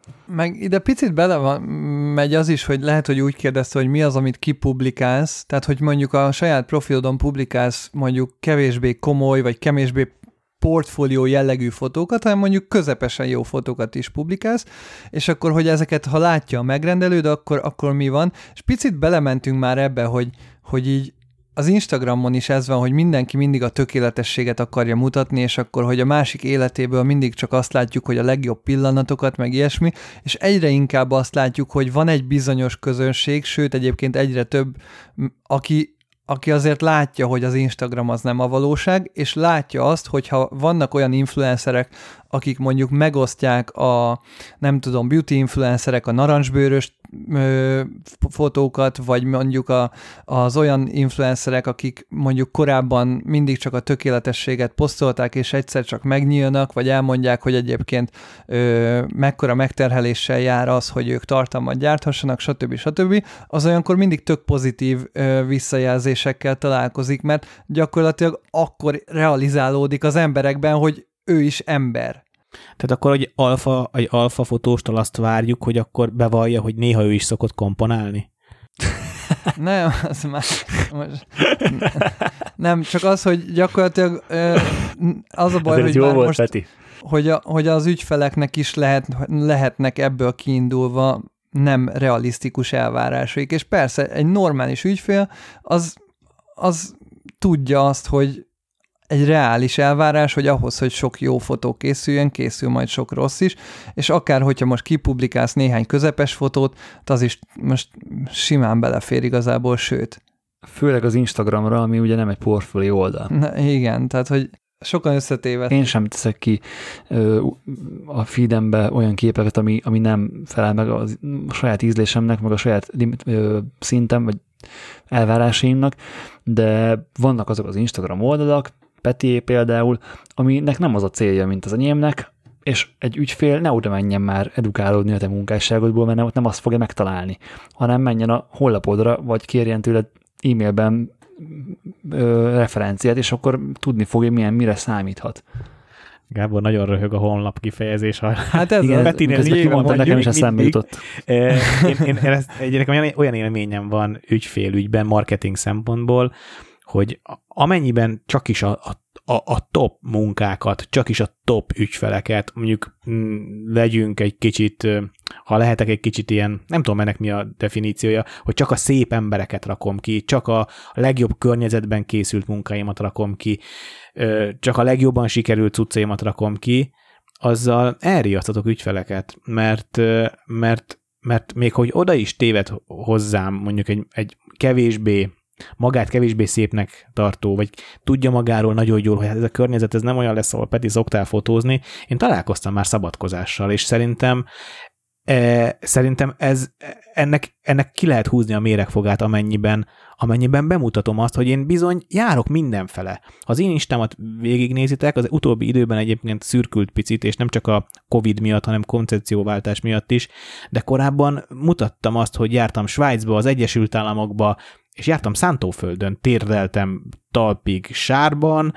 Meg ide picit bele van, megy az is, hogy lehet, hogy úgy kérdezte, hogy mi az, amit kipublikálsz, tehát hogy mondjuk a saját profilodon publikálsz mondjuk kevésbé komoly, vagy kevésbé portfólió jellegű fotókat, hanem mondjuk közepesen jó fotókat is publikálsz, és akkor, hogy ezeket, ha látja a megrendelőd, akkor, akkor mi van? És picit belementünk már ebbe, hogy, hogy így az Instagramon is ez van, hogy mindenki mindig a tökéletességet akarja mutatni, és akkor, hogy a másik életéből mindig csak azt látjuk, hogy a legjobb pillanatokat, meg ilyesmi, és egyre inkább azt látjuk, hogy van egy bizonyos közönség, sőt egyébként egyre több, aki aki azért látja, hogy az Instagram az nem a valóság, és látja azt, hogyha vannak olyan influencerek, akik mondjuk megosztják a, nem tudom, beauty influencerek a narancsbőrös ö, fotókat, vagy mondjuk a, az olyan influencerek, akik mondjuk korábban mindig csak a tökéletességet posztolták, és egyszer csak megnyílnak, vagy elmondják, hogy egyébként ö, mekkora megterheléssel jár az, hogy ők tartalmat gyárthassanak, stb. stb. Az olyankor mindig tök pozitív ö, visszajelzésekkel találkozik, mert gyakorlatilag akkor realizálódik az emberekben, hogy ő is ember. Tehát akkor, hogy alfa, egy alfa fotóstól azt várjuk, hogy akkor bevallja, hogy néha ő is szokott komponálni? Nem, az már... Most, nem, csak az, hogy gyakorlatilag az a baj, hogy jó már volt, most, Peti. hogy, a, hogy az ügyfeleknek is lehet, lehetnek ebből kiindulva nem realisztikus elvárásaik, és persze egy normális ügyfél az, az tudja azt, hogy egy reális elvárás, hogy ahhoz, hogy sok jó fotó készüljön, készül majd sok rossz is, és akár, hogyha most kipublikálsz néhány közepes fotót, az is most simán belefér igazából, sőt. Főleg az Instagramra, ami ugye nem egy portfólió oldal. Na, igen, tehát, hogy sokan összetéved. Én sem teszek ki ö, a feedembe olyan képeket, ami, ami nem felel meg a saját ízlésemnek, meg a saját ö, szintem, vagy elvárásaimnak, de vannak azok az Instagram oldalak, Petié például, aminek nem az a célja, mint az enyémnek, és egy ügyfél ne oda menjen már edukálódni a te munkásságodból, mert nem, nem azt fogja megtalálni, hanem menjen a honlapodra, vagy kérjen tőled e-mailben ö, referenciát, és akkor tudni fogja, milyen mire számíthat. Gábor nagyon röhög a honlap kifejezés. Hát ez igen, az, Petinél kimondta, nekem is eszembe jutott. én, én, én ezt, egy, nekem olyan élményem van ügyfélügyben, marketing szempontból, hogy amennyiben csak is a, a, a top munkákat, csak is a top ügyfeleket, mondjuk m, legyünk egy kicsit, ha lehetek egy kicsit ilyen, nem tudom ennek mi a definíciója, hogy csak a szép embereket rakom ki, csak a legjobb környezetben készült munkáimat rakom ki, csak a legjobban sikerült cuccaimat rakom ki, azzal elriasztatok ügyfeleket, mert, mert, mert még hogy oda is téved hozzám mondjuk egy, egy kevésbé magát kevésbé szépnek tartó, vagy tudja magáról nagyon jól, hogy ez a környezet ez nem olyan lesz, ahol Peti szoktál fotózni. Én találkoztam már szabadkozással, és szerintem e, szerintem ez, ennek, ennek ki lehet húzni a méregfogát, amennyiben, amennyiben bemutatom azt, hogy én bizony járok mindenfele. Ha az én Instámat végignézitek, az utóbbi időben egyébként szürkült picit, és nem csak a Covid miatt, hanem koncepcióváltás miatt is, de korábban mutattam azt, hogy jártam Svájcba, az Egyesült Államokba, és jártam szántóföldön, térdeltem talpig sárban,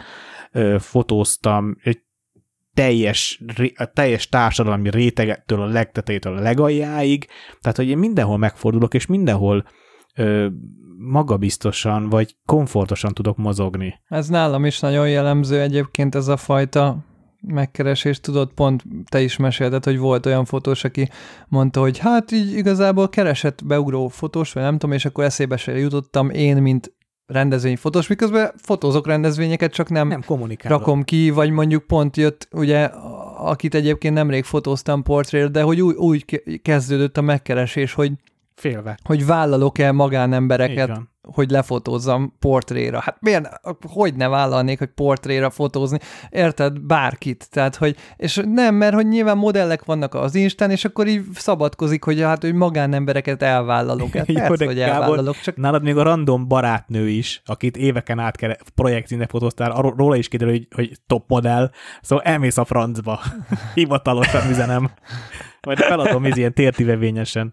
fotóztam egy teljes, a teljes társadalmi rétegettől a legtetejétől a legaljáig, tehát hogy én mindenhol megfordulok, és mindenhol ö, magabiztosan, vagy komfortosan tudok mozogni. Ez nálam is nagyon jellemző egyébként ez a fajta megkeresés, tudod, pont te is mesélted, hogy volt olyan fotós, aki mondta, hogy hát így igazából keresett beugró fotós, vagy nem tudom, és akkor eszébe se jutottam én, mint rendezvényfotós, miközben fotózok rendezvényeket, csak nem, nem rakom ki, vagy mondjuk pont jött, ugye, akit egyébként nemrég fotóztam portréra, de hogy úgy, úgy kezdődött a megkeresés, hogy félve, hogy vállalok-e magánembereket, hogy lefotózzam portréra. Hát miért, hogy ne vállalnék, hogy portréra fotózni? Érted? Bárkit. Tehát, hogy, és nem, mert hogy nyilván modellek vannak az Instán, és akkor így szabadkozik, hogy hát, hogy magánembereket elvállalok. Hát persze, hogy Gábor, elvállalok. Csak... Nálad még a random barátnő is, akit éveken át kere, projektszínnek fotóztál, róla is kiderül, hogy, hogy top modell, szóval elmész a francba. Hivatalosan üzenem. Majd feladom ez ilyen tértivevényesen.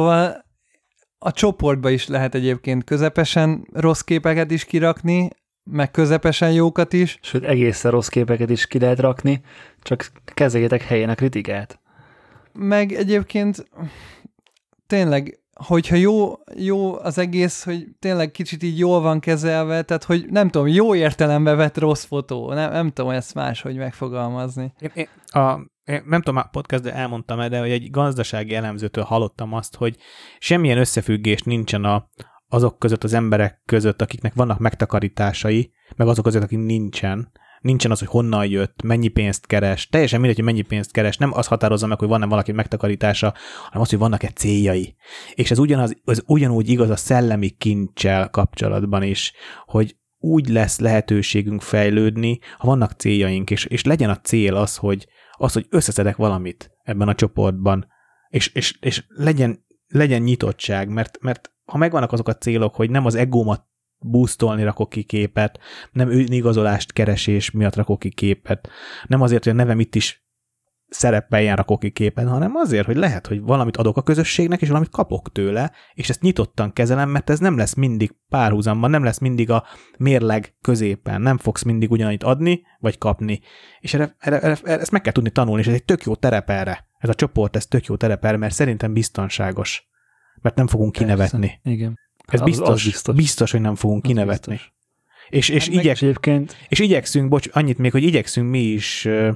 Szóval a csoportba is lehet egyébként közepesen rossz képeket is kirakni, meg közepesen jókat is. Sőt, egészen rossz képeket is ki lehet rakni, csak kezeljétek helyén a kritikát. Meg egyébként tényleg, hogyha jó, jó az egész, hogy tényleg kicsit így jól van kezelve, tehát hogy nem tudom, jó értelembe vett rossz fotó, nem, nem tudom ezt máshogy megfogalmazni. Én, én, a, én nem tudom, a podcastban elmondtam, de hogy egy gazdasági elemzőtől hallottam azt, hogy semmilyen összefüggés nincsen a, azok között, az emberek között, akiknek vannak megtakarításai, meg azok között, akik nincsen. Nincsen az, hogy honnan jött, mennyi pénzt keres, teljesen mindegy, hogy mennyi pénzt keres, nem az határozza meg, hogy van-e valaki megtakarítása, hanem az, hogy vannak-e céljai. És ez ugyanaz, az ugyanúgy igaz a szellemi kincsel kapcsolatban is, hogy úgy lesz lehetőségünk fejlődni, ha vannak céljaink, és, és legyen a cél az, hogy, az, hogy összeszedek valamit ebben a csoportban, és, és, és legyen, legyen nyitottság, mert, mert ha megvannak azok a célok, hogy nem az egómat boostolni rakok ki képet, nem önigazolást keresés miatt rakok ki képet, nem azért, hogy a nevem itt is szerepeljen rakok ki képet, hanem azért, hogy lehet, hogy valamit adok a közösségnek, és valamit kapok tőle, és ezt nyitottan kezelem, mert ez nem lesz mindig párhuzamban, nem lesz mindig a mérleg középen, nem fogsz mindig ugyanannyit adni, vagy kapni. És erre, erre, erre, erre, ezt meg kell tudni tanulni, és ez egy tök jó terep erre. Ez a csoport, ez tök jó terep erre, mert szerintem biztonságos. Mert nem fogunk Persze, kinevetni. Igen. Ez Az, biztos, az biztos. biztos, hogy nem fogunk Az kinevetni. biztos. És, és, Hát meg igyek, is egyébként... és igyekszünk, bocs, annyit még, hogy igyekszünk mi is uh,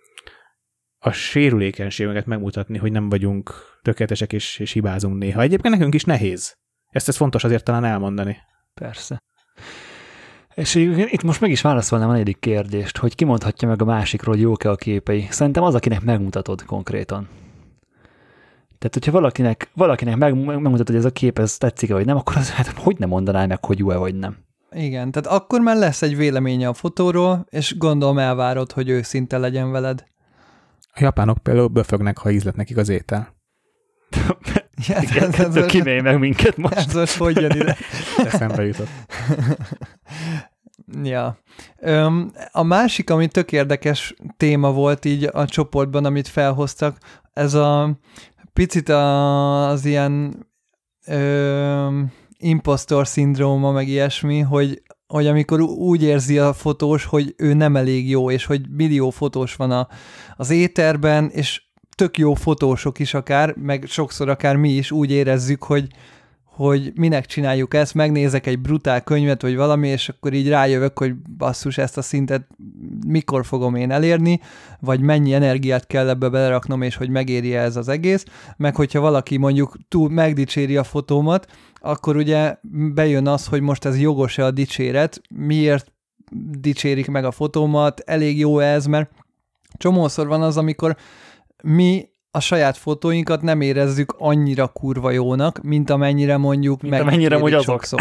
a sérülékenységünket megmutatni, hogy nem vagyunk tökéletesek és, és hibázunk néha. Egyébként nekünk is nehéz. Ezt, ezt fontos azért talán elmondani. Persze. És itt most meg is válaszolnám a negyedik kérdést, hogy ki mondhatja meg a másikról, hogy jók-e a képei. Szerintem az, akinek megmutatod konkrétan. Tehát, hogyha valakinek, valakinek meg, megmutatod, hogy ez a kép ez tetszik-e, vagy nem, akkor az, hát hogy nem mondaná meg, hogy jó-e, vagy nem. Igen, tehát akkor már lesz egy véleménye a fotóról, és gondolom elvárod, hogy őszinte legyen veled. A japánok például böfögnek, ha ízlet nekik az étel. Ja, Igen, ez ez kimély meg minket most. Ez most hogy jön ide? Eszembe jutott. Ja. Öm, a másik, ami tök érdekes téma volt így a csoportban, amit felhoztak, ez a picit az ilyen öm, impostor szindróma, meg ilyesmi, hogy, hogy amikor úgy érzi a fotós, hogy ő nem elég jó, és hogy millió fotós van a, az éterben, és tök jó fotósok is akár, meg sokszor akár mi is úgy érezzük, hogy, hogy minek csináljuk ezt, megnézek egy brutál könyvet, vagy valami, és akkor így rájövök, hogy basszus, ezt a szintet mikor fogom én elérni, vagy mennyi energiát kell ebbe beleraknom, és hogy megéri ez az egész, meg hogyha valaki mondjuk túl megdicséri a fotómat, akkor ugye bejön az, hogy most ez jogos-e a dicséret, miért dicsérik meg a fotómat, elég jó ez, mert csomószor van az, amikor mi a saját fotóinkat nem érezzük annyira kurva jónak, mint amennyire mondjuk mint amennyire hogy azok. Sokszor.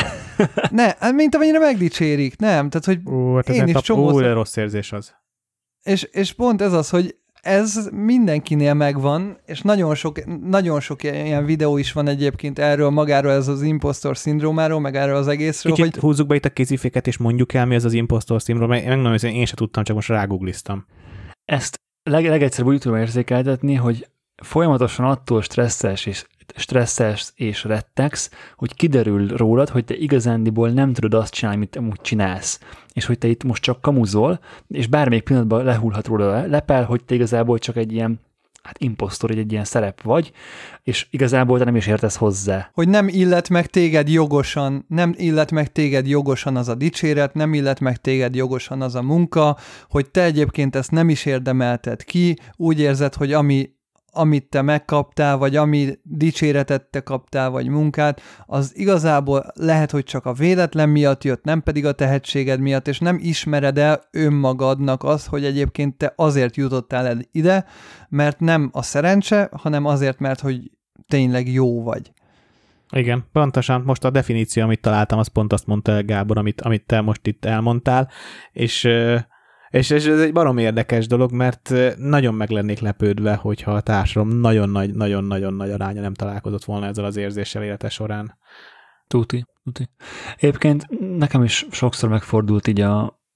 Ne, mint amennyire megdicsérik, nem? Tehát, hogy Ó, hát én is tap- csomószor... Ó, rossz érzés az. És, és pont ez az, hogy ez mindenkinél megvan, és nagyon sok, nagyon sok ilyen videó is van egyébként erről, magáról ez az impostor szindrómáról, meg erről az egészről. Kicsit hogy... húzzuk be itt a kéziféket, és mondjuk el, mi az az impostor szindróma, mert megmondom, hogy én sem tudtam, csak most rágoogliztam. Ezt leg- legegyszerűbb úgy tudom érzékeltetni, hogy folyamatosan attól stresszes és, stresszes és rettegsz, hogy kiderül rólad, hogy te igazándiból nem tudod azt csinálni, amit amúgy csinálsz. És hogy te itt most csak kamuzol, és bármelyik pillanatban lehullhat róla lepel, hogy te igazából csak egy ilyen hát imposztor, egy ilyen szerep vagy, és igazából te nem is értesz hozzá. Hogy nem illet meg téged jogosan, nem illet meg téged jogosan az a dicséret, nem illet meg téged jogosan az a munka, hogy te egyébként ezt nem is érdemelted ki, úgy érzed, hogy ami amit te megkaptál, vagy ami dicséretet te kaptál, vagy munkát, az igazából lehet, hogy csak a véletlen miatt jött, nem pedig a tehetséged miatt, és nem ismered el önmagadnak azt, hogy egyébként te azért jutottál el ide, mert nem a szerencse, hanem azért, mert hogy tényleg jó vagy. Igen, pontosan most a definíció, amit találtam, az pont azt mondta Gábor, amit, amit te most itt elmondtál, és És, és ez egy barom érdekes dolog, mert nagyon meg lennék lepődve, hogyha a társadalom nagyon-nagyon-nagyon nagy aránya nem találkozott volna ezzel az érzéssel élete során. Tuti, tuti. Egyébként nekem is sokszor megfordult így a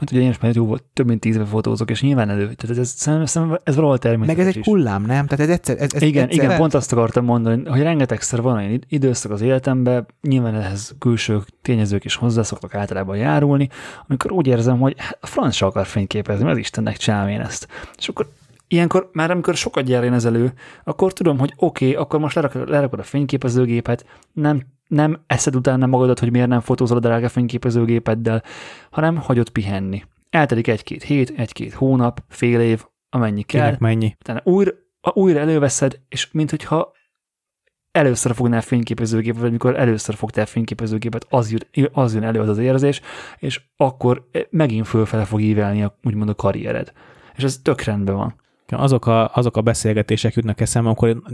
ugye én is már jó volt, több mint tíz éve fotózok, és nyilván elő. Tehát ez, ez, ez, ez valahol természetes. Meg ez egy is. hullám, nem? Tehát ez egyszer... Ez, ez igen, egyszer... igen, pont azt akartam mondani, hogy rengetegszer van olyan időszak az életemben, nyilván ehhez külső tényezők is hozzá szoktak általában járulni, amikor úgy érzem, hogy hát a franc se akar fényképezni, mert az Istennek csinálom én ezt. És akkor ilyenkor, már amikor sokat jár ez elő, akkor tudom, hogy oké, okay, akkor most lerakod, lerakod a fényképezőgépet, nem, nem eszed utána magadat, hogy miért nem fotózol a drága fényképezőgépeddel, hanem hagyod pihenni. Eltelik egy-két hét, egy-két hónap, fél év, amennyi kell. Kinek mennyi? Utána újra, újra előveszed, és minthogyha először fognál fényképezőgépet, vagy mikor először fogtál fényképezőgépet, az jön, az jön elő az az érzés, és akkor megint fölfele fog ívelni a, úgymond a karriered. És ez tök rendben van. Azok a, azok a beszélgetések jutnak eszembe, amikor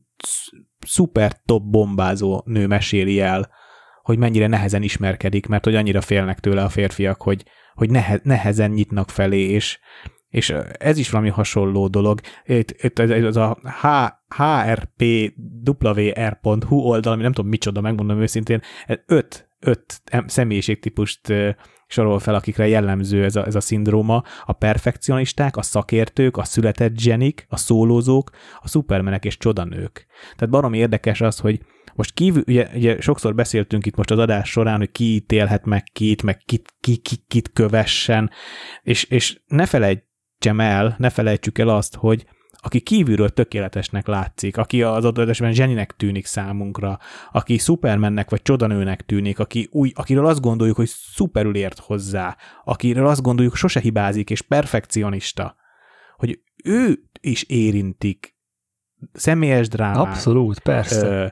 szuper top bombázó nő meséli el, hogy mennyire nehezen ismerkedik, mert hogy annyira félnek tőle a férfiak, hogy, hogy nehe, nehezen nyitnak felé, és, és ez is valami hasonló dolog. Itt, itt ez a há er pé dupla vé er pont hú oldal, ami nem tudom micsoda, megmondom őszintén, öt, öt személyiségtípust sorol fel, akikre jellemző ez a, ez a szindróma, a perfekcionisták, a szakértők, a született zsenik, a szólózók, a szupermenek és csodanők. Tehát baromi érdekes az, hogy most kívül, ugye, ugye sokszor beszéltünk itt most az adás során, hogy ki ítélhet meg kit, meg kit, ki, ki, kit kövessen, és, és ne felejtsem el, ne felejtsük el azt, hogy aki kívülről tökéletesnek látszik, aki az adott esetben zseninek tűnik számunkra, aki szupermennek vagy csodanőnek tűnik, aki új, akiről azt gondoljuk, hogy szuperül ért hozzá, akiről azt gondoljuk, sose hibázik és perfekcionista, hogy ő is érintik személyes drámák. Abszolút, persze. Ö,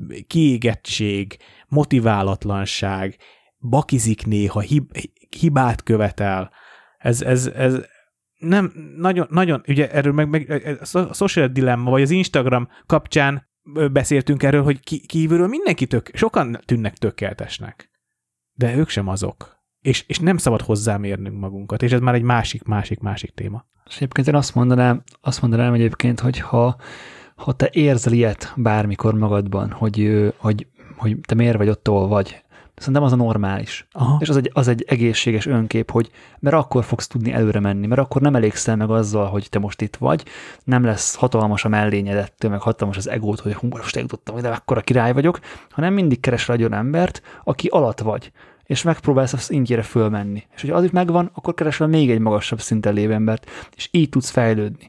kiégettség, motiválatlanság, bakizik néha, hib, hibát követel. Ez, ez, ez nem, nagyon, nagyon, ugye erről meg, meg a social dilemma, vagy az Instagram kapcsán beszéltünk erről, hogy ki, kívülről mindenki tök, sokan tűnnek tökéletesnek, de ők sem azok. És, és nem szabad hozzámérnünk magunkat, és ez már egy másik, másik, másik téma. És egyébként én azt mondanám, azt mondanám egyébként, hogy ha, ha te érzel ilyet bármikor magadban, hogy, hogy, hogy te miért vagy ott, ahol vagy, szerintem az a normális. Aha. És az egy, az egy egészséges önkép, hogy mert akkor fogsz tudni előre menni, mert akkor nem elégszel meg azzal, hogy te most itt vagy, nem lesz hatalmas a mellényed ettől, meg hatalmas az egót, hogy hú, most eljutottam, hogy de akkora király vagyok, hanem mindig keresel egy olyan embert, aki alatt vagy, és megpróbálsz a szintjére fölmenni. És hogyha az itt megvan, akkor keresel még egy magasabb szinten lévő embert, és így tudsz fejlődni.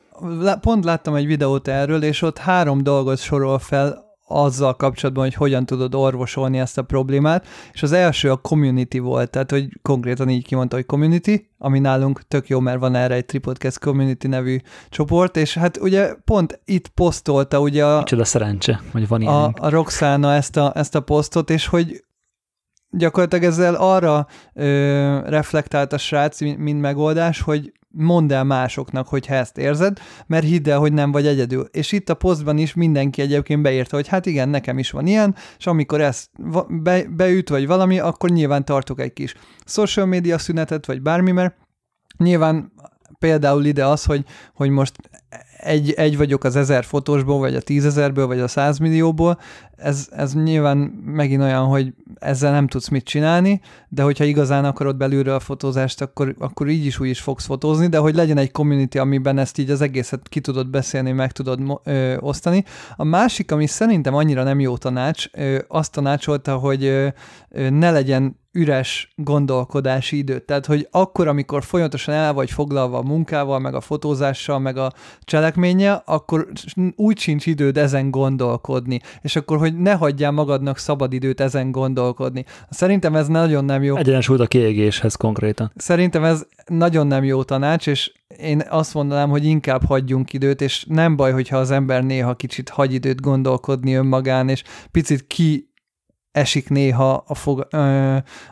Pont láttam egy videót erről, és ott három dolgot sorol fel azzal kapcsolatban, hogy hogyan tudod orvosolni ezt a problémát, és az első a community volt, tehát hogy konkrétan így kimondta, hogy community, ami nálunk tök jó, mert van erre egy Tripodcast Community nevű csoport, és hát ugye pont itt posztolta ugye a, Micsoda szerencse, hogy van a, a Roxana ezt a, ezt a posztot, és hogy gyakorlatilag ezzel arra ö, reflektált a srác, mint megoldás, hogy mondd el másoknak, hogyha ezt érzed, mert hidd el, hogy nem vagy egyedül. És itt a posztban is mindenki egyébként beírta, hogy hát igen, nekem is van ilyen, és amikor ezt be, beüt, vagy valami, akkor nyilván tartok egy kis social media szünetet, vagy bármi, mert nyilván például ide az, hogy, hogy most egy, egy vagyok az ezer fotósból, vagy a tízezerből, vagy a százmillióból, ez, ez nyilván megint olyan, hogy ezzel nem tudsz mit csinálni, de hogyha igazán akarod belülről a fotózást, akkor, akkor így is úgy is fogsz fotózni, de hogy legyen egy community, amiben ezt így az egészet ki tudod beszélni, meg tudod ö, osztani. A másik, ami szerintem annyira nem jó tanács, ö, azt tanácsolta, hogy ö, ö, ne legyen üres gondolkodási időt. Tehát, hogy akkor, amikor folyamatosan el vagy foglalva a munkával, meg a fotózással, meg a cselekménnyel, akkor úgy sincs időd ezen gondolkodni. És akkor, hogy ne hagyjál magadnak szabad időt ezen gondolkodni. Szerintem ez nagyon nem jó. Egyensúlyt a kiégéshez konkrétan. Szerintem ez nagyon nem jó tanács, és én azt mondanám, hogy inkább hagyjunk időt, és nem baj, hogyha az ember néha kicsit hagy időt gondolkodni önmagán, és picit ki esik néha a, fog, ö,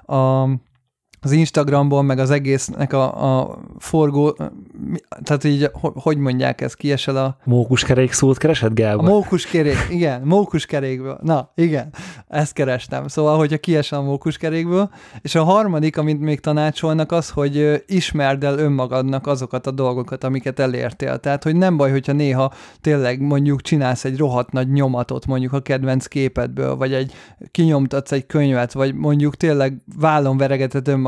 a az Instagramból, meg az egésznek a, a forgó, tehát így, hogy mondják ezt, kiesel a... Mókuskerék szót keresed, Gábor? A mókuskerék, igen, mókuskerékből. Na, igen, ezt kerestem. Szóval, hogyha kiesel a mókuskerékből. És a harmadik, amit még tanácsolnak, az, hogy ismerd el önmagadnak azokat a dolgokat, amiket elértél. Tehát, hogy nem baj, hogyha néha tényleg mondjuk csinálsz egy rohadt nagy nyomatot, mondjuk a kedvenc képedből, vagy egy kinyomtatsz egy könyvet, vagy mondjuk tényleg vállon veregeted önmagad,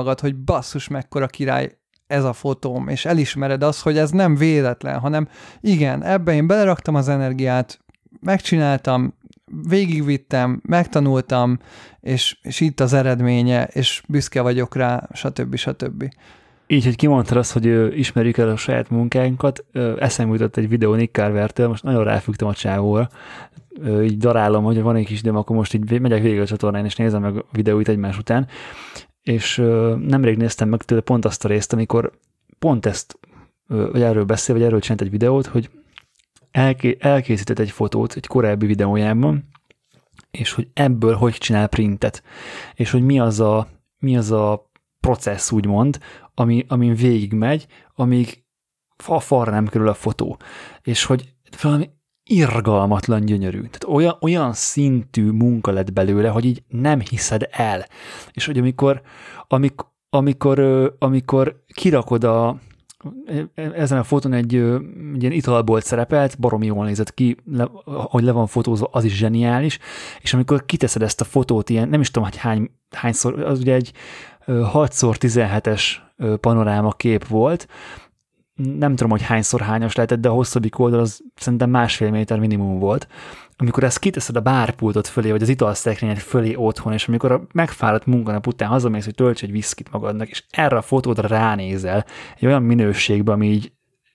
magad, hogy basszus, mekkora király ez a fotóm, és elismered azt, hogy ez nem véletlen, hanem igen, ebben én beleraktam az energiát, megcsináltam, végigvittem, megtanultam, és, és itt az eredménye, és büszke vagyok rá, stb. stb. Így, hogy kimondtad azt, hogy ö, ismerjük el a saját munkánkat, ö, eszembe jutott egy videó Nick Carvertől, most nagyon ráfügtem a csávóra, ö, így darálom, hogy van egy kis időm, akkor most így megyek végig a csatornán, és nézem meg a videóit egymás után, és ö, nemrég néztem meg tőle pont azt a részt, amikor pont ezt, ö, vagy erről beszél, vagy erről csinált egy videót, hogy elké- elkészített egy fotót egy korábbi videójában, és hogy ebből hogy csinál printet, és hogy mi az a, mi az a processz, úgymond, ami, amin végigmegy, amíg a falra nem kerül a fotó. És hogy valami irgalmatlan gyönyörű. Tehát olyan, olyan szintű munka lett belőle, hogy így nem hiszed el. És hogy amikor, amikor, amikor, amikor kirakod a ezen a fotón egy, egy ilyen italbolt szerepelt, baromi jól nézett ki, le, ahogy le van fotózva, az is zseniális, és amikor kiteszed ezt a fotót, ilyen, nem is tudom, hogy hány, hányszor, az ugye egy hat szor tizenhetes panoráma kép volt, nem tudom, hogy hányszor hányas lehetett, de a hosszabbik oldal az szerintem másfél méter minimum volt. Amikor ezt kiteszed a bárpultot fölé, vagy az italszekrényed fölé otthon, és amikor a megfáradt munkanap után hazamész, hogy tölts egy viszkit magadnak, és erre a fotódra ránézel, egy olyan minőségben, ami így,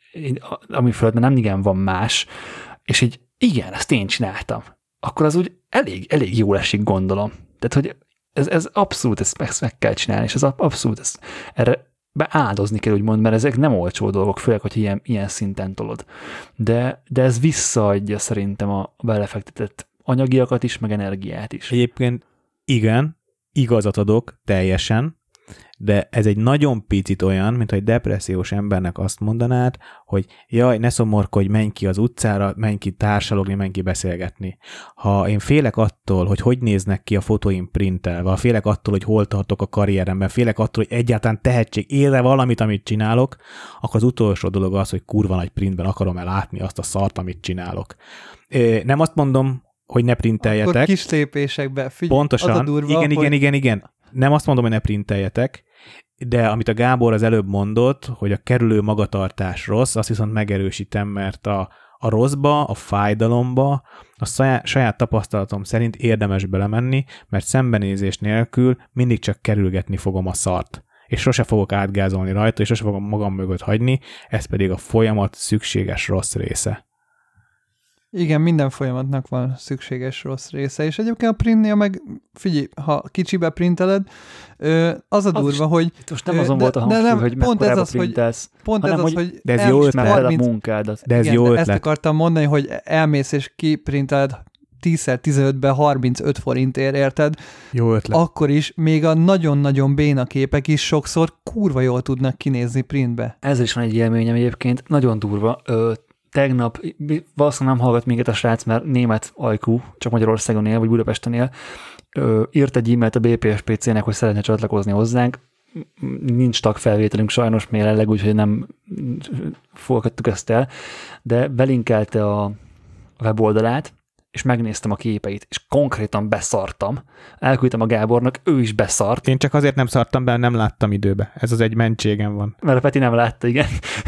ami fölött nem igen van más, és így igen, ezt én csináltam, akkor az úgy elég, elég jól esik, gondolom. Tehát, hogy ez, ez abszolút, ezt meg, meg kell csinálni, és ez abszolút, ezt, erre beáldozni kell, úgymond, mert ezek nem olcsó dolgok, főleg, hogy ilyen, ilyen szinten tolod. De, de ez visszaadja szerintem a belefektetett anyagiakat is, meg energiát is. Egyébként igen, igazat adok teljesen, de ez egy nagyon picit olyan, mint egy depressziós embernek azt mondanád, hogy jaj, ne szomorkodj, menj ki az utcára, menj ki társalogni, menj ki beszélgetni. Ha én félek attól, hogy hogy néznek ki a fotóim printelve, ha félek attól, hogy hol tartok a karrieremben, félek attól, hogy egyáltalán tehetség érre valamit, amit csinálok, akkor az utolsó dolog az, hogy kurva nagy printben akarom-e látni azt a szart, amit csinálok. Nem azt mondom, hogy ne printeljetek. Akkor kis lépésekbe, figyelj, pontosan, az a durva, igen, igen, hogy... igen, igen. Nem azt mondom, hogy ne printeljetek, de amit a Gábor az előbb mondott, hogy a kerülő magatartás rossz, azt viszont megerősítem, mert a, a rosszba, a fájdalomba, a saját, saját tapasztalatom szerint érdemes belemenni, mert szembenézés nélkül mindig csak kerülgetni fogom a szart. És sose fogok átgázolni rajta, és sose fogom magam mögött hagyni, ez pedig a folyamat szükséges rossz része. Igen, minden folyamatnak van szükséges rossz része, és egyébként a printnél meg, figyelj, ha kicsibe printeled, az a durva, is, hogy... Most nem azon de, volt a hangsúly, nem, hogy mekkorába printelsz, pont hanem, ez az, hogy, hogy de ez jó ötlet, harminc... a munkádat. De ez igen, jó de ötlet. Ezt akartam mondani, hogy elmész és kiprinteled tízszer tizenötbe harmincöt forintért, érted? Jó ötlet. Akkor is még a nagyon-nagyon béna képek is sokszor kurva jól tudnak kinézni printbe. Ezzel is van egy élményem egyébként, nagyon durva. Ö, tegnap, valószínűleg nem hallgat minket a srác, mert német ajkú, csak Magyarországon él, vagy Budapesten él, ö, írt egy e-mailt a bé pé es pé cé-nek, hogy szeretne csatlakozni hozzánk. Nincs tagfelvételünk sajnos jelenleg, úgyhogy nem fogadtuk ezt el, de belinkelte a weboldalát, és megnéztem a képeit, és konkrétan beszartam. Elküldtem a Gábornak, ő is beszart. Én csak azért nem szartam be, nem láttam időbe. Ez az egy mentségem van. Mert a Peti nem látta, igen.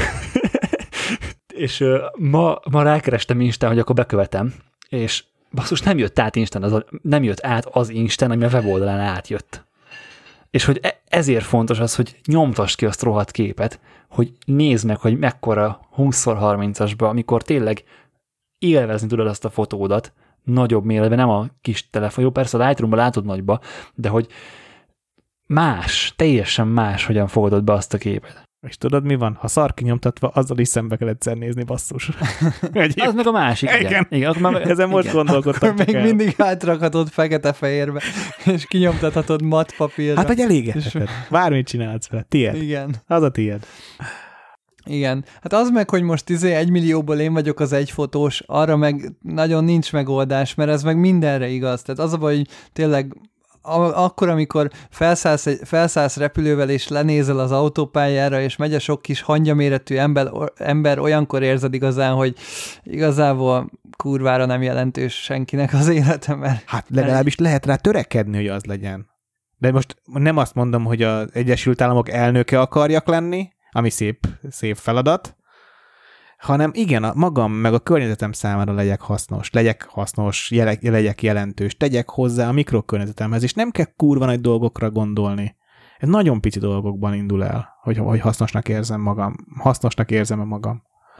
És uh, ma, ma rákerestem Instán, hogy akkor bekövetem, és basszus, nem jött át Instán, az a, nem jött át az Instán, ami a weboldalán átjött. És hogy e- ezért fontos az, hogy nyomtass ki azt rohadt képet, hogy nézd meg, hogy mekkora húsz harmincasba, amikor tényleg élvezni tudod azt a fotódat, nagyobb méretben, nem a kis telefon. Jó, persze a Lightroom-ban látod nagyba, de hogy más, teljesen más, hogyan fogadod be azt a képet. És tudod, mi van? Ha szar kinyomtatva, azzal is szembe kell egyszer nézni, basszus. Az meg a másik, igen. igen. igen akkor már, Ezen most igen. gondolkodtam. Akkor még el. mindig átrakhatod fekete-fehérbe, és kinyomtathatod matt papírra. Hát, vagy elégetheted. Bármit csinálsz vele. Tied. Igen. Az a tied. Igen. Hát az meg, hogy most izé egy millióból én vagyok az egyfotós, arra meg nagyon nincs megoldás, mert ez meg mindenre igaz. Tehát az a baj, hogy tényleg akkor, amikor felszállsz, felszállsz repülővel, és lenézel az autópályára, és megy a sok kis hangyaméretű ember, ember, olyankor érzed igazán, hogy igazából kurvára nem jelentős senkinek az élete, mert... Hát legalábbis lehet rá törekedni, hogy az legyen. De most nem azt mondom, hogy az Egyesült Államok elnöke akarjak lenni, ami szép, szép feladat, hanem igen, a magam meg a környezetem számára legyek hasznos, legyek hasznos, jelek, legyek jelentős, tegyek hozzá a mikrokörnyezetemhez, és nem kell kurva nagy dolgokra gondolni. Ez nagyon pici dolgokban indul el, hogy, hogy hasznosnak érzem magam, hasznosnak érzem magam.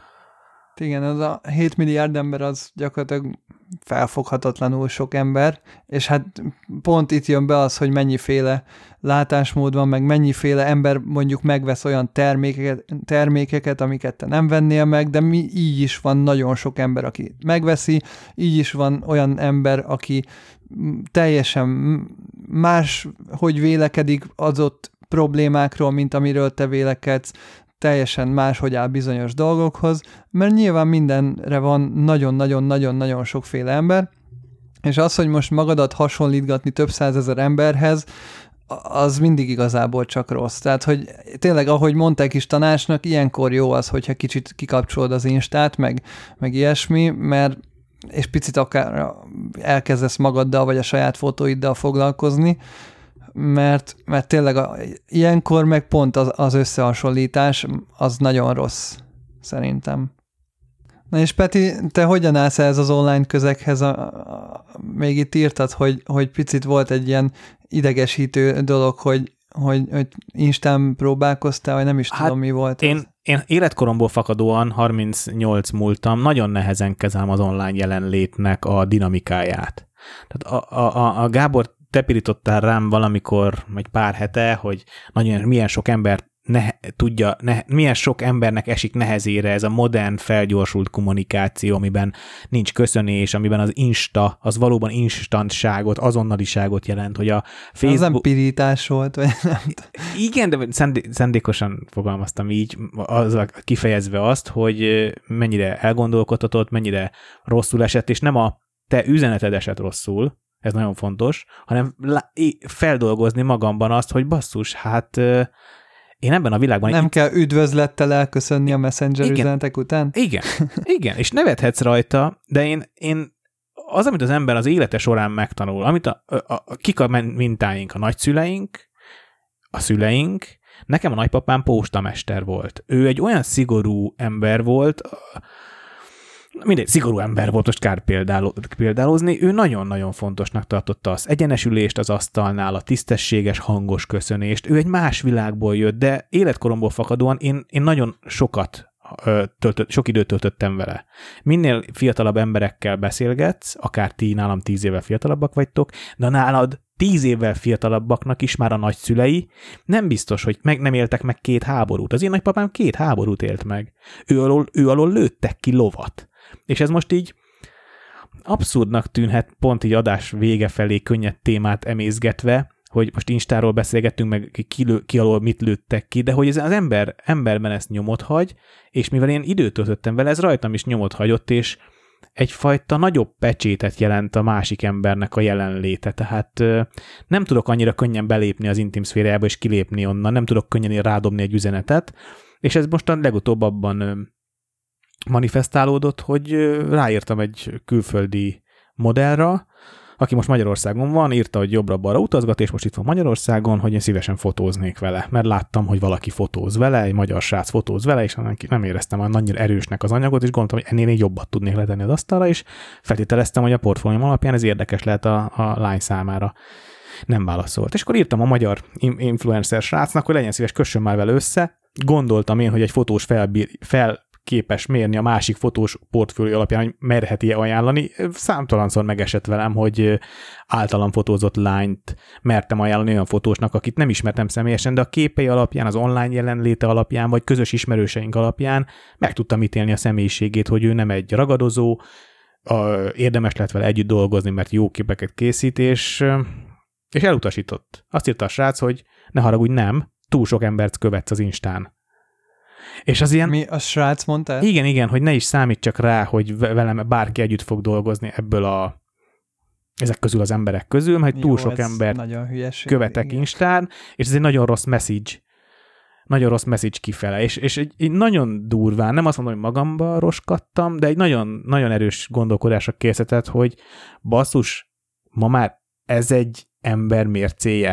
Igen, az a hét milliárd ember az gyakorlatilag felfoghatatlanul sok ember, és hát pont itt jön be az, hogy mennyiféle látásmód van, meg mennyiféle ember mondjuk megvesz olyan termékeket, termékeket, amiket te nem vennél meg, de mi, így is van nagyon sok ember, aki megveszi, így is van olyan ember, aki teljesen más, hogy vélekedik az ott problémákról, mint amiről te vélekedsz, teljesen máshogy áll bizonyos dolgokhoz, mert nyilván mindenre van nagyon-nagyon-nagyon-nagyon sokféle ember, és az, hogy most magadat hasonlítgatni több százezer emberhez, az mindig igazából csak rossz. Tehát, hogy tényleg, ahogy mondták is tanácsnak, ilyenkor jó az, hogyha kicsit kikapcsolod az Instát, meg, meg ilyesmi, mert és picit akár elkezdesz magaddal, vagy a saját fotóiddal foglalkozni, mert, mert tényleg a, ilyenkor meg pont az, az összehasonlítás az nagyon rossz, szerintem. Na és Peti, te hogyan állsz ez az online közeghez? A, a, még itt írtad, hogy, hogy picit volt egy ilyen idegesítő dolog, hogy, hogy, hogy Instán próbálkoztál, vagy nem is hát tudom, mi volt én, ez. Én életkoromból fakadóan harmincnyolc múltam, nagyon nehezen kezelem az online jelenlétnek a dinamikáját. Tehát a, a, a Gábor, te pirítottál rám valamikor, vagy pár hete, hogy nagyon, milyen sok ember ne, tudja, ne, milyen sok embernek esik nehezére ez a modern, felgyorsult kommunikáció, amiben nincs köszönés, amiben az Insta, az valóban instantságot, azonnaliságot jelent, hogy a Facebook... Az nem pirítás volt, vagy nem? Igen, de szándékosan fogalmaztam így, azzal kifejezve azt, hogy mennyire elgondolkodhatott, mennyire rosszul esett, és nem a te üzeneted esett rosszul, ez nagyon fontos, hanem feldolgozni magamban azt, hogy basszus, hát én ebben a világban... Nem itt... kell üdvözlettel elköszönni a Messenger igen, üzenetek után? Igen, igen, és nevethetsz rajta, de én, én az, amit az ember az élete során megtanul, amit a, a, a kik a mintáink, a nagyszüleink, a szüleink, nekem a nagypapám postamester volt. Ő egy olyan szigorú ember volt, mindegy, szigorú ember volt, most kár példáló, példálozni, ő nagyon-nagyon fontosnak tartotta az egyenesülést az asztalnál, a tisztességes, hangos köszönést. Ő egy más világból jött, de életkoromból fakadóan én, én nagyon sokat töltött, sok időt töltöttem vele. Minél fiatalabb emberekkel beszélgetsz, akár ti nálam tíz évvel fiatalabbak vagytok, de nálad tíz évvel fiatalabbaknak is már a nagyszülei nem biztos, hogy meg nem éltek meg két háborút. Az én nagypapám két háborút élt meg. Ő alól, ő alól lőttek ki lovat. És ez most így abszurdnak tűnhet, pont így adás vége felé könnyed témát emészgetve, hogy most Instáról beszélgettünk, meg ki, lő, ki alól mit lőttek ki, de hogy ez az ember, emberben ezt nyomot hagy, és mivel én időt töltöttem vele, ez rajtam is nyomot hagyott, és egyfajta nagyobb pecsétet jelent a másik embernek a jelenléte. Tehát nem tudok annyira könnyen belépni az intim szférájába, és kilépni onnan, nem tudok könnyen rádobni egy üzenetet, és ez most a legutóbb abban manifestálódott, hogy ráírtam egy külföldi modellra, aki most Magyarországon van, írta, hogy jobbra-balra utazgat, és most itt van Magyarországon, hogy én szívesen fotóznék vele, mert láttam, hogy valaki fotóz vele, egy magyar srác fotóz vele, és nem éreztem annyira erősnek az anyagot, és gondoltam, hogy ennél én jobbat tudnék letenni az asztalra, és feltételeztem, hogy a portfólióm alapján ez érdekes lehet a, a lány számára. Nem válaszolt. És akkor írtam a magyar influencer srácnak, hogy legyen szíves, kössön már vele össze. Gondoltam én, hogy egy fotós felbír, fel képes mérni a másik fotós portfólió alapján, hogy merheti-e ajánlani. Számtalanszor megesett velem, hogy általam fotózott lányt mertem ajánlani olyan fotósnak, akit nem ismertem személyesen, de a képei alapján, az online jelenléte alapján, vagy közös ismerőseink alapján meg tudtam ítélni a személyiségét, hogy ő nem egy ragadozó, érdemes lehet vele együtt dolgozni, mert jó képeket készít, és, és elutasított. Azt írta a srác, hogy ne haragudj, nem, túl sok embert követsz az Instán. És az ilyen... Mi, a srác mondta? Igen, igen, hogy ne is számít csak rá, hogy velem bárki együtt fog dolgozni ebből a ezek közül az emberek közül, mert túl Jó, sok ember követek igen. Instán, és ez egy nagyon rossz message. Nagyon rossz message kifele. És, és egy, egy nagyon durván, nem azt mondom, hogy magamba roskadtam, de egy nagyon, nagyon erős gondolkodásra készített, hogy basszus, ma már ez egy ember mércéje,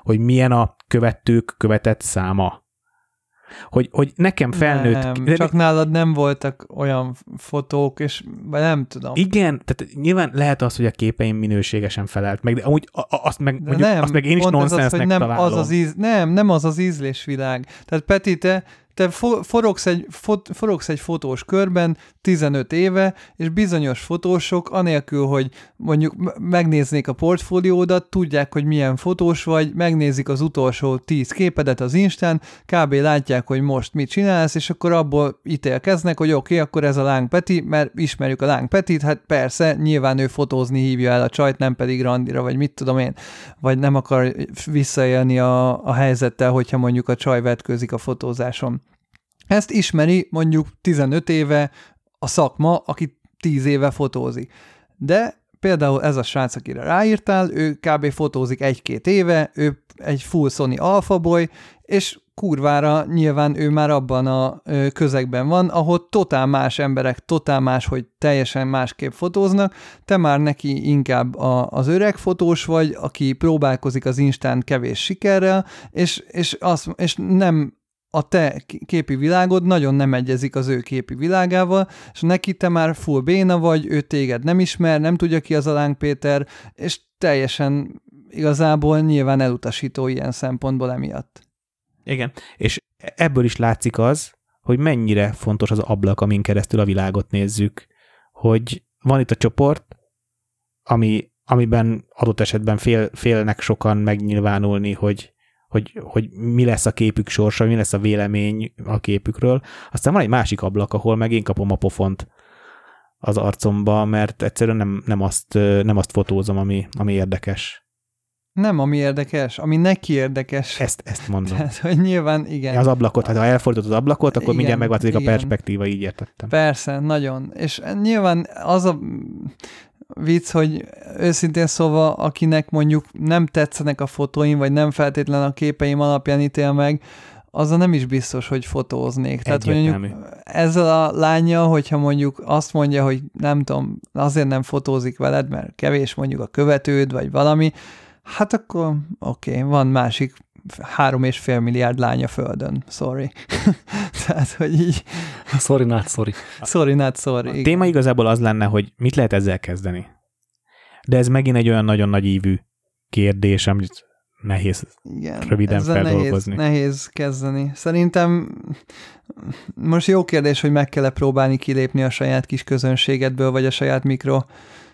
hogy milyen a követők követett száma. Hogy, hogy nekem felnőtt... Nem, csak nálad nem voltak olyan fotók, és vagy nem tudom. Igen, tehát nyilván lehet az, hogy a képeim minőségesen felelt meg, de amúgy azt meg, mondjuk, nem, azt meg én is nonsensnek nem találom. Az az íz, nem, nem az az ízlésvilág. Tehát Peti, te, te forogsz egy, fot, forogsz egy fotós körben tizenöt éve, és bizonyos fotósok, anélkül, hogy mondjuk megnéznék a portfóliódat, tudják, hogy milyen fotós vagy, megnézik az utolsó tíz képedet az Instán, kb. Látják, hogy most mit csinálsz, és akkor abból ítélkeznek, hogy oké, okay, akkor ez a Láng Peti, mert ismerjük a Láng Petit, hát persze, nyilván ő fotózni hívja el a csajt, nem pedig randira, vagy mit tudom én, vagy nem akar visszaélni a, a helyzettel, hogyha mondjuk a csaj vetkőzik a fotózáson. Ezt ismeri mondjuk tizenöt éve a szakma, aki tíz éve fotózik. De például ez a srác, akire ráírtál, ő kb. Fotózik egy-két éve, ő egy full Sony Alpha Boy, és kurvára nyilván ő már abban a közegben van, ahol totál más emberek, totál más, hogy teljesen másképp fotóznak, te már neki inkább a, az öreg fotós vagy, aki próbálkozik az Instán kevés sikerrel, és, és, az, és nem a te képi világod nagyon nem egyezik az ő képi világával, és neki te már full béna vagy, ő téged nem ismer, nem tudja ki az a Láng Péter, és teljesen igazából nyilván elutasító ilyen szempontból emiatt. Igen, és ebből is látszik az, hogy mennyire fontos az ablak, amin keresztül a világot nézzük, hogy van itt a csoport, ami, amiben adott esetben fél, félnek sokan megnyilvánulni, hogy Hogy, hogy mi lesz a képük sorsa, mi lesz a vélemény a képükről. Aztán van egy másik ablak, ahol meg én kapom a pofont az arcomba, mert egyszerűen nem, nem, azt, nem azt fotózom, ami, ami érdekes. Nem, ami érdekes, ami neki érdekes. Ezt, ezt mondom. Tehát, hogy nyilván, igen. Az ablakot, hát ha elfordítod az ablakot, akkor igen, mindjárt megváltozik igen. A perspektíva, így értettem. Persze, nagyon. És nyilván az a vicc, hogy őszintén szóval, akinek mondjuk nem tetszenek a fotóim, vagy nem feltétlen a képeim alapján ítél meg, azzal nem is biztos, hogy fotóznék. Tehát mondjuk ezzel a lánnyal, hogyha mondjuk azt mondja, hogy nem tudom, azért nem fotózik veled, mert kevés mondjuk a követőd, vagy valami, hát akkor oké, okay, van másik három és fél milliárd lány a földön. Sorry. Tehát, hogy így... Sorry, not sorry. Sorry, not sorry. A igen. Téma igazából az lenne, hogy mit lehet ezzel kezdeni. De ez megint egy olyan nagyon nagy ívű kérdés, amit nehéz igen, röviden feldolgozni. Nehéz, nehéz kezdeni. Szerintem most jó kérdés, hogy meg kell-e próbálni kilépni a saját kis közönségedből, vagy a saját mikro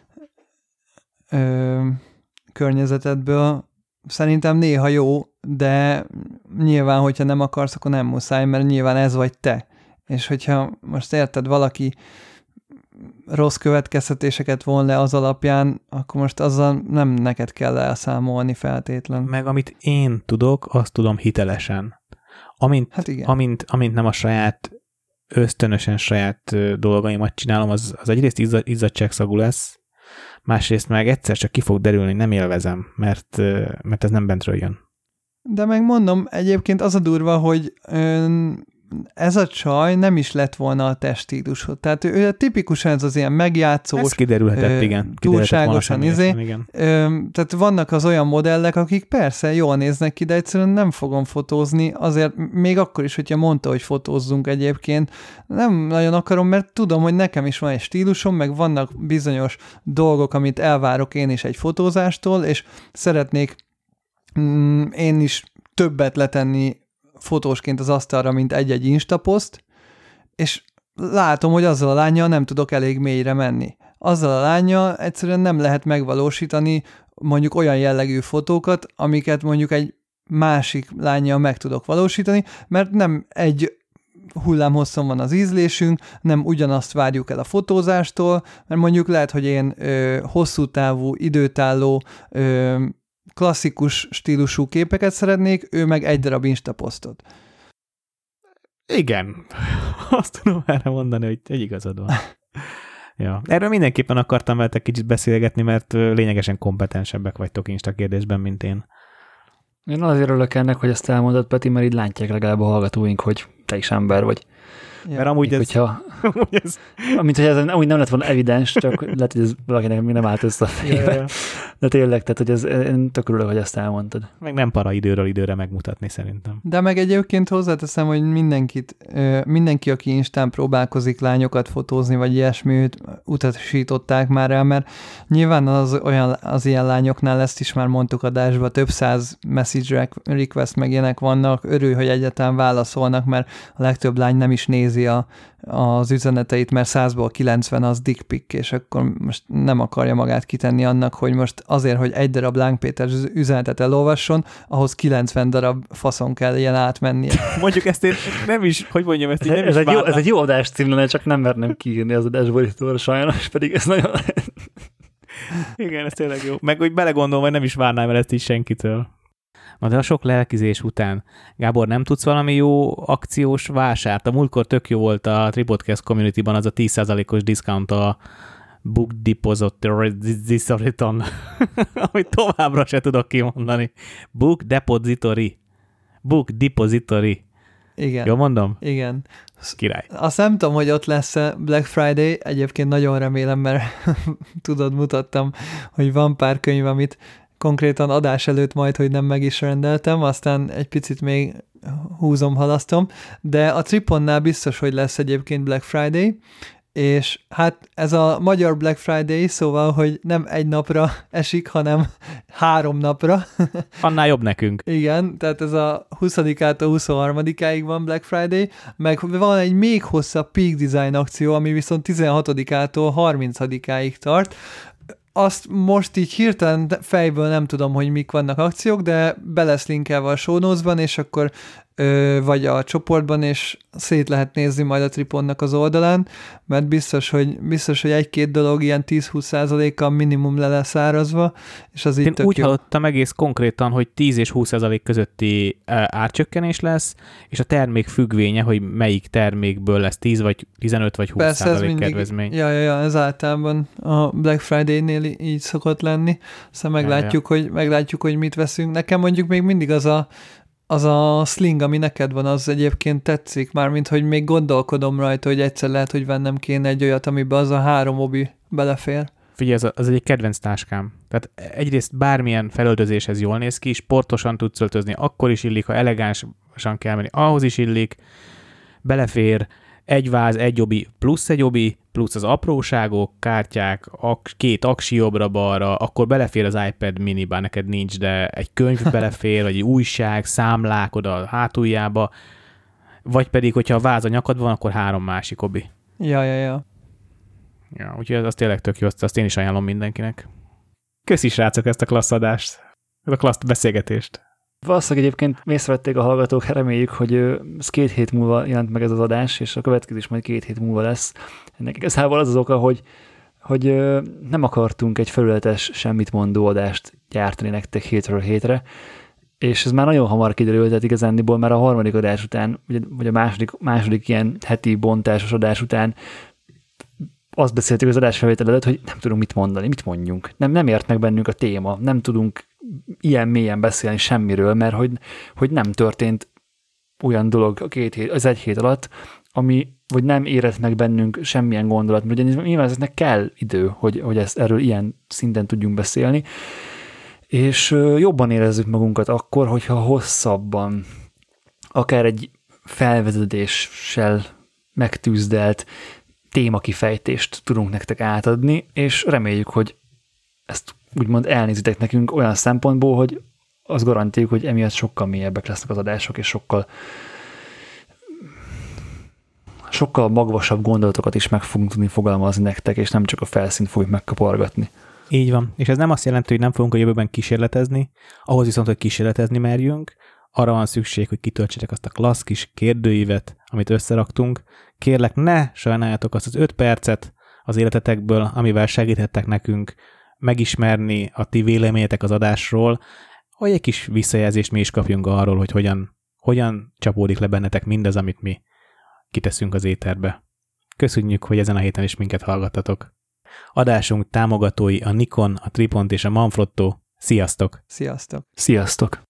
ö, környezetedből. Szerintem néha jó, de nyilván, hogyha nem akarsz, akkor nem muszáj, mert nyilván ez vagy te. És hogyha most érted, valaki rossz következtetéseket von le az alapján, akkor most azzal nem neked kell elszámolni feltétlen. Meg amit én tudok, azt tudom hitelesen. Amint, hát igen. amint, amint nem a saját, ösztönösen saját dolgaimat csinálom, az, az egyrészt izzadságszagú lesz, másrészt meg egyszer csak ki fog derülni, nem élvezem, mert, mert ez nem bentről jön. De megmondom, egyébként az a durva, hogy ön, ez a csaj nem is lett volna a te stílusod. Tehát ő tipikusan ez az ilyen megjátszós, ez kiderülhetett, ö, igen. túlságosan izé. Igen. Ö, tehát vannak az olyan modellek, akik persze jól néznek ki, de egyszerűen nem fogom fotózni, azért még akkor is, hogyha mondta, hogy fotózzunk egyébként, nem nagyon akarom, mert tudom, hogy nekem is van egy stílusom, meg vannak bizonyos dolgok, amit elvárok én is egy fotózástól, és szeretnék mm, én is többet letenni fotósként az asztalra, mint egy-egy Instapost, és látom, hogy azzal a lánnyal nem tudok elég mélyre menni. Azzal a lánnyal egyszerűen nem lehet megvalósítani mondjuk olyan jellegű fotókat, amiket mondjuk egy másik lánnyal meg tudok valósítani, mert nem egy hullámhosszon van az ízlésünk, nem ugyanazt várjuk el a fotózástól, mert mondjuk lehet, hogy én ö, hosszú távú, időtálló, ö, klasszikus stílusú képeket szeretnék, ő meg egy darab Instaposztot. Igen. Azt tudom erre mondani, hogy egy igazad van. Ja. Erről mindenképpen akartam veletek kicsit beszélgetni, mert lényegesen kompetensebbek vagytok Insta kérdésben, mint én. Én azért örülök ennek, hogy ezt elmondod, Peti, mert így látják legalább a hallgatóink, hogy te is ember vagy. Ja. Mert amúgy Még ez... hogyha ez... Mint hogy ez úgy nem lett volna evidens, csak lehet, hogy ez valakinek még nem állt össze a fejébe. Ja, ja. De tényleg, tehát hogy ez, én tök örülök, hogy ezt elmondtad. Meg nem para időről időre megmutatni szerintem. De meg egyébként hozzáteszem, hogy mindenkit, mindenki, aki Instán próbálkozik lányokat fotózni, vagy ilyesmit utasították már el, mert nyilván az, olyan, az ilyen lányoknál ezt is már mondtuk adásba, több száz message request meg ilyenek vannak, örülj, hogy egyáltalán válaszolnak, mert a legtöbb lány nem is nézi a, az üzeneteit, mert százból kilencven az dick pic, és akkor most nem akarja magát kitenni annak, hogy most azért, hogy egy darab Láng Péter üzenetet elolvasson, ahhoz kilencven darab faszon kell ilyen átmennie. Mondjuk ezt én nem is, hogy mondjam, ezt így nem ez, is egy jó, ez egy jó adás cím lenne, csak nem merném kiírni az adásborítóra sajnos, pedig ez nagyon... Igen, ez tényleg jó. Meg hogy belegondolom, hogy nem is várnám el ezt is senkitől. Na de a sok lelkizés után, Gábor, nem tudsz valami jó akciós vásárt? A múltkor tök jó volt a Tripodcast community-ban az a tíz százalékos discount a Book Depository, amit továbbra se tudok kimondani. Book Depository. Book Depository. Igen. Jól mondom? Igen. Király. Azt nem tudom, hogy ott lesz-e Black Friday, egyébként nagyon remélem, mert tudod, mutattam, hogy van pár könyv, amit konkrétan adás előtt majd, hogy nem meg is rendeltem, aztán egy picit még húzom, halasztom, de a Triponnál biztos, hogy lesz egyébként Black Friday, és hát ez a magyar Black Friday, szóval, hogy nem egy napra esik, hanem három napra. Annál jobb nekünk. Igen, tehát ez a huszadikától huszonharmadikáig van Black Friday, meg van egy még hosszabb Peak Design akció, ami viszont tizenhatodikától harmincadikáig tart. Azt most így hirtelen fejből nem tudom, hogy mik vannak akciók, de be lesz linkelve a show notes-ban, és akkor ö, vagy a csoportban, és szét lehet nézni majd a Triponnak az oldalán, mert biztos, hogy, biztos, hogy egy-két dolog ilyen tíz-húsz százalékkal minimum le lesz árazva, és az itt Én úgy jó. hallottam egész konkrétan, hogy tíz és húsz százalék közötti árcsökkenés lesz, és a termék függvénye, hogy melyik termékből lesz tíz vagy tizenöt vagy húsz százalék kedvezmény. Ja, ja, ja, ez általában a Black Friday-nél így szokott lenni. Aztán meglátjuk, ja, ja. Hogy, meglátjuk, hogy mit veszünk. Nekem mondjuk még mindig az a az a sling, ami neked van, az egyébként tetszik, mármint, hogy még gondolkodom rajta, hogy egyszer lehet, hogy vennem kéne egy olyat, amiben az a három obi belefér. Figyelj, az, az egy kedvenc táskám. Tehát egyrészt bármilyen felöltözéshez jól néz ki, sportosan tudsz öltözni, akkor is illik, ha elegánsan kell menni, ahhoz is illik, belefér, egy váz, egy obi, plusz egy obi, plusz az apróságok, kártyák, ak- két aksi jobbra-balra, akkor belefér az iPad mini, bár neked nincs, de egy könyv belefér, vagy egy újság, számlák oda a hátuljába, vagy pedig, hogyha a váz a nyakad van, akkor három másik obi. Ja, ja, ja. Ja, úgyhogy az tényleg tök jó, azt én is ajánlom mindenkinek. Köszi, srácok, ezt a klassz adást, ezt a klassz beszélgetést. Valószínűleg egyébként észrevették a hallgatók, reméljük, hogy ez két hét múlva jelent meg ez az adás, és a következő is majd két hét múlva lesz. Ennek igazából az az oka, hogy, hogy nem akartunk egy felületes, semmit mondó adást gyártani nektek hétről hétre, és ez már nagyon hamar kiderült, tehát igazándiból már a harmadik adás után, vagy a második, második ilyen heti bontásos adás után azt beszéltük az adásfelvétel előtt, hogy nem tudunk mit mondani, mit mondjunk. Nem, nem ért meg bennünk a téma, nem tudunk ilyen mélyen beszélni semmiről, mert hogy, hogy nem történt olyan dolog a két hét, az egy hét alatt, ami, vagy nem érett meg bennünk semmilyen gondolat, mert ugye nyilván ezeknek kell idő, hogy, hogy ezt, erről ilyen szinten tudjunk beszélni, és jobban érezzük magunkat akkor, hogyha hosszabban, akár egy felvezetéssel megtűzdelt témakifejtést tudunk nektek átadni, és reméljük, hogy ezt úgymond elnézitek nekünk olyan szempontból, hogy azt garantáljuk, hogy emiatt sokkal mélyebbek lesznek az adások, és sokkal sokkal magvasabb gondolatokat is meg fogunk tudni fogalmazni nektek, és nem csak a felszínt fogjuk megkapargatni. Így van. És ez nem azt jelenti, hogy nem fogunk a jövőben kísérletezni, ahhoz viszont, hogy kísérletezni merjünk, arra van szükség, hogy kitöltsétek azt a klassz kis kérdőívet, amit összeraktunk. Kérlek, ne sajnáljátok azt az öt percet az életetekből, amivel segíthettek nekünk megismerni a ti véleményetek az adásról, hogy egy kis visszajelzést mi is kapjunk arról, hogy hogyan, hogyan csapódik le bennetek mindaz, amit mi kiteszünk az éterbe. Köszönjük, hogy ezen a héten is minket hallgattatok. Adásunk támogatói a Nikon, a Tripont és a Manfrotto. Sziasztok! Sziasztok! Sziasztok!